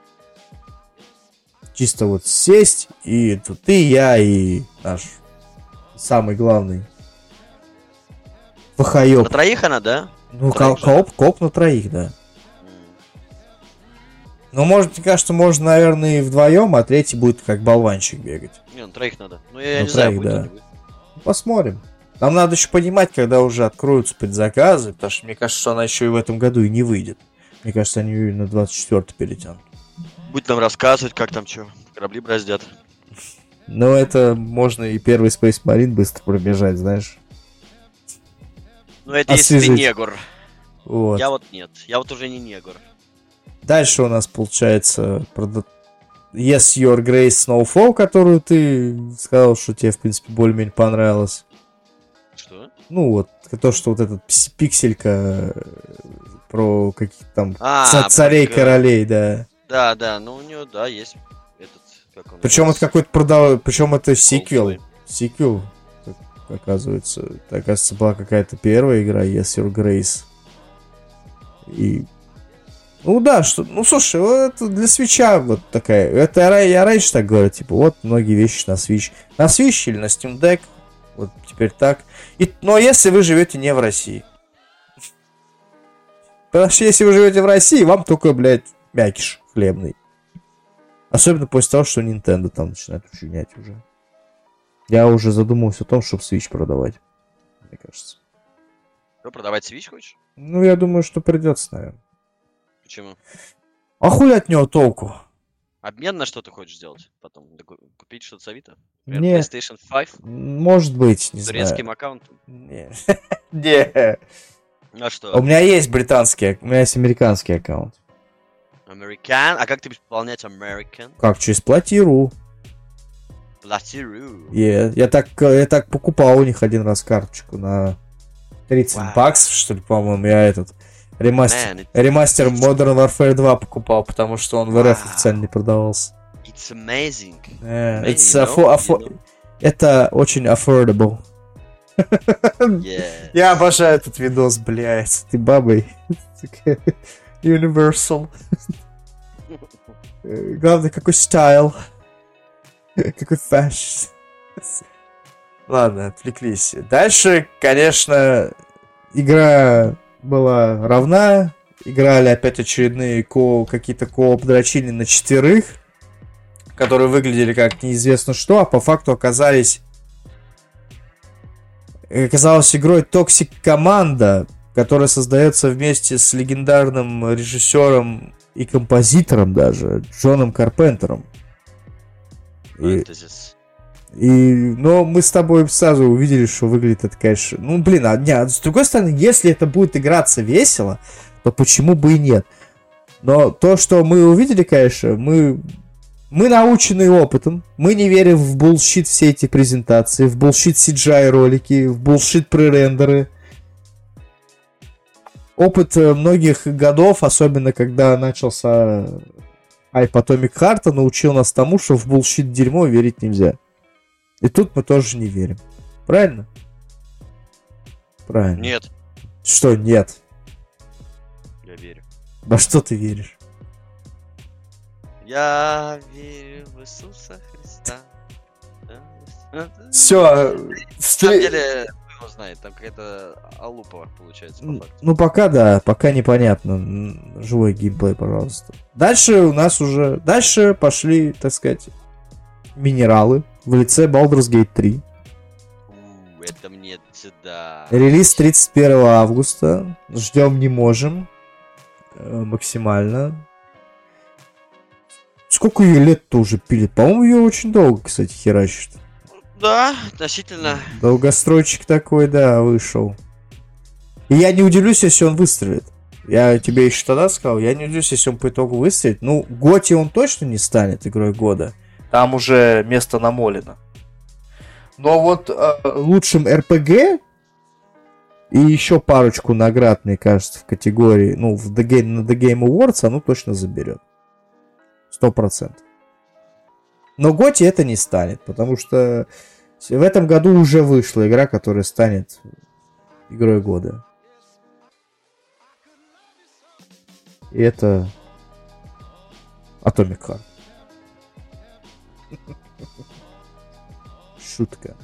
[SPEAKER 1] Чисто вот сесть, и тут ты, я, и наш самый главный Вахаёб.
[SPEAKER 2] На троих она, да?
[SPEAKER 1] Ну, ко- кооп, кооп на троих, да. Ну, может, мне кажется, можно, наверное, и вдвоем, а третий будет как болванчик бегать.
[SPEAKER 2] Не, ну троих надо. Ну, я, я
[SPEAKER 1] Ну,
[SPEAKER 2] не знаю,
[SPEAKER 1] троих,
[SPEAKER 2] будет
[SPEAKER 1] да.
[SPEAKER 2] он, не будет.
[SPEAKER 1] Посмотрим. Нам надо еще понимать, когда уже откроются предзаказы, потому что мне кажется, что она еще и в этом году и не выйдет. Мне кажется, они ее на двадцать четвёртый перетянут.
[SPEAKER 2] Будь нам рассказывать, как там что. Корабли браздят.
[SPEAKER 1] Но это можно и первый Space Marine быстро пробежать, знаешь.
[SPEAKER 2] Ну, это если ты
[SPEAKER 1] Освежить.
[SPEAKER 2] негр.
[SPEAKER 1] Вот.
[SPEAKER 2] Я вот нет. Я вот уже не негр.
[SPEAKER 1] Дальше у нас получается прода- Yes, Your Grace Snowfall, которую ты сказал, что тебе, в принципе, более-менее понравилось.
[SPEAKER 2] Что?
[SPEAKER 1] Ну вот, то, что вот этот пс- пикселька э, про каких-то там
[SPEAKER 2] А,
[SPEAKER 1] ца- царей,
[SPEAKER 2] про-
[SPEAKER 1] королей, да.
[SPEAKER 2] Да, да, ну у него, да, есть этот, как он
[SPEAKER 1] Причем это
[SPEAKER 2] называется?
[SPEAKER 1] какой-то продав... Причем это сиквел.
[SPEAKER 2] свой.
[SPEAKER 1] Сиквел, как оказывается. Это, оказывается, была какая-то первая игра, Yes, Your Grace. И... Ну да, что... Ну слушай, вот это для свитча вот такая. Это я, ра- я раньше так говорю, типа, вот многие вещи на Switch. На Switch или на Steam Deck. Вот теперь так. И... Но если вы живете не в России. Потому что если вы живете в России, вам только, блядь, мякиш хлебный. Особенно после того, что Nintendo там начинает учинять уже. Я уже задумался о том, чтобы Switch продавать. Мне кажется.
[SPEAKER 2] Что, продавать Switch хочешь?
[SPEAKER 1] Ну, я думаю, что придется, наверное.
[SPEAKER 2] Почему?
[SPEAKER 1] А хули от него толку?
[SPEAKER 2] Обмен на что ты хочешь сделать потом? Доку- Купить что-то с Авито? Например,
[SPEAKER 1] Не.
[SPEAKER 2] PlayStation пять
[SPEAKER 1] Может быть, не
[SPEAKER 2] с
[SPEAKER 1] знаю.
[SPEAKER 2] турецким аккаунтом?
[SPEAKER 1] Не. Не.
[SPEAKER 2] А
[SPEAKER 1] У
[SPEAKER 2] что?
[SPEAKER 1] меня есть британский, у меня есть американский аккаунт.
[SPEAKER 2] American? А как ты будешь пополнять American?
[SPEAKER 1] Как, через Плати.ру.
[SPEAKER 2] Платиру.
[SPEAKER 1] Я, я, так, я так покупал у них один раз карточку на тридцать
[SPEAKER 2] Вау.
[SPEAKER 1] баксов, что ли, по-моему. Я этот ремастер,
[SPEAKER 2] Man, it-
[SPEAKER 1] ремастер Modern Warfare два покупал, потому что он в РФ
[SPEAKER 2] Вау.
[SPEAKER 1] официально не продавался.
[SPEAKER 2] It's amazing.
[SPEAKER 1] Э,
[SPEAKER 2] Man,
[SPEAKER 1] it's
[SPEAKER 2] you
[SPEAKER 1] affo-
[SPEAKER 2] know,
[SPEAKER 1] affo-
[SPEAKER 2] you know.
[SPEAKER 1] Это очень affordable.
[SPEAKER 2] Yeah.
[SPEAKER 1] Я обожаю этот видос, блядь, с этой бабой. Universal. Э, Главное, какой стайл. Какой фэшн. Ладно, отвлеклись. Дальше, конечно, игра была равна. Играли опять очередные ко- какие-то кооп-дрочильни на четверых, которые выглядели как неизвестно что, а по факту оказались... Оказалась игрой Toxic Commando, которая создается вместе с легендарным режиссером и композитором даже, Джоном Карпентером. И,
[SPEAKER 2] Фэнтезис.
[SPEAKER 1] и, но мы с тобой сразу увидели, что выглядит это, конечно... Ну, блин, а, не, а с другой стороны, если это будет играться весело, то почему бы и нет? Но то, что мы увидели, конечно, мы... Мы научены опытом, мы не верим в булшит все эти презентации, в булшит си джи ай ролики, в булшит пререндеры. Опыт э, многих годов, особенно когда начался хайп Atomic Heart, научил нас тому, что в булшит дерьмо верить нельзя. И тут мы тоже не верим. Правильно? Правильно.
[SPEAKER 2] Нет,
[SPEAKER 1] Что нет?
[SPEAKER 2] я верю.
[SPEAKER 1] Во что ты веришь?
[SPEAKER 2] Я верю в Иисуса Христа.
[SPEAKER 1] Все,
[SPEAKER 2] На самом деле, кто его знает, там какая-то алупа получается по факту.
[SPEAKER 1] Ну, пока да, пока непонятно. М, Живой геймплей, пожалуйста. Дальше у нас уже... Дальше пошли, так сказать, минералы в лице Baldur's Gate три.
[SPEAKER 2] У, это мне сюда.
[SPEAKER 1] Релиз тридцать первого августа. Ждем не можем. Э, Максимально. Сколько ее лет-то уже пилит? По-моему, ее очень долго, кстати, херачит.
[SPEAKER 2] Да, относительно.
[SPEAKER 1] Долгостройчик такой, да, вышел. И я не удивлюсь, если он выстрелит. Я тебе еще тогда сказал, я не удивлюсь, если он по итогу выстрелит. Ну, Готи он точно не станет игрой года. Там уже место намолено. Но вот э, лучшим эр пи джи и еще парочку наград, мне кажется, в категории, ну, в The Game, на The Game Awards оно точно заберет. Сто процентов. Но Готи это не станет, потому что в этом году уже вышла игра, которая станет игрой года. И это Atomic Heart. Шутка.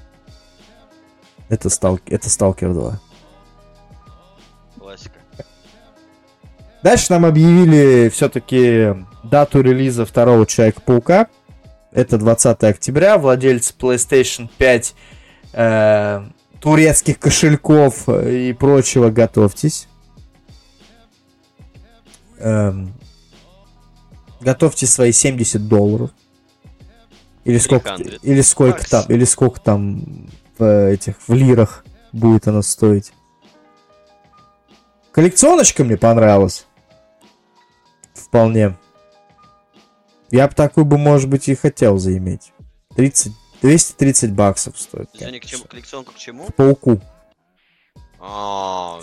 [SPEAKER 1] Это, сталк... это Stalker два.
[SPEAKER 2] Классика.
[SPEAKER 1] Дальше нам объявили все-таки дату релиза второго Человека-паука. Это двадцатого октября. Владельцы PlayStation пять, э, турецких кошельков и прочего, готовьтесь. Эм, готовьте свои семьдесят долларов. Или сколько, или сколько там, или сколько там в этих в лирах будет оно стоить. Коллекционочка мне понравилась. Вполне. Я бы такую бы, может быть, и хотел заиметь. тридцать, двести тридцать баксов стоит.
[SPEAKER 2] Извини, к чему, коллекционку к чему?
[SPEAKER 1] К пауку.
[SPEAKER 2] А,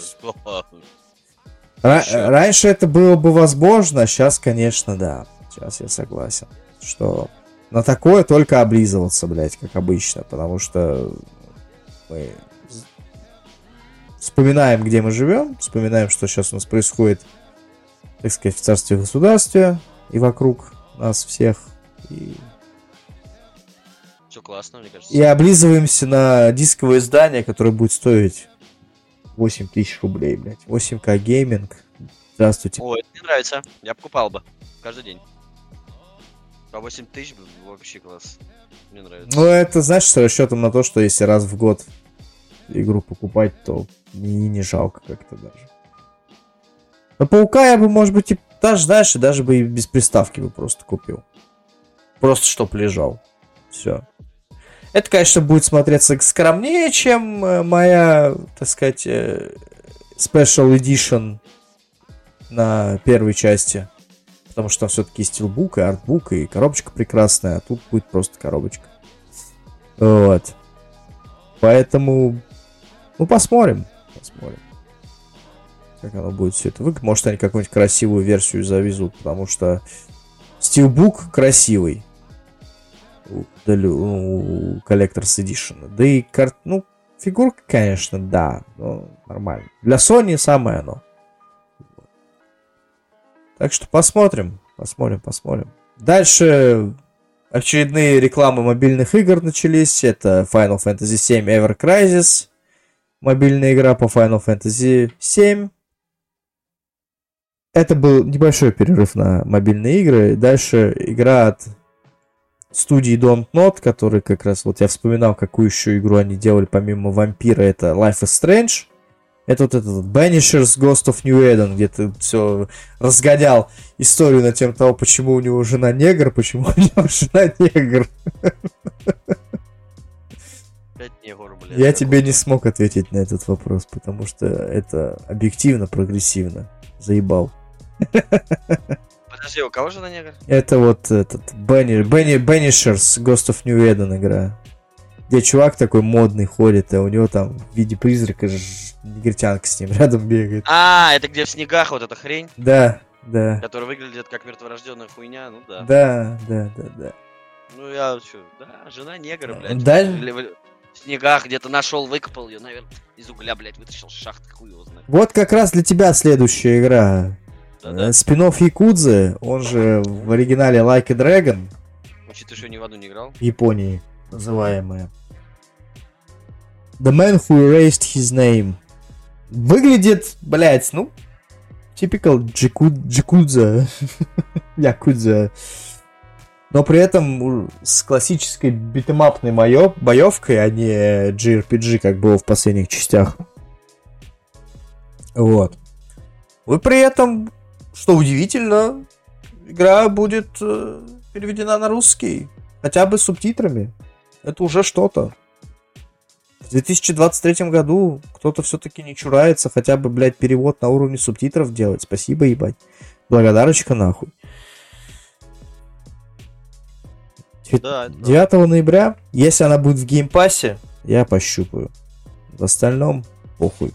[SPEAKER 1] Ра- раньше это было бы возможно, а сейчас, конечно, да. Сейчас я согласен, что на такое только облизываться, блядь, как обычно, потому что мы вспоминаем, где мы живем, вспоминаем, что сейчас у нас происходит, так сказать, в царстве и государстве и вокруг нас всех. И...
[SPEAKER 2] Все классно, мне кажется.
[SPEAKER 1] И облизываемся на дисковое издание, которое будет стоить восемь тысяч рублей, блядь. восемь ка гейминг. Здравствуйте.
[SPEAKER 2] Ой, это мне нравится. Я покупал бы. Каждый день. По восемь тысяч вообще класс. Мне нравится.
[SPEAKER 1] Ну, это, знаешь, с расчетом на то, что если раз в год игру покупать, то не, не жалко как-то даже. Но Паука я бы, может быть, и даже, знаешь, и даже бы и без приставки бы просто купил. Просто чтоб лежал. Все. Это, конечно, будет смотреться скромнее, чем моя, так сказать, Special Edition на первой части. Потому что там все-таки и стилбук, и артбук, и коробочка прекрасная, а тут будет просто коробочка. Вот. Поэтому, ну, посмотрим. Посмотрим. Как оно будет все это выглядеть. Может, они какую-нибудь красивую версию завезут, потому что стилбук красивый. У, у Collector's Edition. Да и карт... ну, фигурка, конечно, да. Но нормально. Для Sony самое оно. Так что посмотрим. Посмотрим, посмотрим. Дальше очередные рекламы мобильных игр начались. Это Final Fantasy семь Ever Crisis. Мобильная игра по Final Fantasy семь. Это был небольшой перерыв на мобильные игры. Дальше игра от студии Don't Not, который как раз, вот я вспоминал, какую еще игру они делали помимо Вампира. Это Life is Strange. Это вот этот Banishers Ghost of New Eden, где ты все разгонял историю на тему того, почему у него жена негр, почему у него жена негр.
[SPEAKER 2] Негр, блядь,
[SPEAKER 1] я тебе не смог ответить на этот вопрос, потому что это объективно прогрессивно. Заебал.
[SPEAKER 2] Подожди, у кого жена негр?
[SPEAKER 1] Это вот этот Banishers Ghost of New Eden игра. Где чувак такой модный ходит, а у него там в виде призрака негритянка с ним рядом бегает.
[SPEAKER 2] А, это где в снегах вот эта хрень?
[SPEAKER 1] Да, да.
[SPEAKER 2] Которая выглядит как мертворожденная хуйня, ну да.
[SPEAKER 1] Да, да, да, да.
[SPEAKER 2] Ну я что, да, жена негра, блядь.
[SPEAKER 1] Да?
[SPEAKER 2] В снегах где-то нашел, выкопал ее, наверное, из угля, блядь, вытащил шахты, хуй его знает.
[SPEAKER 1] Вот как раз для тебя следующая игра.
[SPEAKER 2] Да-да.
[SPEAKER 1] Спин-офф Якудзы, он же в оригинале Like a Dragon.
[SPEAKER 2] Значит, ты еще ни в одну не играл?
[SPEAKER 1] Японии называемая. The Man Who Erased His Name. Выглядит, блять, ну, typical Джикудза. Якудза. Но при этом с классической битэмапной боевкой, а не джей ар пи джи, как было в последних частях. Вот. И при этом, что удивительно, игра будет э, переведена на русский. Хотя бы с субтитрами. Это уже что-то. В две тысячи двадцать третьем году кто-то все-таки не чурается хотя бы, блядь, перевод на уровне субтитров делать. Спасибо, ебать. Благодарочка нахуй.
[SPEAKER 2] Да,
[SPEAKER 1] девятого ноября, если она будет в геймпассе, я пощупаю. В остальном похуй.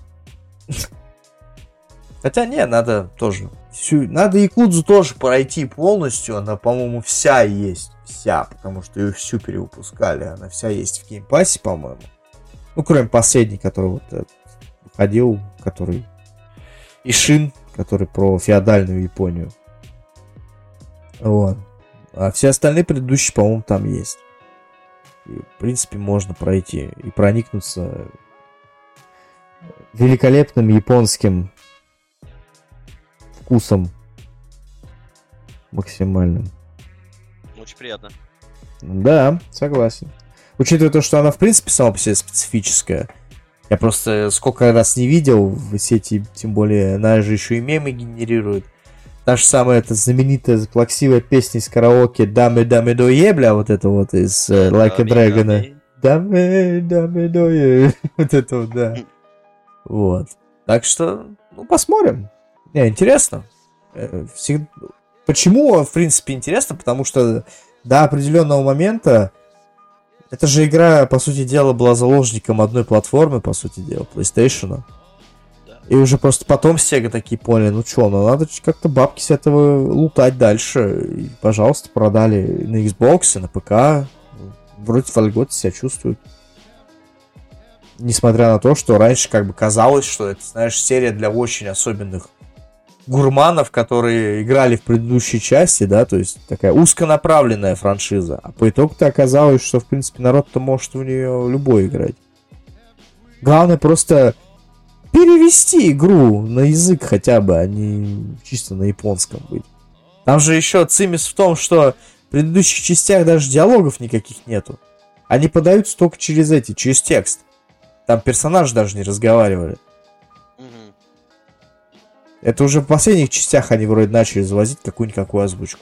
[SPEAKER 1] Хотя не, надо тоже. Всю, надо Якудзу тоже пройти полностью. Она, по-моему, вся есть. Вся, потому что ее всю перевыпускали. Она вся есть в геймпассе, по-моему. Ну, кроме последней, который вот э, ходил, который Ишин, который про феодальную Японию. Вот. А все остальные предыдущие, по-моему, там есть. И, в принципе, можно пройти и проникнуться великолепным японским вкусом максимальным.
[SPEAKER 2] Очень приятно.
[SPEAKER 1] Да, согласен. Учитывая то, что она в принципе сама по себе специфическая. Я просто сколько раз не видел в сети, тем более она же еще и мемы генерирует. Та же самая эта знаменитая плаксивая песня из караоке «Даме, даме, до ебля», вот это вот из uh, Like a Dragon. «Даме, даме, до ебля». Вот это вот, да. Вот. Так что, ну, посмотрим. Не, интересно. Всегда... Почему, в принципе, интересно? Потому что до определенного момента эта же игра, по сути дела, была заложником одной платформы, по сути дела, PlayStation. Да. И уже просто потом Sega такие поняли, ну что, ну надо как-то бабки с этого лутать дальше. И, пожалуйста, продали на Xbox, на ПК. Вроде вольготно себя чувствуют. Несмотря на то, что раньше как бы казалось, что это, знаешь, серия для очень особенных гурманов, которые играли в предыдущей части, да, то есть такая узконаправленная франшиза. А по итогу-то оказалось, что, в принципе, народ-то может в нее любой играть. Главное просто перевести игру на язык хотя бы, а не чисто на японском быть. Там же еще цимис в том, что в предыдущих частях даже диалогов никаких нету. Они подаются только через эти, через текст. Там персонажи даже не разговаривали. Это уже в последних частях они вроде начали завозить какую-никакую озвучку.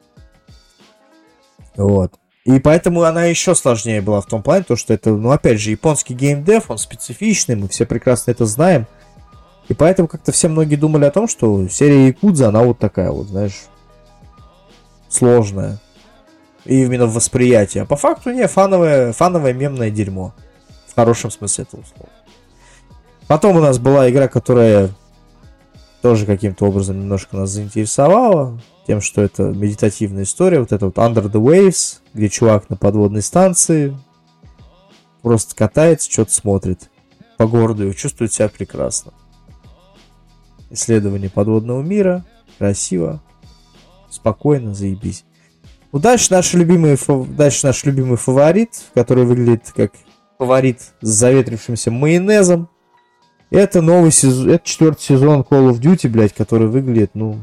[SPEAKER 1] Вот. И поэтому она еще сложнее была в том плане, то, что это, ну, опять же, японский геймдев, он специфичный, мы все прекрасно это знаем. И поэтому как-то все многие думали о том, что серия Якудза, она вот такая вот, знаешь, сложная. И именно в восприятии. А по факту не, фановое, фановое мемное дерьмо. В хорошем смысле этого слова. Потом у нас была игра, которая тоже каким-то образом немножко нас заинтересовала. Тем, что это медитативная история. Вот это вот Under the Waves, где чувак на подводной станции просто катается, что-то смотрит по городу и чувствует себя прекрасно. Исследование подводного мира. Красиво. Спокойно, заебись. Ну, дальше наш любимый, дальше наш любимый фаворит, который выглядит как фаворит с заветрившимся майонезом. Это новый сезон, это четвертый сезон Call of Duty, блядь, который выглядит, ну...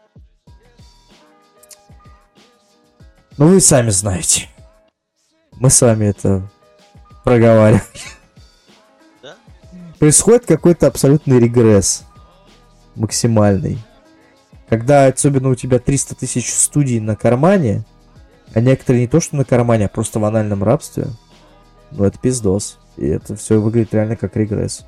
[SPEAKER 1] Ну, вы сами знаете. Мы с вами это проговаривали.
[SPEAKER 2] Да?
[SPEAKER 1] Происходит какой-то абсолютный регресс. Максимальный. Когда особенно у тебя триста тысяч студий на кармане, а некоторые не то что на кармане, а просто в анальном рабстве, ну это пиздос. И это все выглядит реально как регресс.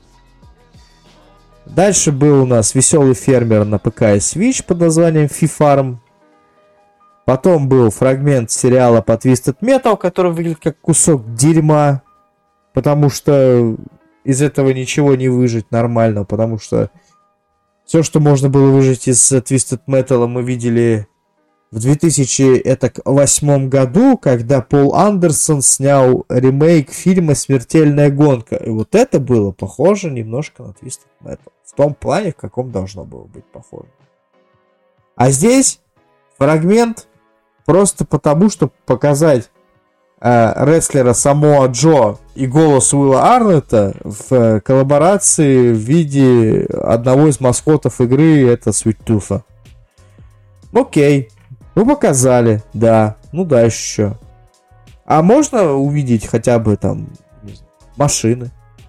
[SPEAKER 1] Дальше был у нас веселый фермер на ПК и Switch под названием Фи-Фарм. Потом был фрагмент сериала по Twisted Metal, который выглядит как кусок дерьма, потому что из этого ничего не выжить нормально, потому что все, что можно было выжить из Twisted Metal, мы видели в две тысячи восьмом году, когда Пол Андерсон снял ремейк фильма «Смертельная гонка». И вот это было похоже немножко на Twisted Metal. В том плане, в каком должно было быть похоже. А здесь фрагмент просто потому, чтобы показать э, рестлера Самоа Джо и голос Уилла Арнетта в коллаборации в виде одного из маскотов игры, это Sweet Tooth. Окей. Ну, показали, да. Ну, дальше еще. А можно увидеть хотя бы там не знаю, машины?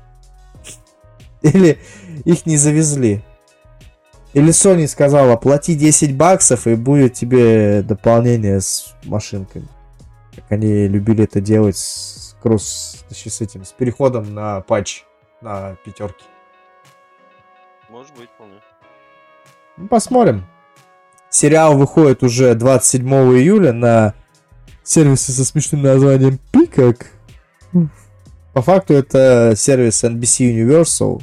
[SPEAKER 1] Или их не завезли? Или Sony сказала, плати десять баксов и будет тебе дополнение с машинками. Как они любили это делать с кросс, точнее, с этим, с переходом на патч на пятерки.
[SPEAKER 2] Может быть, вполне.
[SPEAKER 1] Ну, посмотрим. Сериал выходит уже двадцать седьмого июля на сервисе со смешным названием Peacock. По факту это сервис эн би си Universal,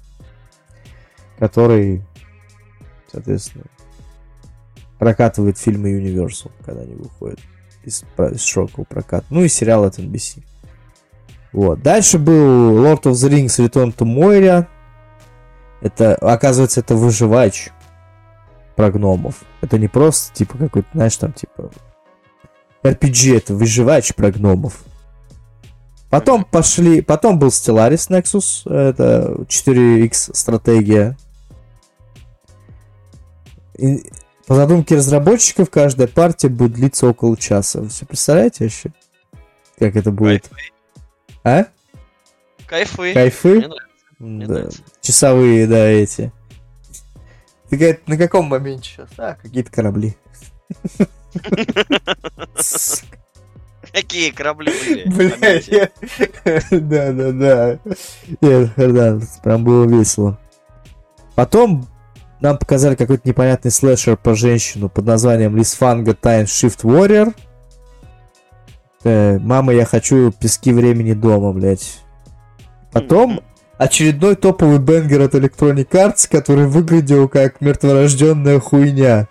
[SPEAKER 1] который, соответственно, прокатывает фильмы Universal, когда они выходят из, из шокового проката. Ну и сериал от эн би си. Вот. Дальше был Lord of the Rings Return to Moria. Это, оказывается, это выживач про гномов. Это не просто, типа, какой-то, знаешь, там, типа, эр пи джи, это выживач про гномов. Потом пошли, потом был Stellaris Nexus, это четыре икс стратегия. И по задумке разработчиков, каждая партия будет длиться около часа. Вы все представляете вообще? Как это будет?
[SPEAKER 2] Кайфы.
[SPEAKER 1] А?
[SPEAKER 2] Кайфы.
[SPEAKER 1] Кайфы?
[SPEAKER 2] Мне нравится. Мне
[SPEAKER 1] Да.
[SPEAKER 2] нравится.
[SPEAKER 1] Часовые, да, эти. Ты говоришь, на каком моменте сейчас? А, какие-то корабли.
[SPEAKER 2] Какие корабли были?
[SPEAKER 1] Бля, я... Да, да, да. Нет, да, прям было весело. Потом нам показали какой-то непонятный слэшер по женщину под названием Лисфанга Time Shift Warrior. Э, Мама, я хочу пески времени дома, блять. Потом очередной топовый бенгер от Electronic Arts, который выглядел как мертворожденная хуйня.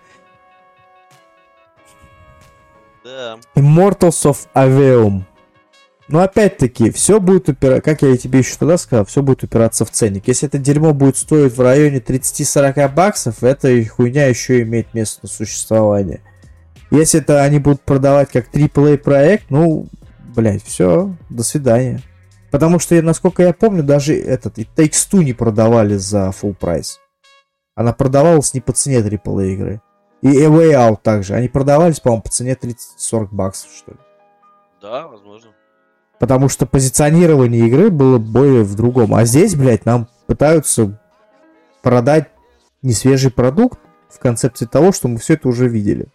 [SPEAKER 2] Да.
[SPEAKER 1] Immortals of Aveum. Но опять-таки, все будет упираться, как я и тебе еще тогда сказал, все будет упираться в ценник. Если это дерьмо будет стоить в районе тридцать-сорок баксов, эта хуйня еще имеет место на существование. Если это они будут продавать как трипл эй проект, ну, блять, все, до свидания. Потому что, насколько я помню, даже этот, и Takes-Two не продавали за full прайс. Она продавалась не по цене трипл эй игры. И A Way Out также. Они продавались, по-моему, по цене тридцать-сорок баксов, что ли.
[SPEAKER 2] Да, возможно.
[SPEAKER 1] Потому что позиционирование игры было более в другом. А здесь, блядь, нам пытаются продать несвежий продукт в концепции того, что мы все это уже видели.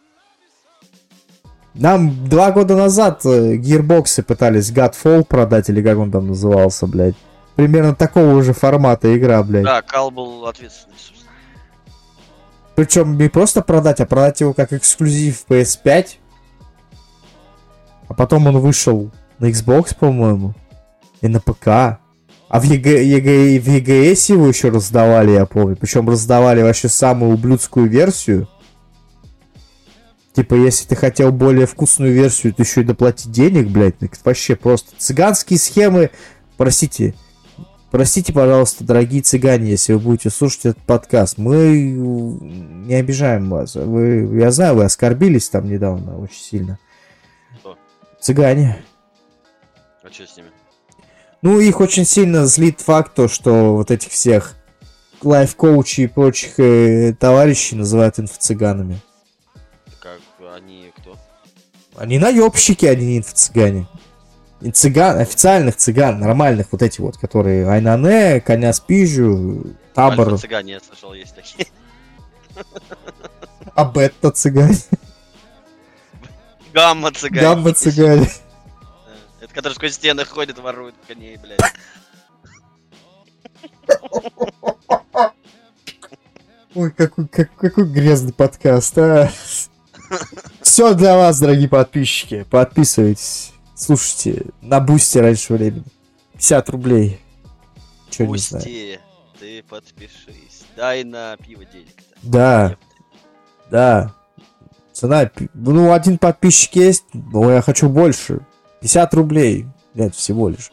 [SPEAKER 1] Нам два года назад гирбоксы пытались Godfall продать, или как он там назывался, блядь. Примерно такого уже формата игра, блядь.
[SPEAKER 2] Да, Кал был ответственный, собственно.
[SPEAKER 1] Причем не просто продать, а продать его как эксклюзив пи эс пять. А потом он вышел на Xbox, по-моему, и на ПК. А в, ЕГ, ЕГ, в и джи эс его еще раздавали, я помню. Причем раздавали вообще самую ублюдскую версию. Типа, если ты хотел более вкусную версию, то еще и доплатить денег, блядь. Так вообще просто цыганские схемы. Простите. Простите, пожалуйста, дорогие цыгане, если вы будете слушать этот подкаст. Мы не обижаем вас. Вы, я знаю, вы оскорбились там недавно очень сильно.
[SPEAKER 2] Кто?
[SPEAKER 1] Цыгане.
[SPEAKER 2] А что с ними?
[SPEAKER 1] Ну, их очень сильно злит факт, то, что вот этих всех лайф-коучей и прочих э, товарищей называют инфо-цыганами.
[SPEAKER 2] Как они кто?
[SPEAKER 1] Они наебщики, они не инфо-цыгане. И цыган, официальных цыган, нормальных вот эти вот, которые Айнане, Коня Спижу, Табор.
[SPEAKER 2] Альфа-цыгане, я слышал, есть такие.
[SPEAKER 1] А бета-цыгане.
[SPEAKER 2] Гамма-цыгане.
[SPEAKER 1] Гамма-цыгане.
[SPEAKER 2] Это который сквозь стены ходит, ворует коней, блядь.
[SPEAKER 1] Ой, какой, как, какой грязный подкаст, а. Все для вас, дорогие подписчики. Подписывайтесь. Слушайте, на бусте раньше времени. пятьдесят рублей. Чё не знаю.
[SPEAKER 2] Пусти, ты подпишись. Дай на пиво денег-то.
[SPEAKER 1] Да, да. Цена, пи- ну, один подписчик есть, но я хочу больше. пятьдесят рублей. Блять, всего лишь.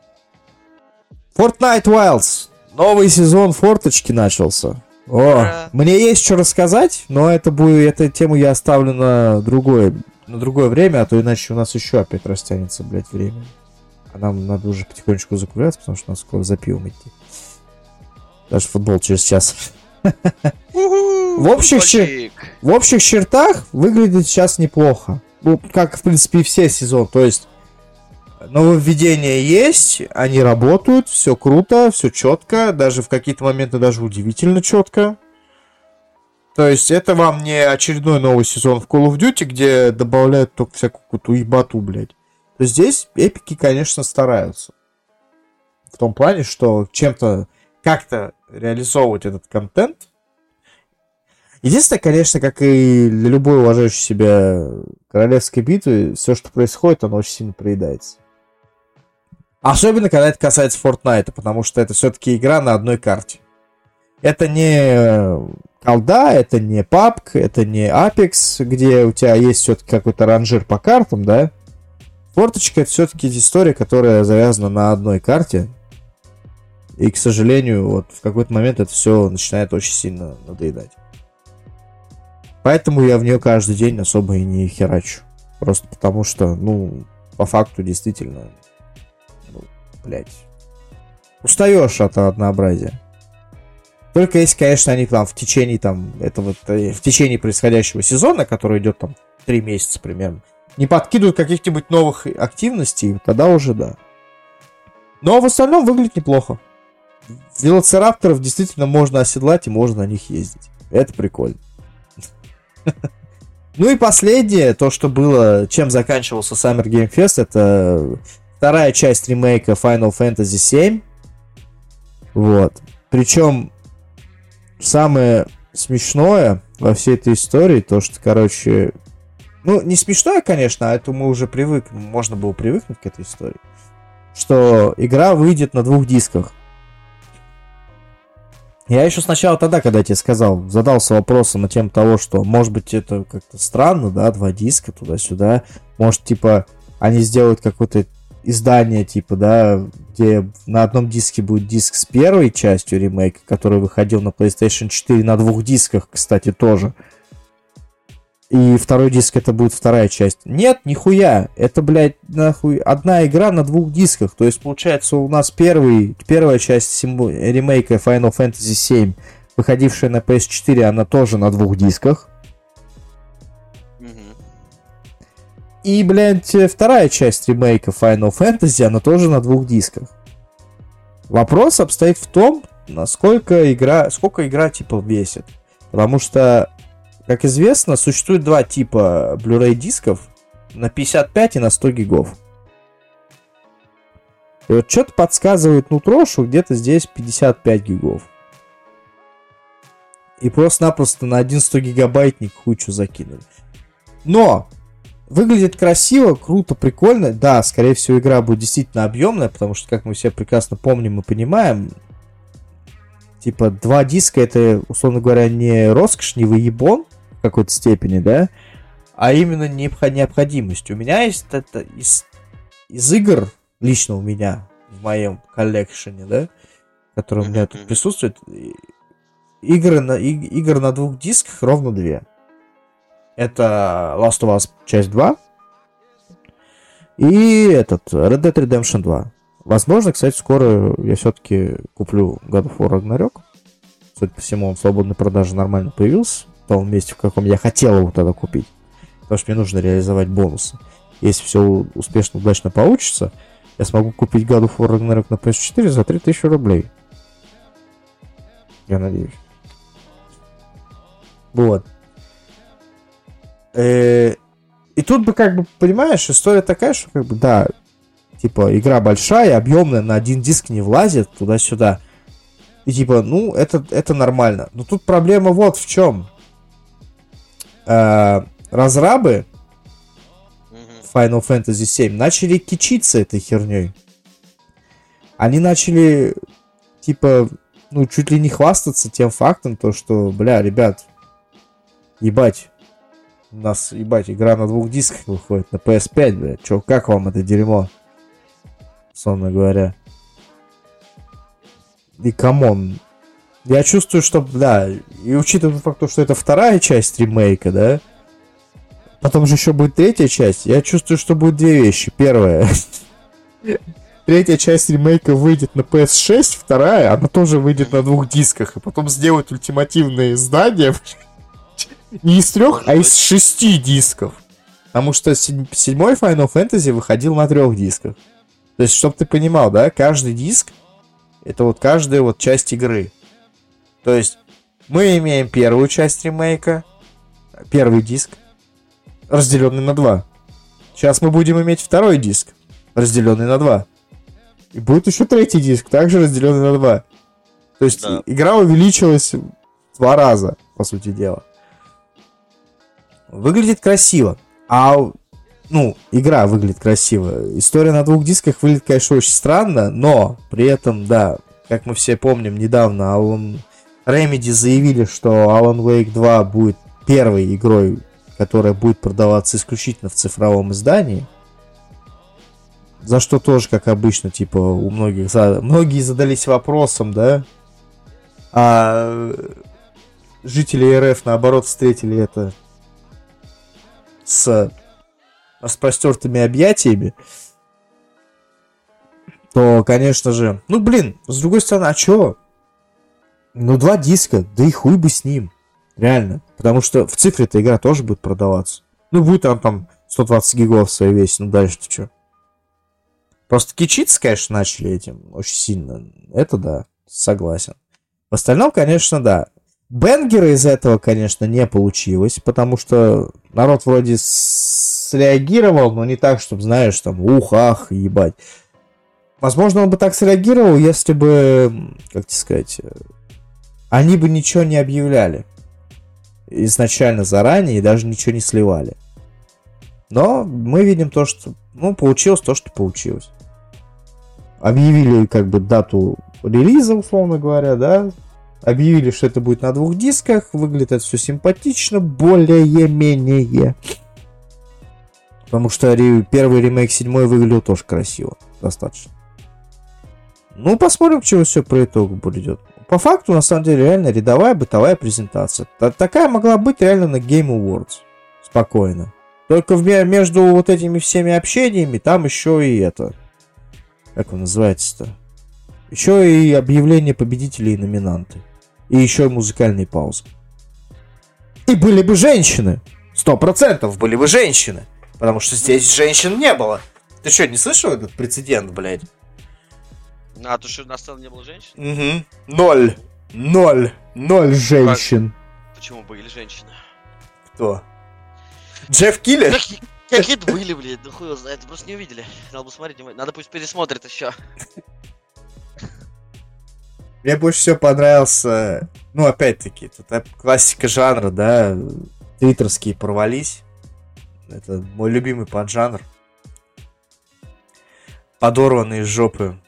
[SPEAKER 1] Fortnite Wilds. Новый сезон форточки начался. О,
[SPEAKER 2] Ура.
[SPEAKER 1] мне есть что рассказать, но это будет, эту тему я оставлю на другое, на другое время, а то иначе у нас еще опять растянется, блядь, время. А нам надо уже потихонечку закругляться, потому что у нас скоро за пивом идти. Даже футбол через час. В общих, чер... в общих чертах выглядит сейчас неплохо. Ну, как, в принципе, и все сезоны. То есть, нововведения есть, они работают, все круто, все четко, даже в какие-то моменты даже удивительно четко. То есть, это вам не очередной новый сезон в Call of Duty, где добавляют только всякую какую-то уебату, блядь. То есть, здесь эпики, конечно, стараются. В том плане, что чем-то, как-то реализовывать этот контент. Единственное, конечно, как и для любой уважающей себя королевской битвы, все, что происходит, оно очень сильно проедается. Особенно, когда это касается Fortnite, потому что это все-таки игра на одной карте. Это не колда, это не пабг, это не Apex, где у тебя есть все-таки какой-то ранжир по картам, да? Форточка — это все-таки история, которая завязана на одной карте. И, к сожалению, вот в какой-то момент это все начинает очень сильно надоедать. Поэтому я в нее каждый день особо и не херачу. Просто потому что, ну, по факту действительно, ну, блядь, устаешь от однообразия. Только если, конечно, они там в течение там этого, в течение происходящего сезона, который идет там три месяца примерно, не подкидывают каких-нибудь новых активностей, тогда уже да. Но в остальном выглядит неплохо. Велоцирапторов действительно можно оседлать и можно на них ездить. Это прикольно. Ну и последнее, то, что было, чем заканчивался Summer Game Fest, это вторая часть ремейка Final Fantasy семь. Вот. Причем самое смешное во всей этой истории, то, что, короче... Ну, не смешное, конечно, а это мы уже привыкли, можно было привыкнуть к этой истории. Что игра выйдет на двух дисках. Я еще сначала тогда, когда я тебе сказал, задался вопросом на тему того, что, может быть, это как-то странно, да, два диска туда-сюда. Может, типа, они сделают какое-то издание, типа, да, где на одном диске будет диск с первой частью ремейка, который выходил на PlayStation четыре на двух дисках, кстати, тоже. И второй диск это будет вторая часть. Нет, нихуя. Это, блядь, нахуй одна игра на двух дисках. То есть, получается, у нас первый, первая часть симу... ремейка Final Fantasy семь, выходившая на пи эс четыре, она тоже на двух дисках. Mm-hmm. И, блядь, вторая часть ремейка Final Fantasy, она тоже на двух дисках. Вопрос обстоит в том, насколько игра, сколько игра, типа, весит. Потому что, как известно, существует два типа Blu-ray дисков на пятьдесят пять и на сто гигов. И вот что-то подсказывает нутро, что где-то здесь пятьдесят пять гигов. И просто-напросто на один сто гигабайтник кучу закинули. Но выглядит красиво, круто, прикольно. Да, скорее всего, игра будет действительно объемная, потому что, как мы все прекрасно помним и понимаем, типа, два диска — это, условно говоря, не роскошь, не выебон в какой-то степени, да, а именно необходимость. У меня есть это из, из игр, лично у меня, в моем коллекшене, да, который у меня тут присутствует, игры на, и, игр на двух дисках ровно две. Это Last of Us часть два и этот Red Dead Redemption два. Возможно, кстати, скоро я все-таки куплю God of War Ragnarok. Судя по всему, он в свободной продаже нормально появился. В том месте, в каком я хотел его тогда купить. Потому что мне нужно реализовать бонусы. Если все успешно, удачно получится, я смогу купить God of War Ragnarok на пи эс четыре за три тысячи рублей. Я надеюсь. Вот. И тут бы, как бы, понимаешь, история такая, что, как бы, да, типа, игра большая, объемная, на один диск не влазит, туда-сюда. И типа, ну, это, это нормально. Но тут проблема вот в чем. Э, разрабы Final Fantasy семь начали кичиться этой херней. Они начали, типа, ну, чуть ли не хвастаться тем фактом, то, что, бля, ребят, ебать, у нас, ебать, игра на двух дисках выходит, на пи эс пять, блядь, чё, как вам это дерьмо? Сонно говоря. И камон. Я чувствую, что, да, и учитывая тот факт, что это вторая часть ремейка, да, потом же еще будет третья часть, я чувствую, что будет две вещи. Первая. Третья часть ремейка выйдет на пи эс шесть, вторая, она тоже выйдет на двух дисках, и потом сделают ультимативное издание не из трех, а из шести дисков. Потому что седьмой Final Fantasy выходил на трех дисках. То есть, чтобы ты понимал, да, каждый диск — это вот каждая вот часть игры. То есть, мы имеем первую часть ремейка, первый диск, разделенный на два. Сейчас мы будем иметь второй диск, разделенный на два. И будет еще третий диск, также разделенный на два. То есть, да, игра увеличилась в два раза, по сути дела. Выглядит красиво. А, ну, игра выглядит красиво. История на двух дисках выглядит, конечно, очень странно, но при этом, да, как мы все помним, недавно Alan Remedy заявили, что Alan Wake два будет первой игрой, которая будет продаваться исключительно в цифровом издании. За что тоже, как обычно, типа, у многих за... многие задались вопросом, да, а жители эр эф, наоборот, встретили это с распростертыми объятиями, то, конечно же, ну, блин, с другой стороны, а чё? Ну, два диска, да и хуй бы с ним. Реально. Потому что в цифре эта игра тоже будет продаваться. Ну, будет там, там сто двадцать гигов своей весит, ну дальше-то что? Просто кичиться, конечно, начали этим очень сильно. Это да, согласен. В остальном, конечно, да. Бенгера из этого, конечно, не получилось, потому что народ вроде среагировал, но не так, чтобы, знаешь, там, ух, ах, ебать. Возможно, он бы так среагировал, если бы, как тебе сказать, они бы ничего не объявляли изначально заранее и даже ничего не сливали. Но мы видим то, что, ну, получилось то, что получилось. Объявили, как бы, дату релиза, условно говоря, да. Объявили, что это будет на двух дисках. Выглядит это все симпатично, более-менее. Потому что первый ремейк седьмой выглядел тоже красиво. Достаточно. Ну, посмотрим, к чему все по итогу придет. По факту, на самом деле, реально рядовая бытовая презентация. Такая могла быть реально на Game Awards. Спокойно. Только в, между вот этими всеми общениями там еще и это... Как он называется-то? Еще и объявление победителей и номинанты. И еще и музыкальные паузы. И были бы женщины. Сто процентов были бы женщины. Потому что здесь женщин не было. Ты что, не слышал этот прецедент, блядь?
[SPEAKER 2] А, то что на сцене не было женщин?
[SPEAKER 1] Угу. Ноль. Ноль. Ноль женщин.
[SPEAKER 2] Почему были женщины?
[SPEAKER 1] Кто? Джефф Киллер?
[SPEAKER 2] Какие-то были, блядь, да хуй его знает, просто не увидели. Надо бы смотреть, надо пусть пересмотрит еще.
[SPEAKER 1] Мне больше всего понравился, ну, опять-таки, тут классика жанра, да, твиттерские порвались. Это мой любимый поджанр. Подорванные жопы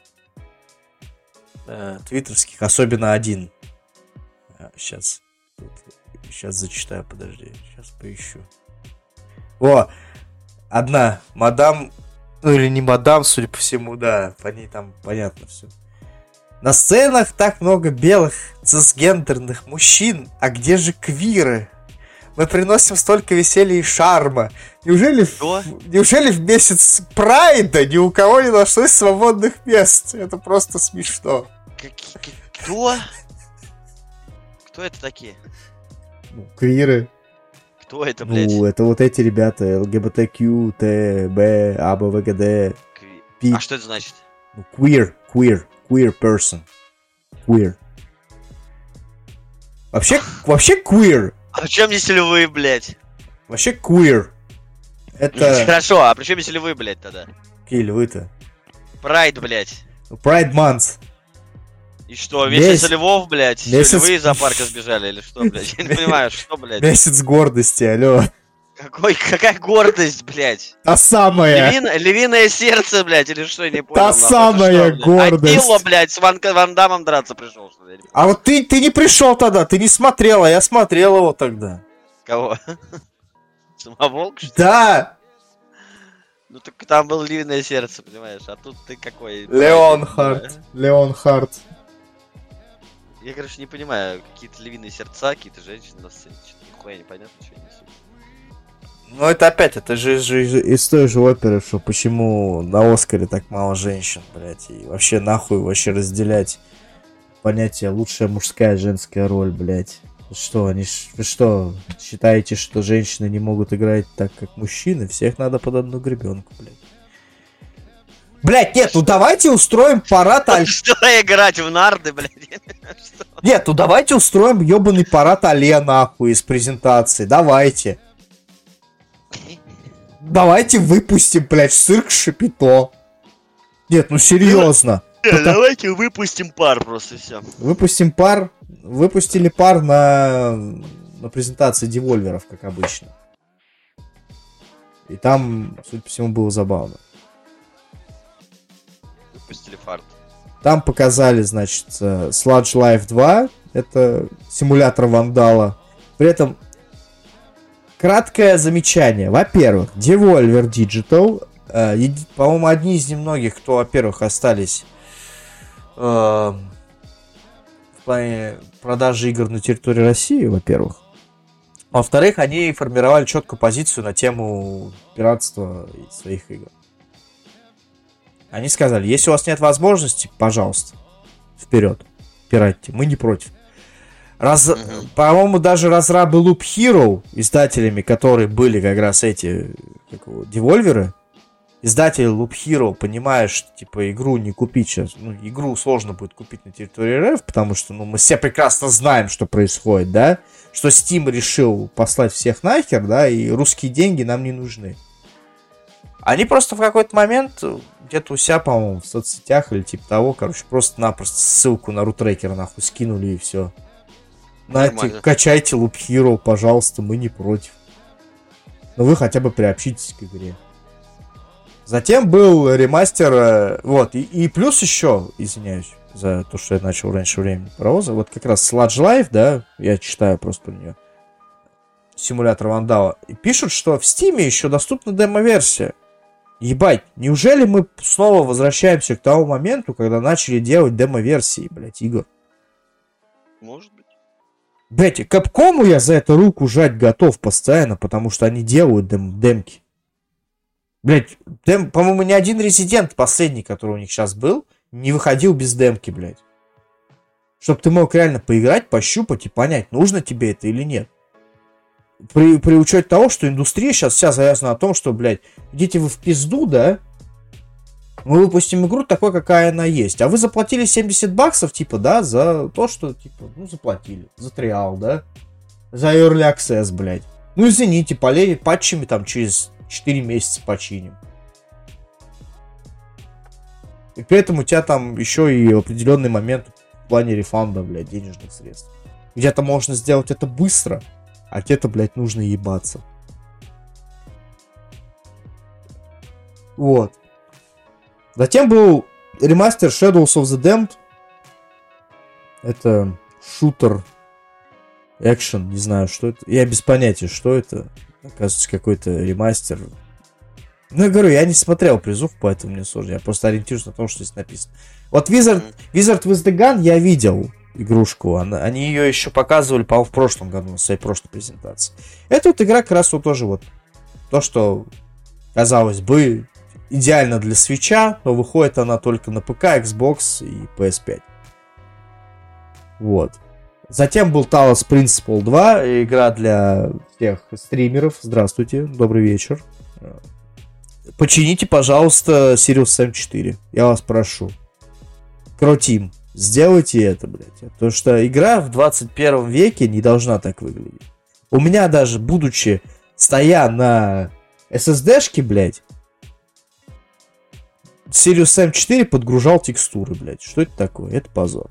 [SPEAKER 1] э, твиттерских, особенно один. Сейчас, тут, сейчас зачитаю, подожди, сейчас поищу. О, одна мадам, ну или не мадам, судя по всему, да, по ней там понятно все. На сценах так много белых цисгендерных мужчин, а где же квиры? Мы приносим столько веселья и шарма. Неужели, в, неужели в месяц прайда ни у кого не нашлось свободных мест? Это просто смешно.
[SPEAKER 2] Кто? Кто это такие?
[SPEAKER 1] Ну, квиры.
[SPEAKER 2] Кто это, блядь?
[SPEAKER 1] Ну, это вот эти ребята, ЛГБТК, Т, Б, А, Б, В, Г, Д.
[SPEAKER 2] Пи. А что это значит?
[SPEAKER 1] Ну, queer, queer, queer person. Queer. Вообще, вообще queer.
[SPEAKER 2] А при чем здесь львы, блядь?
[SPEAKER 1] Вообще queer. Это...
[SPEAKER 2] Хорошо, а при чем здесь львы, блядь, тогда?
[SPEAKER 1] Какие львы-то?
[SPEAKER 2] Прайд, блядь.
[SPEAKER 1] Pride Month.
[SPEAKER 2] И что, месяц
[SPEAKER 1] Месяц...
[SPEAKER 2] львов, блядь?
[SPEAKER 1] Месяц...
[SPEAKER 2] Львы из зоопарка сбежали или что, блядь? Я не понимаю, что, блядь?
[SPEAKER 1] Месяц гордости, алло.
[SPEAKER 2] Какой, какая гордость, блядь?
[SPEAKER 1] Та самая.
[SPEAKER 2] Львиное, львиное сердце, блядь, или что, я не понял.
[SPEAKER 1] Та
[SPEAKER 2] нахуй.
[SPEAKER 1] самая
[SPEAKER 2] Что,
[SPEAKER 1] гордость.
[SPEAKER 2] Атилла, блядь, с Ван, Ван Дамом драться пришел, что ли?
[SPEAKER 1] А вот ты, ты не пришел тогда, ты не смотрел, а я смотрел его тогда.
[SPEAKER 2] Кого? Самоволк, что ли?
[SPEAKER 1] Да.
[SPEAKER 2] Ну так там было львиное сердце, понимаешь, а тут ты какой?
[SPEAKER 1] Леонхард. Леонхард.
[SPEAKER 2] Я, короче, не понимаю, какие-то львиные сердца, какие-то женщины на сцене, что-то нихуя непонятно, что они несут.
[SPEAKER 1] Ну это опять, это же, же из той же оперы, что почему на Оскаре так мало женщин, блядь, и вообще нахуй вообще разделять понятие лучшая мужская женская роль, блядь. Что, они, вы что, считаете, что женщины не могут играть так, как мужчины? Всех надо под одну гребенку, блядь. Блядь, нет, ну давайте устроим парад...
[SPEAKER 2] Что играть в нарды, блядь?
[SPEAKER 1] Нет, ну давайте устроим ебаный парад Алле, нахуй, из презентации, давайте. Давайте выпустим, блядь, цирк Шапито. Нет, ну серьезно.
[SPEAKER 2] Нет, давайте выпустим пар просто, все.
[SPEAKER 1] Выпустим пар. Выпустили пар на, на презентации девольверов, как обычно. И там, судя по всему, было забавно.
[SPEAKER 2] Выпустили фарт.
[SPEAKER 1] Там показали, значит, Sludge Life два. Это симулятор вандала. При этом краткое замечание. Во-первых, Devolver Digital, э, еди, по-моему, одни из немногих, кто, во-первых, остались э, в плане продажи игр на территории России, во-первых. Во-вторых, они формировали четкую позицию на тему пиратства своих игр. Они сказали, если у вас нет возможности, пожалуйста, вперед, пиратьте, мы не против. Раз... Mm-hmm. По-моему, даже разрабы Loop Hero, издателями, которые были как раз эти как его, девольверы, издатели Loop Hero, понимая, что типа игру не купить сейчас, ну, игру сложно будет купить на территории РФ, потому что, ну, мы все прекрасно знаем, что происходит, да, что Steam решил послать всех нахер, да, и русские деньги нам не нужны. Они просто в какой-то момент где-то у себя, по-моему, в соцсетях или типа того, короче, просто-напросто ссылку на рутрекер нахуй скинули и все. Знаете, качайте Loop Hero, пожалуйста, мы не против. Но вы хотя бы приобщитесь к игре. Затем был ремастер, вот, и, и плюс еще, извиняюсь за то, что я начал раньше времени паровоза, вот как раз Sludge Life, да, я читаю просто про нее, симулятор вандала, и пишут, что в Steam еще доступна демо-версия. Ебать, неужели мы снова возвращаемся к тому моменту, когда начали делать демо-версии, блядь, игр?
[SPEAKER 2] Может быть.
[SPEAKER 1] Блядь, Capcom я за это руку жать готов постоянно, потому что они делают дем- демки. Блядь, дем, по-моему, ни один резидент последний, который у них сейчас был, не выходил без демки, блядь. Чтоб ты мог реально поиграть, пощупать и понять, нужно тебе это или нет. При, при учете того, что индустрия сейчас вся завязана на том, что, блядь, идите вы в пизду, да? Мы выпустим игру такой, какая она есть. А вы заплатили семьдесят баксов, типа, да, за то, что, типа, ну, заплатили. За триал, да? За Early Access, блядь. Ну, извините, полей патчами там через четыре месяца починим. И при этом у тебя там еще и определенный момент в плане рефанда, блядь, денежных средств. Где-то можно сделать это быстро, а где-то, блядь, нужно ебаться. Вот. Затем был ремастер Shadows of the Damned. Это шутер, экшен, не знаю, что это. Я без понятия, что это. Оказывается, какой-то ремастер. Ну, я говорю, я не смотрел призыв, поэтому мне сложно. Я просто ориентируюсь на то, что здесь написано. Вот Wizard, Wizard with the Gun я видел игрушку. Она, они ее еще показывали, по-моему, в прошлом году, на своей прошлой презентации. Эта вот игра как раз вот тоже вот то, что, казалось бы, идеально для свитча, но выходит она только на ПК, Xbox и пи эс пять. Вот. Затем был Talos Principle два, игра для всех стримеров. Здравствуйте, добрый вечер. Почините, пожалуйста, Sirius эм четыре. Я вас прошу. Кротим, сделайте это, блядь. Потому что игра в двадцать первом веке не должна так выглядеть. У меня даже, будучи стоя на эс эс ди-шке, блядь, Sirius эм четыре подгружал текстуры, блядь. Что это такое? Это позор.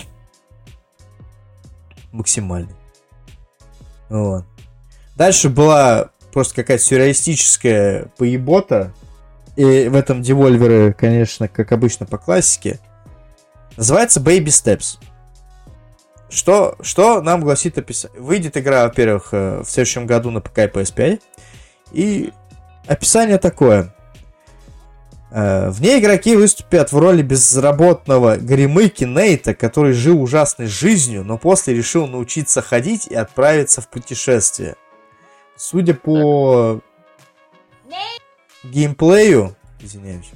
[SPEAKER 1] Максимальный. Вот. Дальше была просто какая-то сюрреалистическая поебота. И в этом девольверы, конечно, как обычно по классике. Называется Baby Steps. Что, что нам гласит описание? Выйдет игра, во-первых, в следующем году на ПК и пи эс пять. И описание такое. В ней игроки выступят в роли безработного горемыки Нейта, который жил ужасной жизнью, но после решил научиться ходить и отправиться в путешествие. Судя по геймплею, извиняюсь,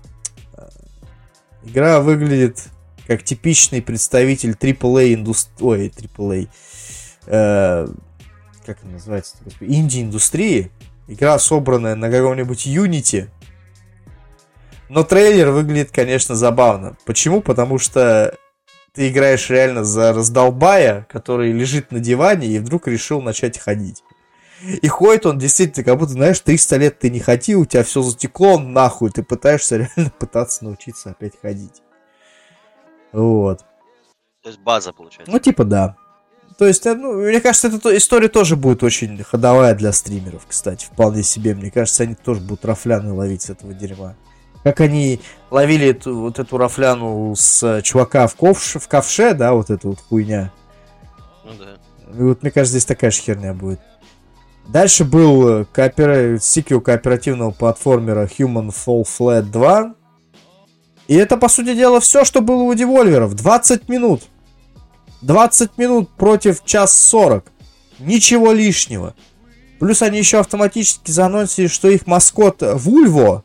[SPEAKER 1] игра выглядит как типичный представитель трипл эй индустрии, ой, трипл эй, э, как это называется, инди-индустрии. Игра, собранная на каком-нибудь Unity. Но трейлер выглядит, конечно, забавно. Почему? Потому что ты играешь реально за раздолбая, который лежит на диване и вдруг решил начать ходить. И ходит он действительно, как будто, знаешь, триста лет ты не ходил, у тебя все затекло, нахуй, ты пытаешься реально пытаться научиться опять ходить. Вот.
[SPEAKER 2] То есть база, получается.
[SPEAKER 1] Ну, типа, да. То есть, ну, мне кажется, эта история тоже будет очень ходовая для стримеров, кстати, вполне себе. Мне кажется, они тоже будут рафляны ловить с этого дерьма. Как они ловили эту, вот эту рафляну с чувака в, ковш, в ковше, да, вот эта вот хуйня.
[SPEAKER 2] Ну да.
[SPEAKER 1] И вот, мне кажется, здесь такая же херня будет. Дальше был коопера... сиквел кооперативного платформера Human Fall Flat два. И это, по сути дела, все, что было у девольверов. двадцать минут. двадцать минут против час сорок. Ничего лишнего. Плюс они еще автоматически заанонсили, что их маскот Вульво.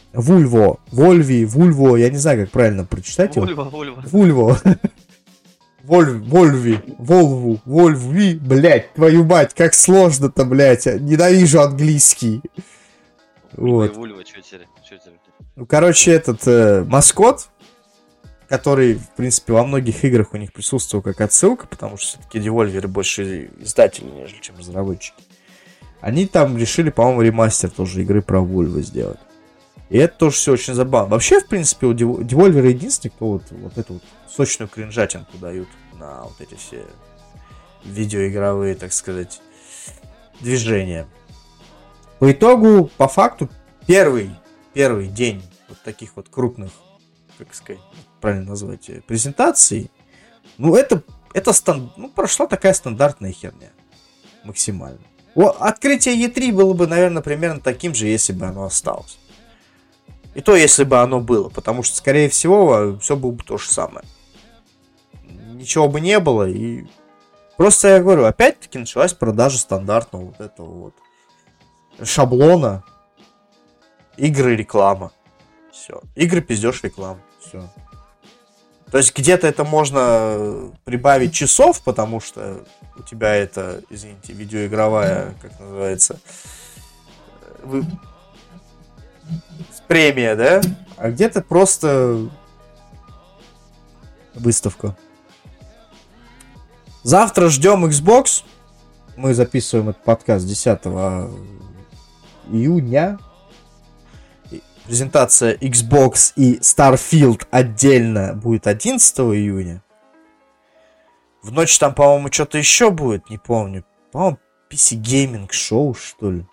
[SPEAKER 1] Вульво. Вольви, Вульво. Я не знаю, как правильно прочитать его.
[SPEAKER 2] Вульво, Вульво.
[SPEAKER 1] Вульво. Вольв, Вольви, Волву, Вольви, блядь, твою мать, как сложно-то, блядь, ненавижу английский. Вот.
[SPEAKER 2] Вульва, что теперь? Чё теперь?
[SPEAKER 1] Ну, короче, этот э, маскот, который, в принципе, во многих играх у них присутствовал как отсылка, потому что все-таки Devolver больше издатели, нежели чем разработчики. Они там решили, по-моему, ремастер тоже игры про Вольва сделать. И это тоже все очень забавно. Вообще, в принципе, у Devolver единственный, кто вот, вот эту вот сочную кринжатинку дают на вот эти все видеоигровые, так сказать, движения. По итогу, по факту, первый, первый день вот таких вот крупных, как сказать, правильно назвать, презентаций, ну, это, это стан... ну, прошла такая стандартная херня. Максимально. О, открытие и три было бы, наверное, примерно таким же, если бы оно осталось. И то, если бы оно было, потому что, скорее всего, все было бы то же самое. Ничего бы не было, и просто я говорю, опять-таки началась продажа стандартного вот этого вот шаблона. Игры, реклама. Все. Игры, пиздешь, реклама. Все. То есть где-то это можно прибавить часов, потому что у тебя это, извините, видеоигровая, как называется, вы... премия, да? А где-то просто выставка. Завтра ждем Xbox. Мы записываем этот подкаст десятого июня. Презентация Xbox и Starfield отдельно будет одиннадцатого июня. В ночь там, по-моему, что-то еще будет, не помню. По-моему, пи си Gaming Show, что ли.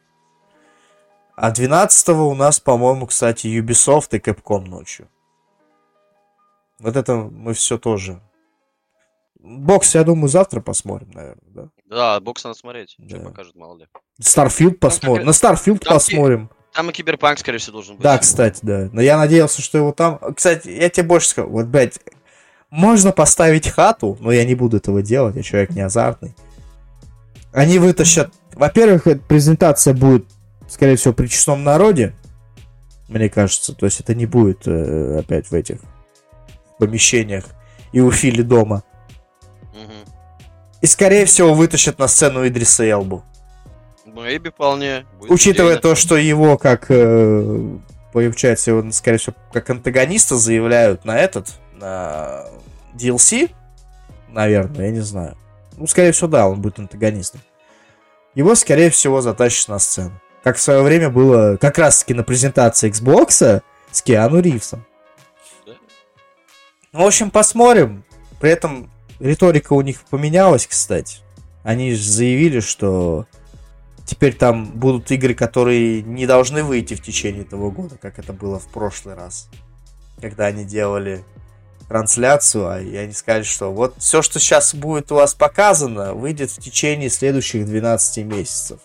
[SPEAKER 1] А двенадцатого у нас, по-моему, кстати, Ubisoft и Capcom ночью. Вот это мы все тоже. Бокс, я думаю, завтра посмотрим, наверное, да?
[SPEAKER 2] Да, бокс надо смотреть.
[SPEAKER 1] Да.
[SPEAKER 2] Что покажут, мало ли.
[SPEAKER 1] Starfield посмотрим.
[SPEAKER 2] как...
[SPEAKER 1] На Starfield
[SPEAKER 2] там
[SPEAKER 1] посмотрим.
[SPEAKER 2] Там и Киберпанк, скорее всего, должен быть.
[SPEAKER 1] Да, кстати, да. Но я надеялся, что его там... Кстати, я тебе больше скажу. Вот, блядь, можно поставить хату, но я не буду этого делать. Я человек не азартный. Они вытащат... Во-первых, эта презентация будет, скорее всего, при честном народе. Мне кажется. То есть это не будет э, опять в этих помещениях и у Фили дома.
[SPEAKER 2] Угу. И,
[SPEAKER 1] скорее всего, вытащат на сцену Идриса Элбу.
[SPEAKER 2] Мэйби вполне. Будет
[SPEAKER 1] Учитывая
[SPEAKER 2] идейно.
[SPEAKER 1] то, что его, как э, получается, его, скорее всего, как антагониста заявляют на этот, на ди эл си, наверное, я не знаю. Ну, скорее всего, да, он будет антагонистом. Его, скорее всего, затащат на сцену. Как в свое время было как раз-таки на презентации Xbox с Киану Ривзом.
[SPEAKER 2] Да.
[SPEAKER 1] Ну, в общем, посмотрим. При этом риторика у них поменялась, кстати. Они же заявили, что теперь там будут игры, которые не должны выйти в течение этого года, как это было в прошлый раз. Когда они делали трансляцию, а и они сказали, что вот все, что сейчас будет у вас показано, выйдет в течение следующих двенадцати месяцев.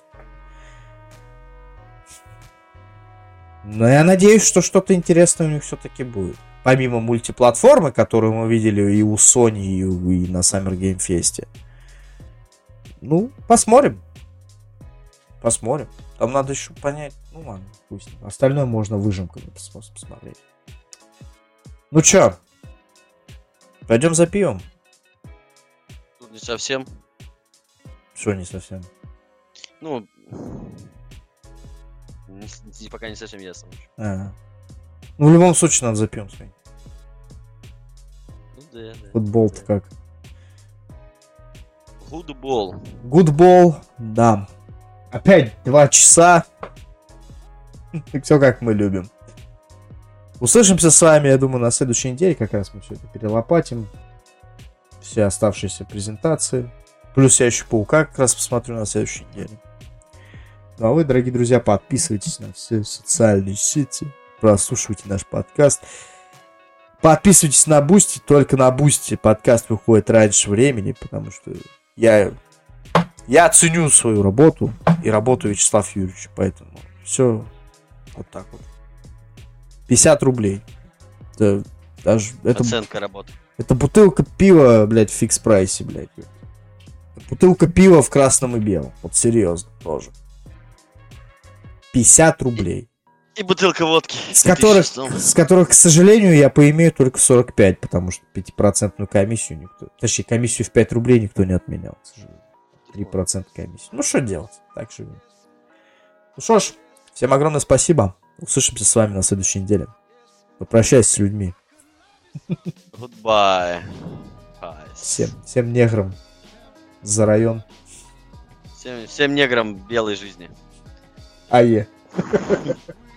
[SPEAKER 1] Но я надеюсь, что что-то интересное у них все-таки будет. Помимо мультиплатформы, которую мы видели и у Sony, и, у, и на Summer Game Fest. Ну, посмотрим. Посмотрим. Там надо еще понять. Ну ладно, пусть. Остальное можно выжимками посмотреть. Ну чё? Пойдем за пивом?
[SPEAKER 2] Тут не совсем.
[SPEAKER 1] Что не совсем?
[SPEAKER 2] Ну, не, не, пока не совсем ясно.
[SPEAKER 1] А. Ну, в любом случае, надо за пивом сходить.
[SPEAKER 2] Ну, да, да.
[SPEAKER 1] Футбол-то
[SPEAKER 2] да.
[SPEAKER 1] как?
[SPEAKER 2] Гудбол.
[SPEAKER 1] Гудбол, да. Опять два часа. Все как мы любим. Услышимся с вами, я думаю, на следующей неделе. Как раз мы все это перелопатим. Все оставшиеся презентации. Плюс я еще Паука как раз посмотрю на следующей неделе. Ну а вы, дорогие друзья, подписывайтесь на все социальные сети. Прослушивайте наш подкаст. Подписывайтесь на Бусти. Только на Бусти подкаст выходит раньше времени, потому что я, я ценю свою работу и работу Вячеслава Юрьевича. Поэтому все вот так вот. пятьдесят рублей. Это, даже, это,
[SPEAKER 2] Оценка работы.
[SPEAKER 1] Это бутылка пива, блядь, в фикс-прайсе, блядь. Бутылка пива в красном и белом. Вот серьезно тоже. пятьдесят рублей.
[SPEAKER 2] И бутылка водки.
[SPEAKER 1] С которых, с которых, к сожалению, я поимею только сорок пять, потому что пятипроцентную комиссию никто... Точнее, комиссию в пять рублей никто не отменял, к сожалению. три процента комиссии. Ну, что делать? Так живем. Ну что ж, всем огромное спасибо. Услышимся с вами на следующей неделе. Попрощайся с людьми.
[SPEAKER 2] Goodbye.
[SPEAKER 1] Всем, всем неграм за район.
[SPEAKER 2] Всем, всем неграм белой жизни.
[SPEAKER 1] Ае.